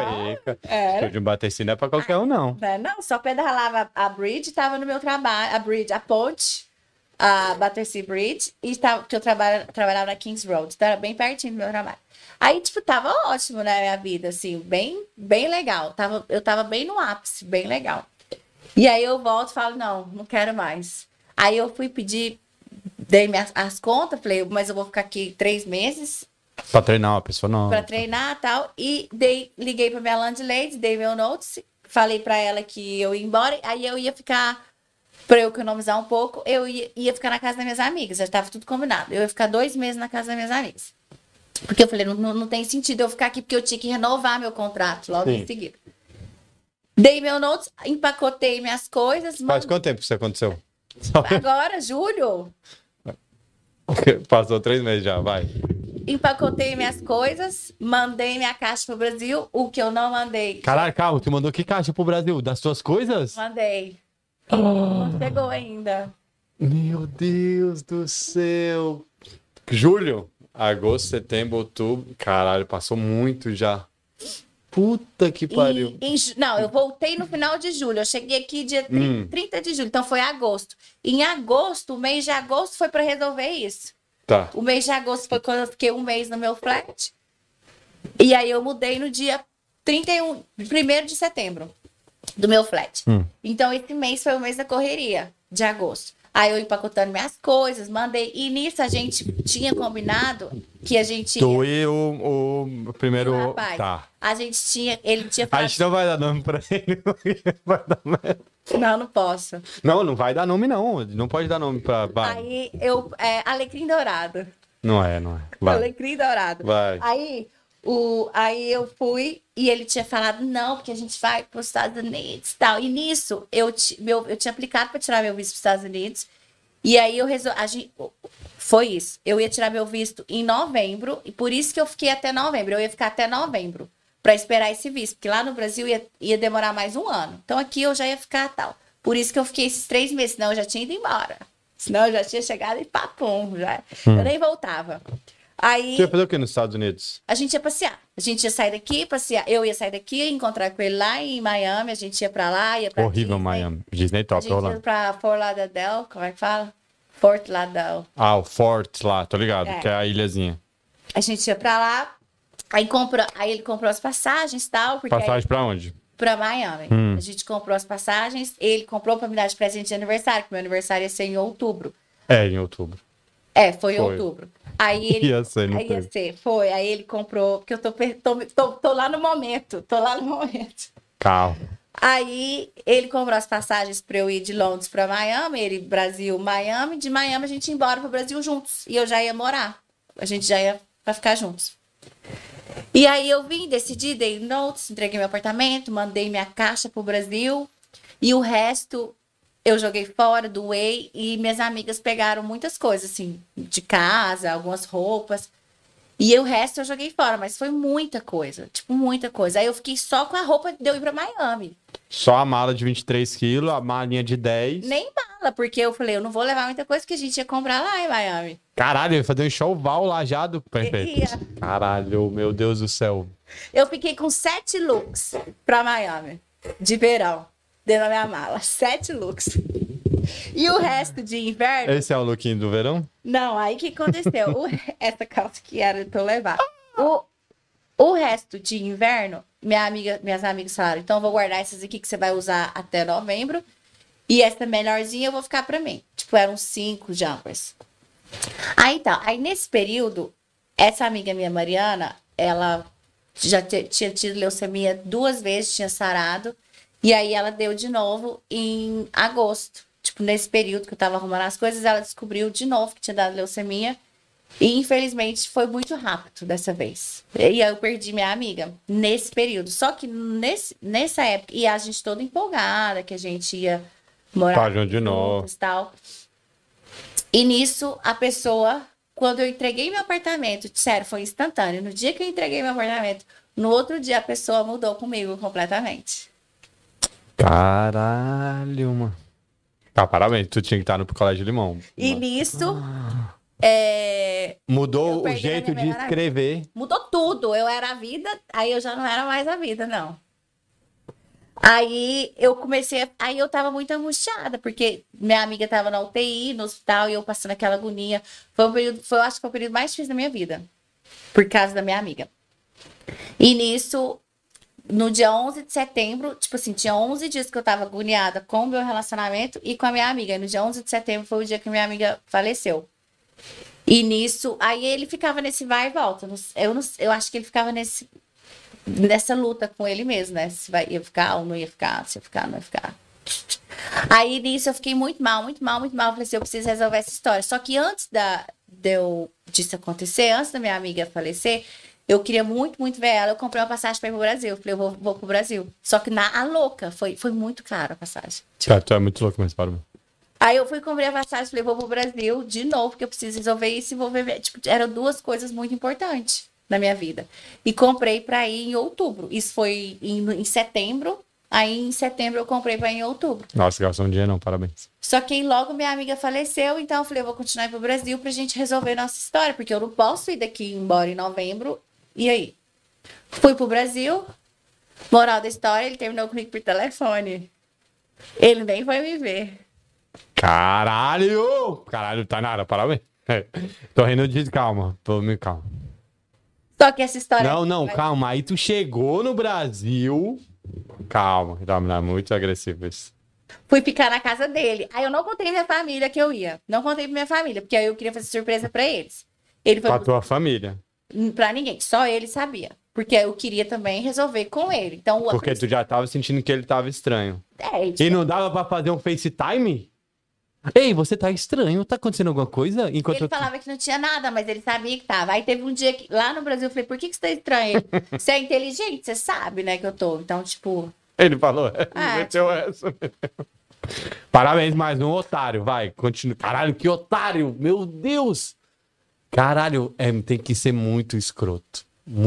Speaker 1: Estúdio Battersea não é pra qualquer um, não.
Speaker 2: Não, só pedalava a Bridge, tava no meu trabalho, a ponte, a Battersea Bridge, e que eu trabalhava na Kings Road, então era bem pertinho do meu trabalho. Aí, tipo, tava ótimo, né, minha vida, assim, bem legal. Eu tava bem no ápice, bem legal. E aí eu volto e falo, não quero mais. Aí eu fui pedir, dei as contas, falei, mas eu vou ficar aqui 3 meses.
Speaker 1: Pra treinar uma pessoa não.
Speaker 2: Pra treinar e tal. E liguei pra minha landlady, dei meu notes, falei pra ela que eu ia embora. Aí eu ia ficar, pra eu economizar um pouco, eu ia ficar na casa das minhas amigas. Já tava tudo combinado. Eu ia ficar 2 meses na casa das minhas amigas. Porque eu falei, não tem sentido eu ficar aqui, porque eu tinha que renovar meu contrato logo em seguida. Dei meu notes, empacotei minhas coisas.
Speaker 1: Faz quanto tempo que isso aconteceu?
Speaker 2: Agora, julho.
Speaker 1: Passou 3 meses já, vai.
Speaker 2: Empacotei minhas coisas, mandei minha caixa pro Brasil. O que eu não mandei.
Speaker 1: Caralho, calma, tu mandou que caixa pro Brasil? Das tuas coisas?
Speaker 2: Mandei. E não chegou ainda.
Speaker 1: Meu Deus do céu. Julho, agosto, setembro, outubro. Caralho, passou muito já. Puta que pariu.
Speaker 2: Não, eu voltei no final de julho. Eu cheguei aqui dia 30 de julho, então foi agosto. Em agosto, o mês de agosto foi para resolver isso.
Speaker 1: Tá.
Speaker 2: O mês de agosto foi quando eu fiquei um mês no meu flat. E aí eu mudei no dia 1º de setembro do meu flat. Então esse mês foi o mês da correria de agosto. Aí eu empacotando minhas coisas, mandei. E nisso a gente tinha combinado que a gente ia...
Speaker 1: Tu e o primeiro...
Speaker 2: O rapaz.
Speaker 1: Tá.
Speaker 2: A gente tinha... Ele tinha
Speaker 1: A
Speaker 2: falado...
Speaker 1: gente não vai dar nome pra ele, porque vai dar merda.
Speaker 2: Não, não posso.
Speaker 1: Não, não vai dar nome, não. Não pode dar nome pra... Vai.
Speaker 2: Aí eu... Alecrim dourado.
Speaker 1: Não é. Vai.
Speaker 2: Alecrim dourado.
Speaker 1: Vai.
Speaker 2: Aí eu fui e ele tinha falado, não, porque a gente vai para os Estados Unidos e tal. E nisso, eu tinha aplicado para tirar meu visto para os Estados Unidos. E aí eu resolvi. Foi isso. Eu ia tirar meu visto em novembro, e por isso que eu fiquei até novembro. Eu ia ficar até novembro para esperar esse visto, porque lá no Brasil ia demorar mais um ano. Então aqui eu já ia ficar tal. Por isso que eu fiquei esses 3 meses, senão eu já tinha ido embora. Senão eu já tinha chegado e papum, já. Eu nem voltava. Aí,
Speaker 1: Você ia fazer o que nos Estados Unidos?
Speaker 2: a gente ia passear. A gente ia sair daqui, passear. Eu ia sair daqui, encontrar com ele lá em Miami. A gente ia pra lá, ia pra
Speaker 1: Horrível,
Speaker 2: Disney.
Speaker 1: Miami. Disney
Speaker 2: A
Speaker 1: top,
Speaker 2: gente ia
Speaker 1: Orlando.
Speaker 2: pra Fort Lauderdale, como é que fala? Fort Lauderdale.
Speaker 1: Ah, o Fort lá, tô ligado,
Speaker 2: É.
Speaker 1: que é a ilhazinha.
Speaker 2: A gente ia pra lá, aí ele comprou as passagens e tal, porque
Speaker 1: Passagem pra onde?
Speaker 2: aí, pra Miami. A gente comprou as passagens, ele comprou pra me dar de presente de aniversário, que meu aniversário ia ser em outubro.
Speaker 1: É, em outubro.
Speaker 2: Foi em
Speaker 1: Foi.
Speaker 2: outubro. Aí ele.
Speaker 1: Ia ser, não
Speaker 2: aí ia
Speaker 1: teve.
Speaker 2: ser, foi. Aí ele comprou, porque eu tô lá no momento. Tô lá no momento.
Speaker 1: Carro.
Speaker 2: Aí ele comprou as passagens para eu ir de Londres para Miami, ele Brasil, Miami, de Miami a gente ia embora para o Brasil juntos e eu já ia morar, a gente já ia para ficar juntos. E aí eu vim, decidi, dei notes, entreguei meu apartamento, mandei minha caixa pro Brasil e o resto eu joguei fora, doei e minhas amigas pegaram muitas coisas assim, de casa, algumas roupas. E o resto eu joguei fora, mas foi muita coisa, tipo, muita coisa. Aí eu fiquei só com a roupa de eu ir pra Miami.
Speaker 1: Só a mala de 23 quilos, a malinha de 10.
Speaker 2: Nem mala, porque eu falei, eu não vou levar muita coisa que a gente ia comprar lá em Miami.
Speaker 1: Caralho, eu ia fazer um enxoval lajado. Perfeito.
Speaker 2: Ia.
Speaker 1: Caralho, meu Deus do céu.
Speaker 2: Eu fiquei com 7 looks pra Miami, de verão, dentro da minha mala. 7 looks. E o resto de inverno...
Speaker 1: Esse é o lookinho do verão?
Speaker 2: Não, aí o que aconteceu? Essa calça que era pra eu levar. O resto de inverno, minhas amigas falaram, então eu vou guardar essas aqui que você vai usar até novembro. E essa melhorzinha eu vou ficar pra mim. Tipo, eram 5 jumpers. Aí tá, aí nesse período, essa amiga minha, Mariana, ela já tinha tido leucemia 2 vezes, tinha sarado. E aí ela deu de novo em agosto. Tipo, nesse período que eu tava arrumando as coisas, ela descobriu de novo que tinha dado leucemia. E, infelizmente, foi muito rápido dessa vez. E aí eu perdi minha amiga nesse período. Só que nessa época, e a gente toda empolgada, que a gente ia morar
Speaker 1: Tá junto de novo.
Speaker 2: juntos e tal. E nisso, a pessoa, quando eu entreguei meu apartamento, sério, foi instantâneo. No dia que eu entreguei meu apartamento, no outro dia a pessoa mudou comigo completamente.
Speaker 1: Caralho, mano. Tá, parabéns. Tu tinha que estar no Colégio Limão.
Speaker 2: E nisso,
Speaker 1: Mudou
Speaker 2: Eu
Speaker 1: o
Speaker 2: perdi a
Speaker 1: jeito
Speaker 2: minha
Speaker 1: de
Speaker 2: melhor
Speaker 1: escrever.
Speaker 2: mudou tudo. Eu era a vida, aí eu já não era mais a vida, não. Aí eu comecei, aí eu tava muito angustiada, porque minha amiga tava na UTI, no hospital, e eu passando aquela agonia. Foi um período, eu acho que foi o período mais difícil da minha vida, por causa da minha amiga. E nisso, no dia 11 de setembro, tipo assim, tinha 11 dias que eu tava agoniada com o meu relacionamento e com a minha amiga. E no dia 11 de setembro foi o dia que minha amiga faleceu. E nisso, aí ele ficava nesse vai e volta. Eu acho que ele ficava nessa luta com ele mesmo, né? Se ia ficar ou não ia ficar, se ia ficar, não ia ficar. Aí nisso eu fiquei muito mal, muito mal, muito mal. Falei assim, eu preciso resolver essa história. Só que antes disso acontecer, antes da minha amiga falecer, eu queria muito, muito ver ela. Eu comprei uma passagem para ir pro Brasil. Eu falei, eu vou pro Brasil. Só que a louca, foi muito caro a passagem.
Speaker 1: Cara, tu é muito louco, mas para.
Speaker 2: Aí eu fui comprei a passagem, falei, vou pro Brasil de novo, porque eu preciso resolver isso e vou ver. Tipo, eram 2 coisas muito importantes na minha vida. E comprei para ir em outubro. Isso foi em setembro. Aí em setembro eu comprei pra ir em outubro.
Speaker 1: Nossa, gastou um dia não, parabéns.
Speaker 2: Só que aí logo minha amiga faleceu, então eu falei, eu vou continuar ir pro Brasil pra gente resolver nossa história, porque eu não posso ir daqui embora em novembro. E aí? Fui pro Brasil, moral da história, ele terminou comigo por telefone. Ele nem foi me ver.
Speaker 1: Caralho! Caralho, Tainara, parabéns. Tô rindo de calma. Calma.
Speaker 2: Só que essa história...
Speaker 1: Não, calma. Aí tu chegou no Brasil... Calma, é muito agressivo isso.
Speaker 2: Fui ficar na casa dele. Aí eu não contei pra minha família que eu ia. Não contei pra minha família, porque aí eu queria fazer surpresa pra eles. Ele foi
Speaker 1: Pra tua família.
Speaker 2: pra ninguém, só ele sabia. Porque eu queria também resolver com ele. Então,
Speaker 1: Porque tu já tava sentindo que ele tava estranho.
Speaker 2: ele
Speaker 1: E não dava pra fazer um FaceTime? Ei, você tá estranho, tá acontecendo alguma coisa?
Speaker 2: Ele falava que não tinha nada, mas ele sabia que tava. Aí teve um dia que, lá no Brasil, eu falei, por que você tá estranho? Ele, você é inteligente, você sabe, né, que eu tô. Então, tipo...
Speaker 1: Ele falou,
Speaker 2: Ah,
Speaker 1: meteu essa. Parabéns, mais um otário, vai, continua. Caralho, que otário, meu Deus. Caralho, tem que ser muito escroto.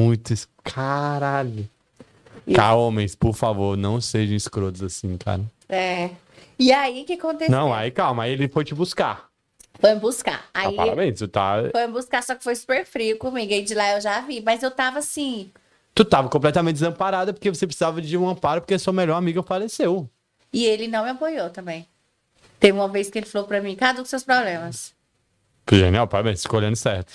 Speaker 1: Caralho. Homens, por favor, não sejam escrotos assim, cara.
Speaker 2: É. E aí, o que aconteceu?
Speaker 1: Não, aí calma, aí ele foi te buscar.
Speaker 2: Foi me buscar. Aí,
Speaker 1: parabéns, tu tá...
Speaker 2: Foi me buscar, só que foi super frio comigo. Aí de lá eu já vi. Mas eu tava assim...
Speaker 1: Tu tava completamente desamparada porque você precisava de um amparo porque sua melhor amiga faleceu.
Speaker 2: E ele não me apoiou também. Teve uma vez que ele falou pra mim, cadê os seus problemas?
Speaker 1: Genial, parabéns, escolhendo certo.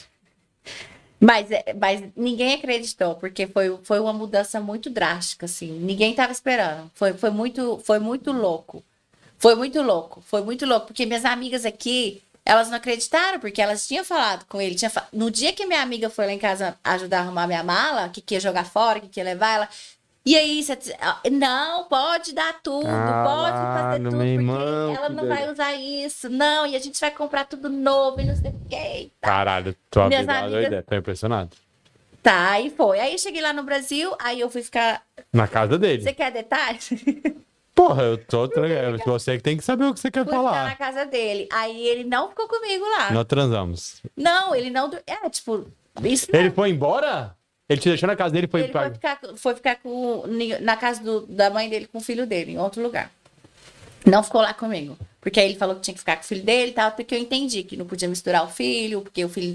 Speaker 2: Mas ninguém acreditou, porque foi uma mudança muito drástica, assim. Ninguém tava esperando. Foi muito louco. Foi muito louco, porque minhas amigas aqui, elas não acreditaram, porque elas tinham falado com ele. No dia que minha amiga foi lá em casa ajudar a arrumar minha mala, que ia jogar fora, que ia levar ela. E aí, não, pode dar tudo, pode fazer tudo, porque
Speaker 1: irmão,
Speaker 2: ela não vai usar isso. Não, e a gente vai comprar tudo novo e não sei o que.
Speaker 1: Caralho, tua
Speaker 2: Minhas
Speaker 1: vida é
Speaker 2: amigas-
Speaker 1: doida, tô impressionado.
Speaker 2: Tá, aí foi. Aí eu cheguei lá no Brasil, aí eu fui ficar...
Speaker 1: Na casa dele.
Speaker 2: Você quer detalhes?
Speaker 1: Porra, eu tô tranquilo. Você que tem que saber o que você quer
Speaker 2: Fui ficar na
Speaker 1: falar.
Speaker 2: casa dele. Aí ele não ficou comigo lá.
Speaker 1: Nós transamos.
Speaker 2: Não, ele não... tipo... Isso
Speaker 1: Ele foi embora? Ele te deixou na casa dele e foi
Speaker 2: Ele
Speaker 1: pra...
Speaker 2: foi ficar na casa da mãe dele com o filho dele, em outro lugar. Não ficou lá comigo. Porque aí ele falou que tinha que ficar com o filho dele e tal, porque eu entendi que não podia misturar o filho, porque o filho...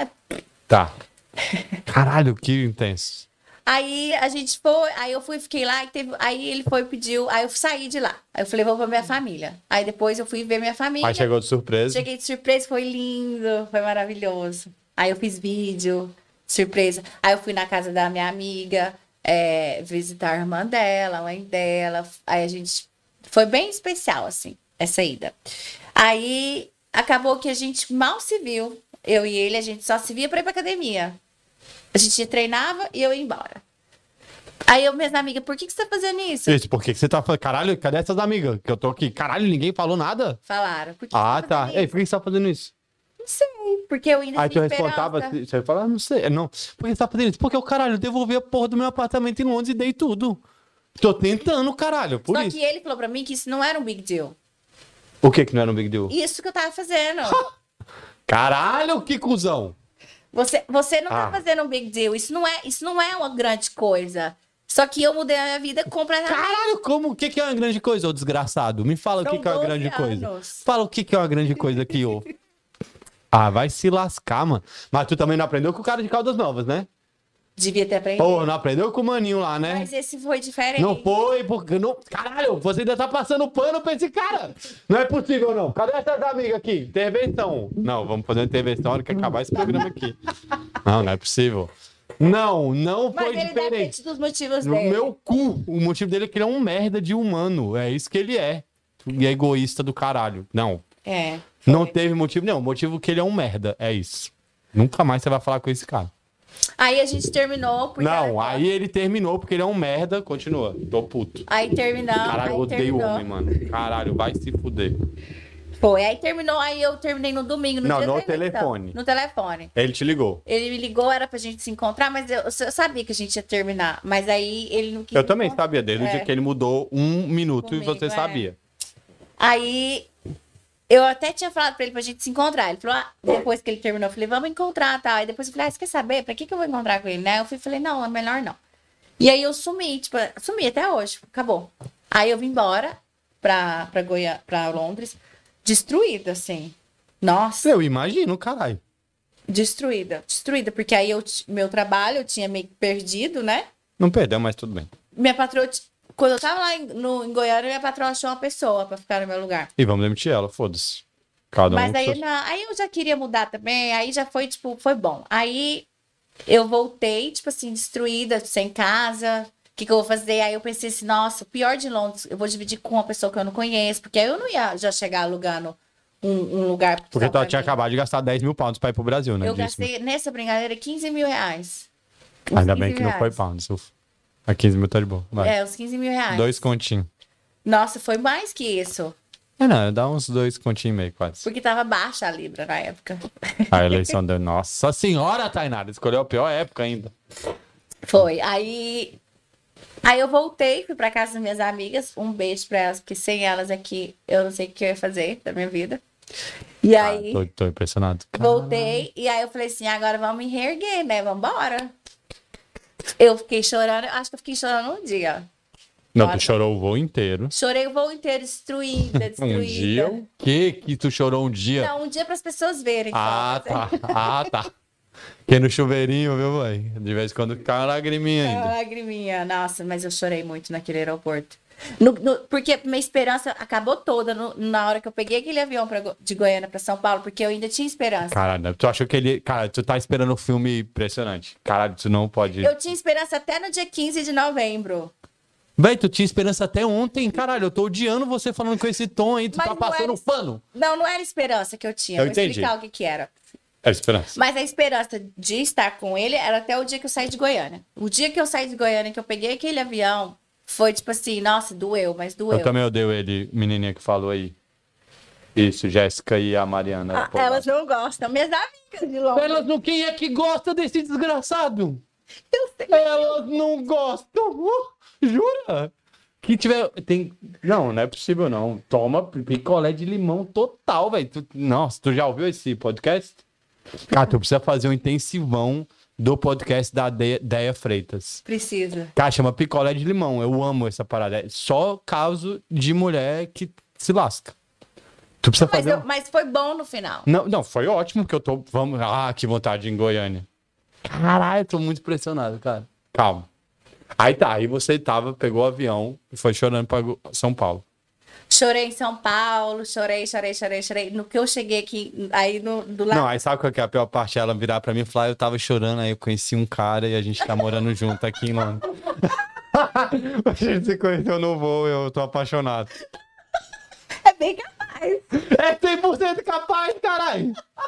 Speaker 1: Tá. Caralho, que intenso.
Speaker 2: Aí a gente foi, aí eu fiquei lá, aí ele foi e pediu, aí eu saí de lá. Aí eu falei, vou pra minha família. Aí depois eu fui ver minha família.
Speaker 1: Aí chegou de surpresa.
Speaker 2: Cheguei de surpresa, foi lindo, foi maravilhoso. Aí eu fiz vídeo, surpresa. Aí eu fui na casa da minha amiga, visitar a irmã dela, a mãe dela. Aí a gente... Foi bem especial, assim, essa ida. Aí acabou que a gente mal se viu. Eu e ele, a gente só se via pra ir pra academia. A gente treinava e eu ia embora. Aí minhas amigas, por que você tá fazendo isso?
Speaker 1: Isso, por que você tá falando? Caralho, cadê essas amigas? Que eu tô aqui. Caralho, ninguém falou nada?
Speaker 2: Falaram. Por que
Speaker 1: Ah,
Speaker 2: você
Speaker 1: tá.
Speaker 2: fazendo
Speaker 1: Ei,
Speaker 2: isso?
Speaker 1: por que você tá fazendo isso?
Speaker 2: Não sei, porque eu ainda
Speaker 1: Aí tu
Speaker 2: tinha
Speaker 1: respondava,
Speaker 2: esperança.
Speaker 1: você ia falar, não sei. Não, por que você tá fazendo isso? Porque o caralho, eu devolvi a porra do meu apartamento em Londres e dei tudo. Tô tentando, caralho, por
Speaker 2: Só
Speaker 1: isso.
Speaker 2: que ele falou pra mim que isso não era um big deal.
Speaker 1: O que não era um big deal?
Speaker 2: Isso que eu tava fazendo.
Speaker 1: Caralho, que cuzão.
Speaker 2: Você não tá
Speaker 1: Ah.
Speaker 2: fazendo um big deal. Isso não é uma grande coisa. Só que eu mudei a minha vida completamente.
Speaker 1: Caralho, como? O que é uma grande coisa, ô desgraçado? Me fala o
Speaker 2: São
Speaker 1: que é uma
Speaker 2: 12
Speaker 1: grande coisa.
Speaker 2: anos.
Speaker 1: Fala o que é uma grande coisa aqui, ô. Ah, vai se lascar, mano. Mas tu também não aprendeu com o cara de Caldas Novas, né?
Speaker 2: Devia ter aprendido.
Speaker 1: Pô, não aprendeu com o maninho lá, né?
Speaker 2: Mas esse foi diferente.
Speaker 1: Não foi, porque não. Caralho, você ainda tá passando pano pra esse cara. Não é possível, não. Cadê essas amigas aqui? Intervenção. Não, vamos fazer uma intervenção na hora que acabar esse programa aqui. Não é possível. Não
Speaker 2: Mas
Speaker 1: foi
Speaker 2: ele deve ter
Speaker 1: diferente.
Speaker 2: tido os motivos
Speaker 1: No
Speaker 2: dele.
Speaker 1: meu cu. O motivo dele é que ele é um merda de humano. É isso que ele é. E é egoísta do caralho. Não.
Speaker 2: É.
Speaker 1: Não teve motivo nenhum. O motivo é que ele é um merda. É isso. Nunca mais você vai falar com esse cara.
Speaker 2: Aí a gente terminou. Porque
Speaker 1: Não, aí ele terminou porque ele é um merda. Continua. Tô puto.
Speaker 2: Aí terminamos.
Speaker 1: Caralho, eu
Speaker 2: aí
Speaker 1: odeio
Speaker 2: terminou.
Speaker 1: homem, mano. Caralho, vai se fuder.
Speaker 2: Foi. Aí terminou. Aí eu terminei no domingo.
Speaker 1: Não,
Speaker 2: dia
Speaker 1: no
Speaker 2: da eleição.
Speaker 1: telefone.
Speaker 2: No telefone.
Speaker 1: Ele te ligou.
Speaker 2: Ele me ligou, era pra gente se encontrar, mas eu sabia que a gente ia terminar. Mas aí ele não quis.
Speaker 1: Eu também
Speaker 2: encontrar.
Speaker 1: sabia, desde o dia que ele mudou 1 minuto
Speaker 2: Comigo,
Speaker 1: e você sabia.
Speaker 2: Aí eu até tinha falado pra ele pra gente se encontrar. Ele falou, depois que ele terminou, eu falei, vamos encontrar, tá? Aí depois eu falei, você quer saber? Pra que eu vou encontrar com ele, né? Eu falei, não, é melhor não. E aí eu sumi, tipo, sumi até hoje, acabou. Aí eu vim embora pra Londres, destruída, assim. Nossa.
Speaker 1: Eu imagino, caralho.
Speaker 2: Destruída, porque aí meu trabalho eu tinha meio que perdido, né?
Speaker 1: Não perdeu, mas tudo bem.
Speaker 2: Minha patroa, quando eu tava lá em Goiânia, minha patroa achou uma pessoa pra ficar no meu lugar.
Speaker 1: E vamos demitir ela, foda-se. Cada um.
Speaker 2: Mas aí, aí eu já queria mudar também, aí já foi, tipo, foi bom. Aí eu voltei, tipo assim, destruída, sem casa. O que eu vou fazer? Aí eu pensei assim, nossa, o pior de Londres, eu vou dividir com uma pessoa que eu não conheço, porque aí eu não ia já chegar alugando um lugar.
Speaker 1: Porque tu tinha acabado de gastar 10 mil pounds pra ir pro Brasil, né?
Speaker 2: Eu gastei nessa brincadeira 15 mil reais.
Speaker 1: Ainda bem que não foi pounds. A 15 mil tá de boa. Vai.
Speaker 2: Uns 15 mil reais.
Speaker 1: 2 continhos.
Speaker 2: Nossa, foi mais que isso.
Speaker 1: Não, dá uns 2 continhos e meio, quase.
Speaker 2: Porque tava baixa a Libra na época.
Speaker 1: A eleição deu. Nossa senhora, Tainara, escolheu a pior época ainda.
Speaker 2: Foi. Aí eu voltei, fui pra casa das minhas amigas. Um beijo pra elas, porque sem elas aqui eu não sei o que eu ia fazer da minha vida. E aí.
Speaker 1: Tô impressionado.
Speaker 2: Voltei, e aí eu falei assim: agora vamos me reerguer, né? Vambora. Eu fiquei chorando, acho que eu fiquei chorando um dia.
Speaker 1: Não, tu chorou o voo inteiro.
Speaker 2: Chorei o voo inteiro, destruída.
Speaker 1: Um dia? O que tu chorou um dia?
Speaker 2: Não, um dia para as pessoas verem.
Speaker 1: Tá. Que no chuveirinho, viu, mãe? De vez em quando cai uma lagriminha ainda.
Speaker 2: Uma lagriminha. Nossa, mas eu chorei muito naquele aeroporto. Porque minha esperança acabou toda na hora que eu peguei aquele avião de Goiânia para São Paulo, porque eu ainda tinha esperança.
Speaker 1: Caralho, tu achou que ele... Cara, tu tá esperando um filme impressionante. Caralho, tu não pode...
Speaker 2: Eu tinha esperança até no dia 15 de novembro.
Speaker 1: Véi, tu tinha esperança até ontem, caralho. Eu tô odiando você falando com esse tom aí. Tu tá passando pano.
Speaker 2: Não era esperança que eu tinha.
Speaker 1: Eu
Speaker 2: vou
Speaker 1: entendi.
Speaker 2: explicar o que era.
Speaker 1: Era esperança.
Speaker 2: Mas a esperança de estar com ele era até o dia que eu saí de Goiânia. O dia que eu saí de Goiânia, que eu peguei aquele avião, foi tipo assim, nossa, doeu, mas doeu.
Speaker 1: Eu também odeio ele, menininha que falou aí. Isso, Jéssica e a Mariana.
Speaker 2: Elas não gostam. Minhas amigas de longe.
Speaker 1: Elas não... Quem é que gosta desse desgraçado?
Speaker 2: Eu sei.
Speaker 1: Elas não gostam. Jura? Que tiver... Não é possível não. Toma picolé de limão total, velho. Nossa, tu já ouviu esse podcast? Cara, tu precisa fazer um intensivão do podcast da Deia Freitas.
Speaker 2: Precisa.
Speaker 1: Cara, chama picolé de limão. Eu amo essa parada. É só caso de mulher que se lasca. Tu precisa fazer...
Speaker 2: Mas foi bom no final.
Speaker 1: Não, foi ótimo que eu tô... que vontade em Goiânia. Caralho, eu tô muito impressionado, cara. Calma. Aí você pegou o avião e foi chorando pra São Paulo.
Speaker 2: Chorei em São Paulo, chorei. No que eu cheguei aqui, aí do lado...
Speaker 1: Não, aí sabe qual que é a pior parte? Ela virar pra mim e falar, eu tava chorando, aí eu conheci um cara e a gente tá morando junto aqui em Londres. A gente se conheceu no voo, eu tô apaixonado.
Speaker 2: É bem capaz.
Speaker 1: É 100% capaz, caralho.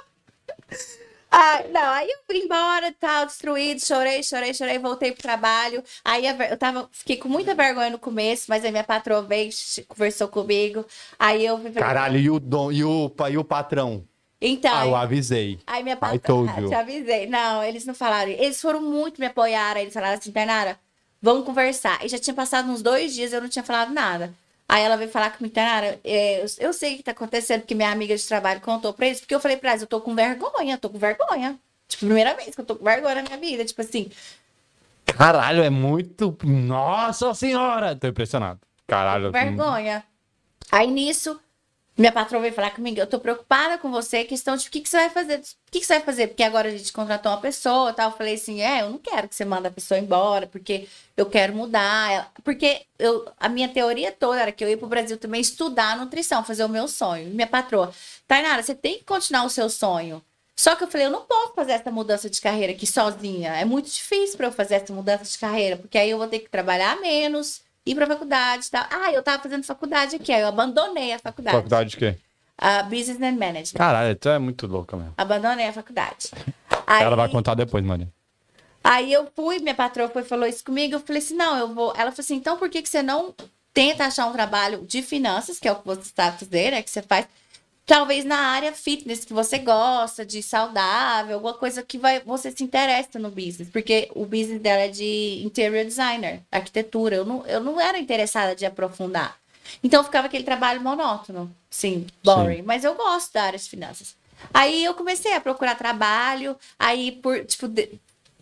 Speaker 2: Não, aí eu fui embora, tal, destruído, chorei, voltei pro trabalho. Aí fiquei com muita vergonha no começo, mas aí minha patroa veio, conversou comigo. Aí eu fui...
Speaker 1: Caralho, e o patrão?
Speaker 2: Então,
Speaker 1: eu avisei.
Speaker 2: Aí minha patroa... Te avisei. Não, eles não falaram. Eles foram muito me apoiar. Eles falaram assim, Tainara, vamos conversar. E já tinha passado uns 2 dias, eu não tinha falado nada. Aí ela veio falar comigo, Tainara, eu sei o que tá acontecendo, porque minha amiga de trabalho contou pra eles, porque eu falei pra eles, eu tô com vergonha. Tipo, primeira vez que eu tô com vergonha na minha vida, tipo assim.
Speaker 1: Caralho, é muito... Nossa senhora! Tô impressionado. Caralho.
Speaker 2: Vergonha. Aí nisso, minha patroa veio falar comigo, eu tô preocupada com você, questão de o que você vai fazer? O que você vai fazer? Porque agora a gente contratou uma pessoa e tal. Eu falei assim, eu não quero que você mande a pessoa embora, porque eu quero mudar. Porque a minha teoria toda era que eu ia pro Brasil também estudar nutrição, fazer o meu sonho. Minha patroa, Tainara, você tem que continuar o seu sonho. Só que eu falei, eu não posso fazer essa mudança de carreira aqui sozinha. É muito difícil para eu fazer essa mudança de carreira, porque aí eu vou ter que trabalhar menos, ir pra faculdade e tal. Eu tava fazendo faculdade aqui, aí eu abandonei a faculdade.
Speaker 1: Faculdade de quê?
Speaker 2: Business and Management.
Speaker 1: Caralho, tu é muito louca mesmo.
Speaker 2: Abandonei a faculdade.
Speaker 1: Ela vai contar depois, Maria.
Speaker 2: Aí eu fui, minha patroa falou isso comigo, eu falei assim, não, eu vou... Ela falou assim, então por que você não tenta achar um trabalho de finanças, que é o que você está fazendo, que você faz, talvez na área fitness, que você gosta, de saudável, alguma coisa que você se interessa no business, porque o business dela é de interior designer, arquitetura, eu não era interessada de aprofundar. Então ficava aquele trabalho monótono, sim, boring, mas eu gosto da área de finanças. Aí eu comecei a procurar trabalho, aí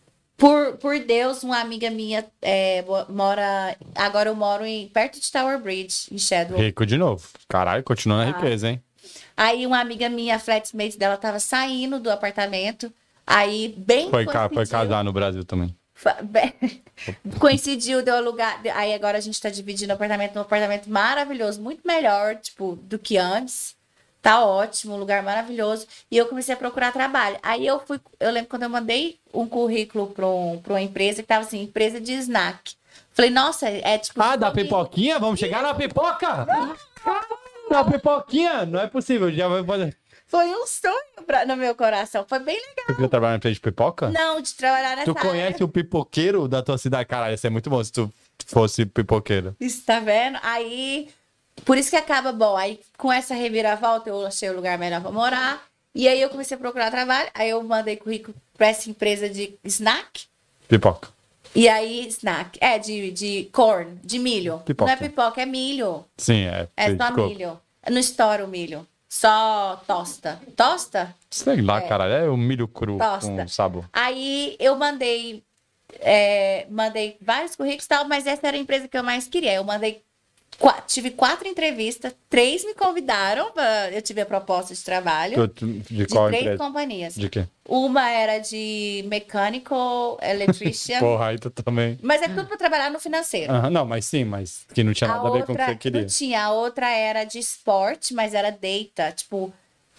Speaker 2: Por Deus, uma amiga minha mora. Agora eu moro perto de Tower Bridge, em Shadow.
Speaker 1: Rico de novo. Caralho, continua na riqueza, hein?
Speaker 2: Aí uma amiga minha, a flatmate dela, tava saindo do apartamento. Aí, bem
Speaker 1: Foi casar no Brasil também.
Speaker 2: Coincidiu, deu lugar. Aí agora a gente tá dividindo o apartamento num apartamento maravilhoso, muito melhor, tipo, do que antes. Tá ótimo, um lugar maravilhoso. E eu comecei a procurar trabalho. Aí eu lembro quando eu mandei um currículo pra uma empresa que tava assim, empresa de snack. Falei, nossa, é tipo.
Speaker 1: Ah, da pipoquinha? Vamos chegar na pipoca? Na pipoquinha? Não é possível, já vai fazer.
Speaker 2: Foi um sonho no meu coração. Foi bem legal.
Speaker 1: Você quer trabalhar na empresa de pipoca?
Speaker 2: Não, de trabalhar nessa
Speaker 1: Tu conhece o pipoqueiro da tua cidade? Caralho, isso é muito bom se tu fosse pipoqueiro.
Speaker 2: Isso, tá vendo? Aí, por isso que acaba bom. Aí, com essa reviravolta, eu achei o lugar melhor pra morar. E aí, eu comecei a procurar trabalho. Aí, eu mandei currículo pra essa empresa de snack.
Speaker 1: Pipoca.
Speaker 2: E aí, snack. De corn, de milho.
Speaker 1: Pipoca.
Speaker 2: Não é pipoca, é milho.
Speaker 1: Sim, é.
Speaker 2: É só milho. Não estoura o milho. Só tosta. Tosta?
Speaker 1: Sei lá, caralho. É o milho cru
Speaker 2: Tosta.
Speaker 1: com sabor.
Speaker 2: Aí eu mandei vários currículos e tal, mas essa era a empresa que eu mais queria. Eu mandei, tive 4 entrevistas, 3 me convidaram, eu tive a proposta de trabalho.
Speaker 1: De qual
Speaker 2: 3
Speaker 1: empresa?
Speaker 2: companhias.
Speaker 1: De quê?
Speaker 2: Uma era de mechanical, electrician.
Speaker 1: Porra, aí tu também.
Speaker 2: Mas é tudo para trabalhar no financeiro.
Speaker 1: Não, mas sim, mas que não tinha nada a ver com o que você queria.
Speaker 2: Não tinha, a outra era de esporte, mas era data, tipo,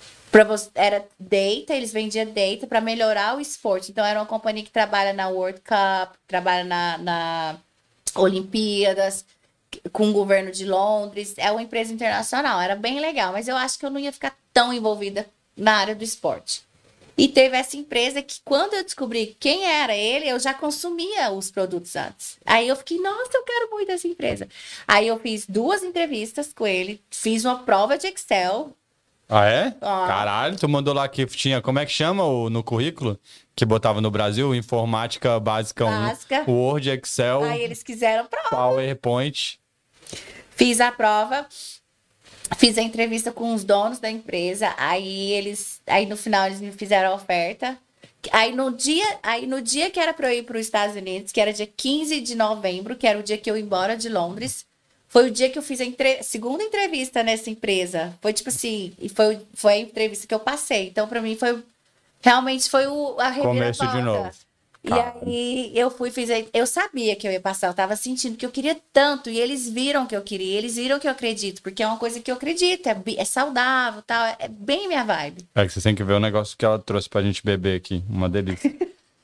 Speaker 2: era data, eles vendiam data para melhorar o esporte. Então era uma companhia que trabalha na World Cup, trabalha na Olimpíadas, com o governo de Londres, é uma empresa internacional, era bem legal, mas eu acho que eu não ia ficar tão envolvida na área do esporte. E teve essa empresa que, quando eu descobri quem era ele, eu já consumia os produtos antes. Aí eu fiquei, nossa, eu quero muito essa empresa. Aí eu fiz 2 entrevistas com ele, fiz uma prova de Excel.
Speaker 1: Ah, é? Caralho, tu mandou lá que tinha, como é que chama no currículo? Que botava no Brasil, informática básica 1, Word, Excel.
Speaker 2: Aí eles quiseram prova.
Speaker 1: PowerPoint.
Speaker 2: Fiz a prova. Fiz a entrevista com os donos da empresa, aí no final eles me fizeram a oferta. Aí no dia que era para eu ir para os Estados Unidos, que era dia 15 de novembro, que era o dia que eu ia embora de Londres, foi o dia que eu fiz a segunda entrevista nessa empresa. Foi tipo assim, e foi a entrevista que eu passei. Então, para mim, realmente foi a reviravolta.
Speaker 1: Começo de novo.
Speaker 2: E aí eu eu sabia que eu ia passar, eu tava sentindo que eu queria tanto, e eles viram que eu queria, eles viram que eu acredito, porque é uma coisa que eu acredito, é saudável, tal, é bem minha vibe.
Speaker 1: É que você tem que ver o negócio que ela trouxe pra gente beber aqui, uma delícia.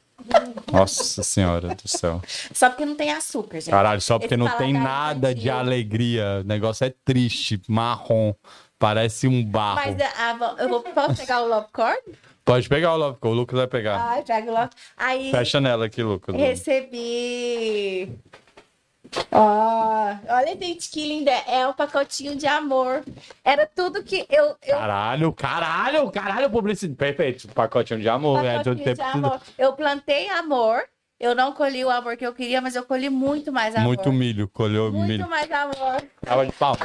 Speaker 1: Nossa senhora do céu.
Speaker 2: Só porque não tem açúcar, gente.
Speaker 1: Caralho, só porque não tem nada de alegria, o negócio é triste, marrom, parece um barro.
Speaker 2: Mas posso pegar o Love Corn?
Speaker 1: Pode pegar o Love, o Lucas vai pegar.
Speaker 2: Ai, pega o Love. Aí,
Speaker 1: fecha nela aqui, Lucas.
Speaker 2: Recebi. Olha, gente, que linda. É um pacotinho de amor. Era tudo que eu...
Speaker 1: Caralho, publicidade. Perfeito, pacotinho de amor.
Speaker 2: Pacotinho de amor. Eu plantei amor. Eu não colhi o amor que eu queria, mas eu colhi muito mais amor.
Speaker 1: Muito milho, colheu milho.
Speaker 2: Muito mais amor.
Speaker 1: Tava de palma.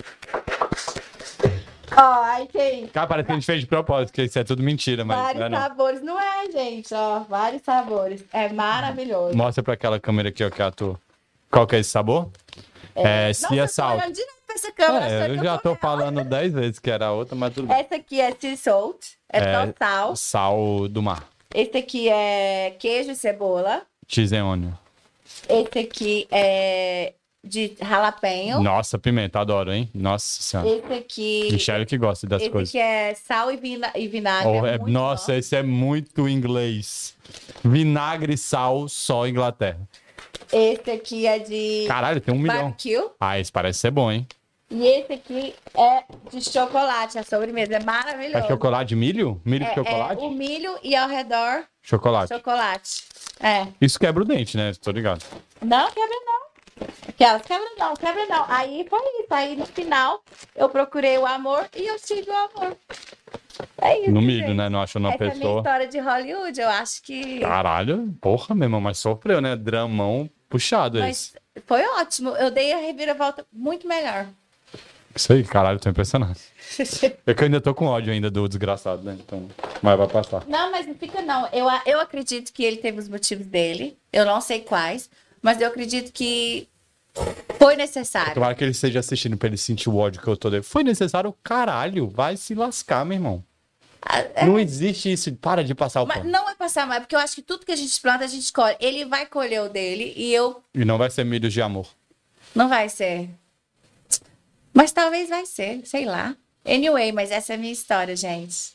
Speaker 2: Aí tem...
Speaker 1: Cara, parece que a gente fez de propósito, que isso é tudo mentira, mas
Speaker 2: vários
Speaker 1: não é
Speaker 2: sabores. Não é, gente, vários sabores. É maravilhoso.
Speaker 1: Mostra pra aquela câmera aqui, ó, que é a tua. Qual que é esse sabor? Sea Salt.
Speaker 2: Essa câmera,
Speaker 1: eu já tô falando 10 vezes que era a outra, mas tudo bem.
Speaker 2: Essa aqui é Sea Salt, só sal.
Speaker 1: Sal do mar.
Speaker 2: Esse aqui é queijo e cebola.
Speaker 1: Cheese and onion.
Speaker 2: Esse aqui é de jalapeño.
Speaker 1: Nossa, pimenta, adoro, hein? Nossa senhora.
Speaker 2: Esse aqui...
Speaker 1: Michele que gosta das coisas.
Speaker 2: Esse aqui é sal e vinagre.
Speaker 1: Nossa,
Speaker 2: bom.
Speaker 1: esse é muito inglês. Vinagre, sal, só Inglaterra.
Speaker 2: Esse aqui é de...
Speaker 1: Caralho, tem 1 milhão.
Speaker 2: barbecue.
Speaker 1: Esse parece ser bom, hein?
Speaker 2: E esse aqui é de chocolate, a sobremesa. É maravilhoso.
Speaker 1: É chocolate de milho? Milho de chocolate?
Speaker 2: É o milho e ao redor...
Speaker 1: Chocolate. Isso quebra o dente, né? Tô ligado.
Speaker 2: Não, quebra não. Quebra não. Aí foi isso. Aí no final eu procurei o amor e eu tive o amor. É isso.
Speaker 1: No milho,
Speaker 2: gente.
Speaker 1: né? Não achou numa
Speaker 2: Essa
Speaker 1: pessoa.
Speaker 2: É a minha história de Hollywood. Eu acho que...
Speaker 1: Caralho, porra, meu irmão, mas sofreu, né? Dramão puxado esse.
Speaker 2: Mas foi ótimo. Eu dei a reviravolta muito melhor.
Speaker 1: Isso aí, caralho, tô impressionado. É que eu ainda tô com ódio ainda do desgraçado, né? Então, Mas vai passar.
Speaker 2: Não, mas não fica não. Eu acredito que ele teve os motivos dele. Eu não sei quais, mas eu acredito que foi necessário.
Speaker 1: Tomara que ele esteja assistindo pra ele sentir o ódio que eu tô dele. Foi necessário, caralho. Vai se lascar, meu irmão. Não existe isso. Para de passar o
Speaker 2: Mas
Speaker 1: pano.
Speaker 2: não vai passar mais, porque eu acho que tudo que a gente planta, a gente colhe. Ele vai colher o dele e eu...
Speaker 1: E não vai ser milho de amor.
Speaker 2: Não vai ser. Mas talvez vai ser, sei lá. Anyway, mas essa é a minha história, gente.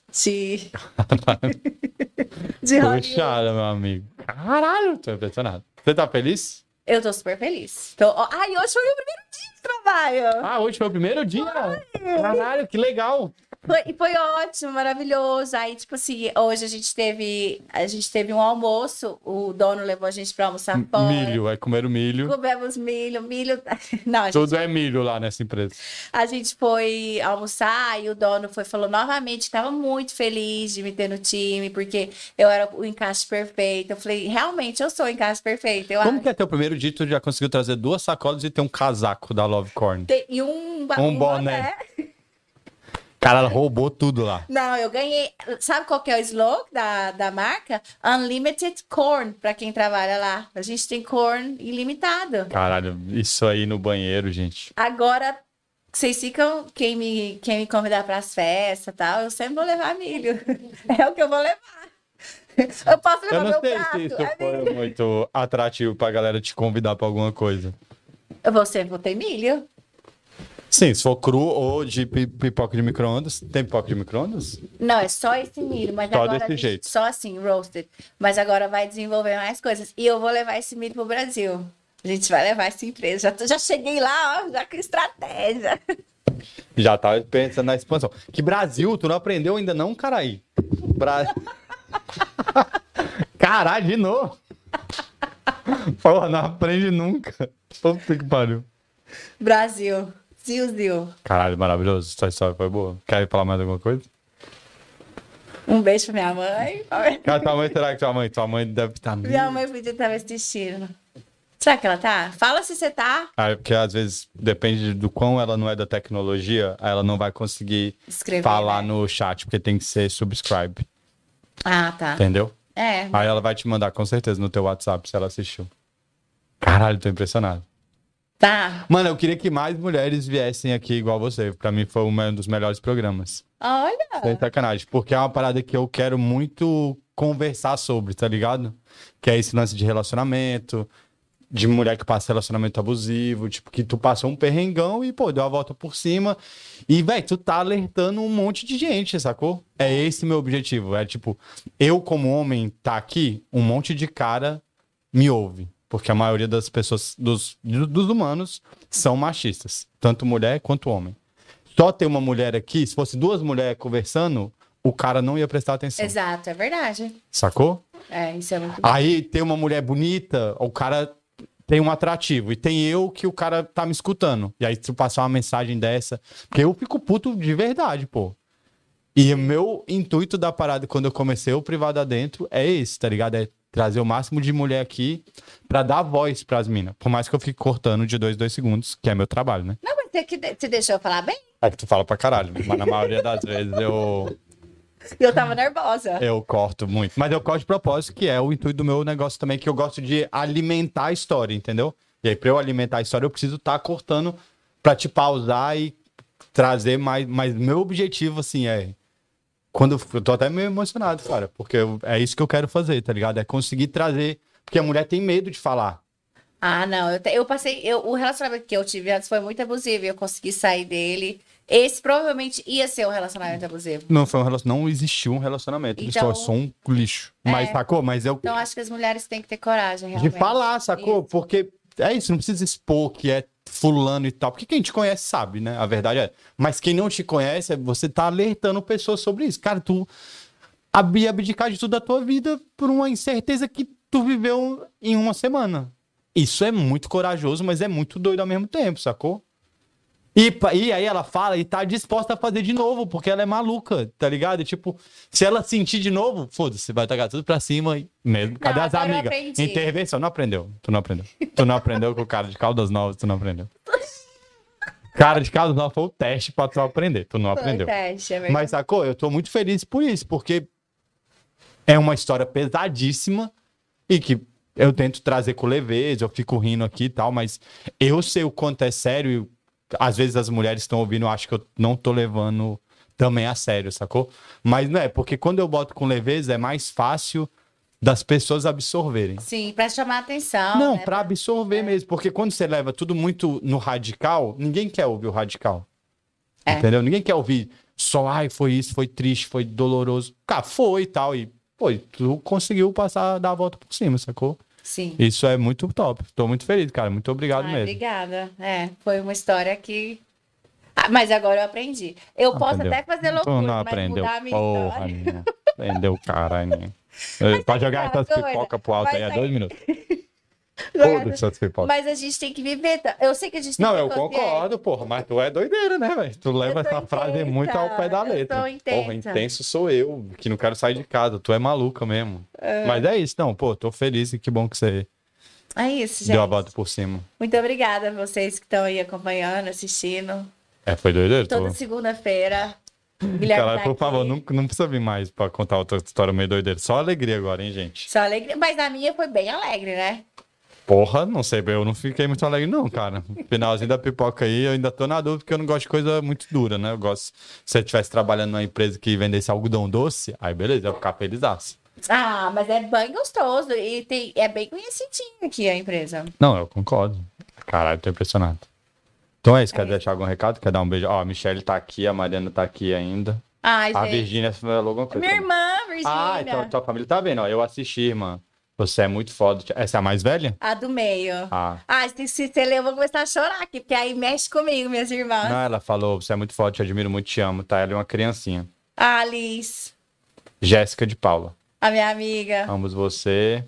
Speaker 2: De Hollywood.
Speaker 1: Puxada, meu amigo. Caralho, tô impressionado. Você tá feliz?
Speaker 2: Eu tô super feliz. Ai, hoje foi o primeiro dia de trabalho.
Speaker 1: Ah, hoje foi o primeiro dia? Caralho, que legal.
Speaker 2: Foi ótimo, maravilhoso. Aí, tipo assim, hoje a gente teve um almoço, o dono levou a gente pra almoçar fora.
Speaker 1: Milho, vai comer o milho.
Speaker 2: Comemos milho. Não,
Speaker 1: Tudo é milho lá nessa empresa.
Speaker 2: a gente foi almoçar e o dono falou novamente que estava muito feliz de me ter no time, porque eu era o encaixe perfeito. Eu falei, realmente, eu sou o encaixe perfeito.
Speaker 1: Como que é teu primeiro dia, tu já conseguiu trazer 2 sacolas e ter um casaco da Love Corn?
Speaker 2: E um
Speaker 1: boné. Cara, ela roubou tudo lá.
Speaker 2: Não, eu ganhei. Sabe qual que é o slogan da marca? Unlimited corn, para quem trabalha lá. A gente tem corn ilimitado.
Speaker 1: Caralho, isso aí no banheiro, gente.
Speaker 2: Agora, vocês ficam. Quem me convidar para as festas e tal, eu sempre vou levar milho. É o que eu vou levar. Eu posso levar
Speaker 1: Eu não
Speaker 2: meu
Speaker 1: sei
Speaker 2: prato.
Speaker 1: se isso foi muito atrativo pra galera te convidar pra alguma coisa.
Speaker 2: Eu sempre vou ter milho.
Speaker 1: Sim, se for cru ou de pipoca de micro-ondas. Tem pipoca de micro-ondas?
Speaker 2: Não, é só esse milho, mas
Speaker 1: Só
Speaker 2: agora
Speaker 1: desse jeito.
Speaker 2: só assim, roasted. Mas agora vai desenvolver mais coisas. E eu vou levar esse milho pro Brasil. A gente vai levar essa empresa. Já cheguei lá, ó, já com estratégia.
Speaker 1: Já tava pensando na expansão. Que Brasil, tu não aprendeu ainda não, carai? Caralho, de novo. Porra, não aprende nunca. Puta que pariu.
Speaker 2: Brasil. Zil.
Speaker 1: Caralho, maravilhoso. Essa história foi boa. Quer falar mais alguma coisa?
Speaker 2: Um beijo pra minha mãe.
Speaker 1: Cara, tua mãe, será que tua mãe deve estar...
Speaker 2: Minha mãe podia estar me assistindo. Será que ela tá? Fala se você tá.
Speaker 1: Ah, porque às vezes depende do quão ela não é da tecnologia, ela não vai conseguir
Speaker 2: Escrever,
Speaker 1: falar
Speaker 2: né?
Speaker 1: no chat, porque tem que ser subscribe.
Speaker 2: Ah, tá.
Speaker 1: Entendeu?
Speaker 2: É.
Speaker 1: Aí ela vai te mandar com certeza no teu WhatsApp se ela assistiu. Caralho, tô impressionado.
Speaker 2: Tá.
Speaker 1: Mano, eu queria que mais mulheres viessem aqui igual você. Pra mim foi um dos melhores programas.
Speaker 2: Olha.
Speaker 1: Sem sacanagem. Porque é uma parada que eu quero muito conversar sobre, tá ligado? Que é esse lance de relacionamento, de mulher que passa relacionamento abusivo, tipo, que tu passou um perrengão e, pô, deu a volta por cima. E, velho, tu tá alertando um monte de gente, sacou? É esse meu objetivo. É tipo, eu como homem tá aqui, um monte de cara me ouve. Porque a maioria das pessoas, dos humanos, são machistas. Tanto mulher quanto homem. Só ter uma mulher aqui, se fosse 2 mulheres conversando, o cara não ia prestar atenção.
Speaker 2: Exato, é verdade.
Speaker 1: Sacou?
Speaker 2: É, isso é muito bom.
Speaker 1: Aí tem uma mulher bonita, o cara tem um atrativo. E tem eu que o cara tá me escutando. E aí se tu passar uma mensagem dessa... Porque eu fico puto de verdade, pô. E o meu intuito da parada, quando eu comecei o Privado Adentro, é esse, tá ligado? É trazer o máximo de mulher aqui pra dar voz pras minas. Por mais que eu fique cortando de 2 segundos, que é meu trabalho, né?
Speaker 2: Não, mas você deixou eu falar bem?
Speaker 1: É que tu fala pra caralho, mas na maioria das vezes
Speaker 2: Eu tava nervosa.
Speaker 1: eu corto muito. Mas eu corto de propósito, que é o intuito do meu negócio também, que eu gosto de alimentar a história, entendeu? E aí, pra eu alimentar a história, eu preciso estar cortando pra te pausar e trazer mais. Mas meu objetivo, assim, é... Eu tô até meio emocionado, cara, porque é isso que eu quero fazer, tá ligado? É conseguir trazer... Porque a mulher tem medo de falar.
Speaker 2: Ah, não. Eu passei. O relacionamento que eu tive antes foi muito abusivo e eu consegui sair dele. Esse provavelmente ia ser um relacionamento abusivo.
Speaker 1: Não foi um relacionamento, não existiu um relacionamento. Ele
Speaker 2: Então-
Speaker 1: só só um lixo. Mas, sacou? Mas eu...
Speaker 2: Então acho que as mulheres têm que ter coragem,
Speaker 1: De
Speaker 2: realmente.
Speaker 1: falar, sacou?
Speaker 2: Isso.
Speaker 1: Porque é isso, não precisa expor que é fulano e tal. Porque quem te conhece sabe, né? A verdade é. Mas quem não te conhece, você tá alertando pessoas sobre isso. Cara, tu abdicar de tudo da tua vida por uma incerteza que tu viveu em uma semana. Isso é muito corajoso, mas é muito doido ao mesmo tempo, sacou? E aí ela fala e tá disposta a fazer de novo, porque ela é maluca, tá ligado? E, tipo, se ela sentir de novo, foda-se, vai tacar tudo pra cima e mesmo. Cadê as
Speaker 2: agora eu
Speaker 1: amigas?
Speaker 2: aprendi.
Speaker 1: Intervenção, não aprendeu. Tu não aprendeu. Tu não aprendeu com o cara de Caldas Novas, tu não aprendeu. Cara de Caldas Novas foi o teste pra tu aprender, tu não aprendeu.
Speaker 2: Teste, é verdade.
Speaker 1: Mas sacou? Eu tô muito feliz por isso, porque é uma história pesadíssima e que eu tento trazer com leveza, eu fico rindo aqui e tal, mas eu sei o quanto é sério e às vezes as mulheres estão ouvindo, eu acho que eu não tô levando também a sério, sacou? Mas não é, porque quando eu boto com leveza é mais fácil das pessoas absorverem.
Speaker 2: Sim, pra chamar atenção.
Speaker 1: Não,
Speaker 2: né?
Speaker 1: pra absorver mesmo, porque quando você leva tudo muito no radical, ninguém quer ouvir o radical.
Speaker 2: É.
Speaker 1: Entendeu? Ninguém quer ouvir só, ai, foi isso, foi triste, foi doloroso. Cara, foi e tal, e pô, tu conseguiu passar, dar a volta por cima, sacou?
Speaker 2: Sim.
Speaker 1: Isso é muito top. Tô muito feliz, cara. Muito obrigado
Speaker 2: Ai,
Speaker 1: mesmo.
Speaker 2: obrigada. Foi uma história que... mas agora eu aprendi. Eu posso
Speaker 1: Aprendeu.
Speaker 2: até fazer
Speaker 1: Tu
Speaker 2: loucura,
Speaker 1: não
Speaker 2: mas
Speaker 1: aprendeu
Speaker 2: mudar a minha
Speaker 1: porra
Speaker 2: história.
Speaker 1: nenhuma. Aprendeu, caralho. Pra jogar
Speaker 2: aquela
Speaker 1: essas
Speaker 2: coisa?
Speaker 1: pipocas pro alto aí há
Speaker 2: Mas
Speaker 1: 2 minutos. Foda-se essas pipocas.
Speaker 2: Mas a gente tem que viver. Eu sei que a gente tem
Speaker 1: Não,
Speaker 2: que
Speaker 1: eu
Speaker 2: ter consciência.
Speaker 1: concordo, porra, mas tu é doideira, né, velho? Tu leva
Speaker 2: Eu tô
Speaker 1: essa frase
Speaker 2: intensa,
Speaker 1: muito ao pé da letra.
Speaker 2: eu tô intensa.
Speaker 1: Porra, intenso sou eu, que não quero sair de casa. Tu é maluca mesmo. Mas é isso, não, pô, tô feliz e que bom que você
Speaker 2: É isso, gente.
Speaker 1: deu a volta por cima.
Speaker 2: Muito obrigada a vocês que estão aí acompanhando, assistindo.
Speaker 1: Foi doideira?
Speaker 2: Toda segunda-feira. Guilherme
Speaker 1: Cara,
Speaker 2: tá
Speaker 1: por
Speaker 2: aqui.
Speaker 1: favor, não precisa vir mais pra contar outra história meio doideira. Só alegria agora, hein, gente?
Speaker 2: Só alegria. Mas a minha foi bem alegre, né?
Speaker 1: Porra, não sei, eu não fiquei muito alegre não, cara. Finalzinho da pipoca aí, eu ainda tô na dúvida porque eu não gosto de coisa muito dura, né? Eu gosto, se eu estivesse trabalhando numa empresa que vendesse algodão doce, aí beleza, eu ia ficar felizaço.
Speaker 2: Ah, mas é bem gostoso e é bem conhecidinho aqui a empresa.
Speaker 1: Não, eu concordo. Caralho, tô impressionado. Então é isso, quer
Speaker 2: É.
Speaker 1: deixar algum recado? Quer dar um beijo? Ó, a Michelle tá aqui, a Mariana tá aqui ainda.
Speaker 2: Ai,
Speaker 1: A
Speaker 2: gente.
Speaker 1: Virgínia falou alguma coisa.
Speaker 2: Minha
Speaker 1: também.
Speaker 2: irmã, Virgínia.
Speaker 1: Ah, então tua família tá vendo, ó. Eu assisti, irmã. Você é muito foda. Essa é a mais velha?
Speaker 2: A do meio.
Speaker 1: Ah.
Speaker 2: Se você ler, eu vou começar a chorar aqui, porque aí mexe comigo, minhas irmãs.
Speaker 1: Não, ela falou, você é muito foda, te admiro muito, te amo, tá? Ela é uma criancinha.
Speaker 2: A Alice,
Speaker 1: Jéssica de Paula.
Speaker 2: a minha amiga.
Speaker 1: Ambos você.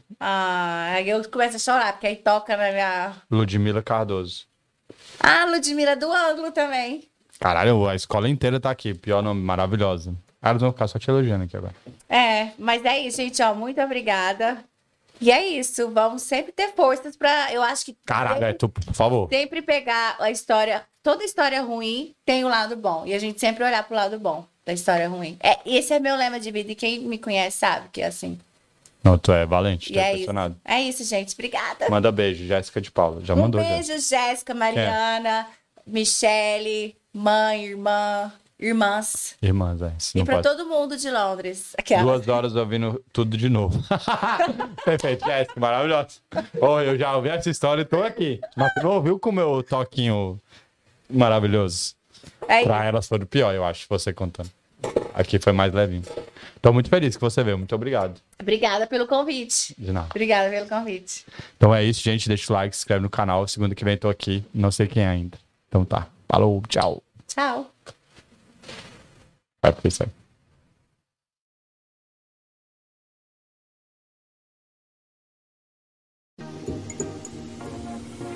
Speaker 2: Aí eu começo a chorar, porque aí toca na minha...
Speaker 1: Ludmila Cardoso.
Speaker 2: Ah, Ludmila do ângulo também.
Speaker 1: Caralho, a escola inteira tá aqui. Pior nome, maravilhosa. Elas vão ficar só te elogiando aqui agora.
Speaker 2: Mas é isso, gente, ó, muito obrigada. E é isso, vamos sempre ter forças pra, eu acho que...
Speaker 1: Caralho, tu, por favor.
Speaker 2: Sempre pegar a história, toda história ruim tem o lado bom. E a gente sempre olhar pro lado bom da história ruim. Esse é meu lema de vida e quem me conhece sabe que é assim.
Speaker 1: Não, tu é valente,
Speaker 2: E
Speaker 1: tô
Speaker 2: é isso.
Speaker 1: impressionado.
Speaker 2: É isso, gente. Obrigada.
Speaker 1: Manda beijo, Jéssica de Paula. Já mandou, já.
Speaker 2: Beijo, Jéssica, Mariana, Michele, mãe, irmãs.
Speaker 1: Irmãs, é. Isso
Speaker 2: E
Speaker 1: não
Speaker 2: pra
Speaker 1: pode.
Speaker 2: todo mundo de Londres. Aquela.
Speaker 1: 2 horas ouvindo tudo de novo. Perfeito, Jéssica, maravilhosa. Ô, eu já ouvi essa história e tô aqui. Mas tu não ouviu com o meu toquinho maravilhoso?
Speaker 2: É
Speaker 1: Pra
Speaker 2: isso.
Speaker 1: elas foi o pior, eu acho, você contando. Aqui foi mais levinho. Tô muito feliz que você veio. Muito obrigado.
Speaker 2: Obrigada pelo convite.
Speaker 1: De nada.
Speaker 2: Obrigada pelo convite.
Speaker 1: Então é isso, gente. Deixa o like, se inscreve no canal. Segunda que vem tô aqui. Não sei quem é ainda. Então tá. Falou, tchau.
Speaker 2: Tchau.
Speaker 1: Vai pra isso aí.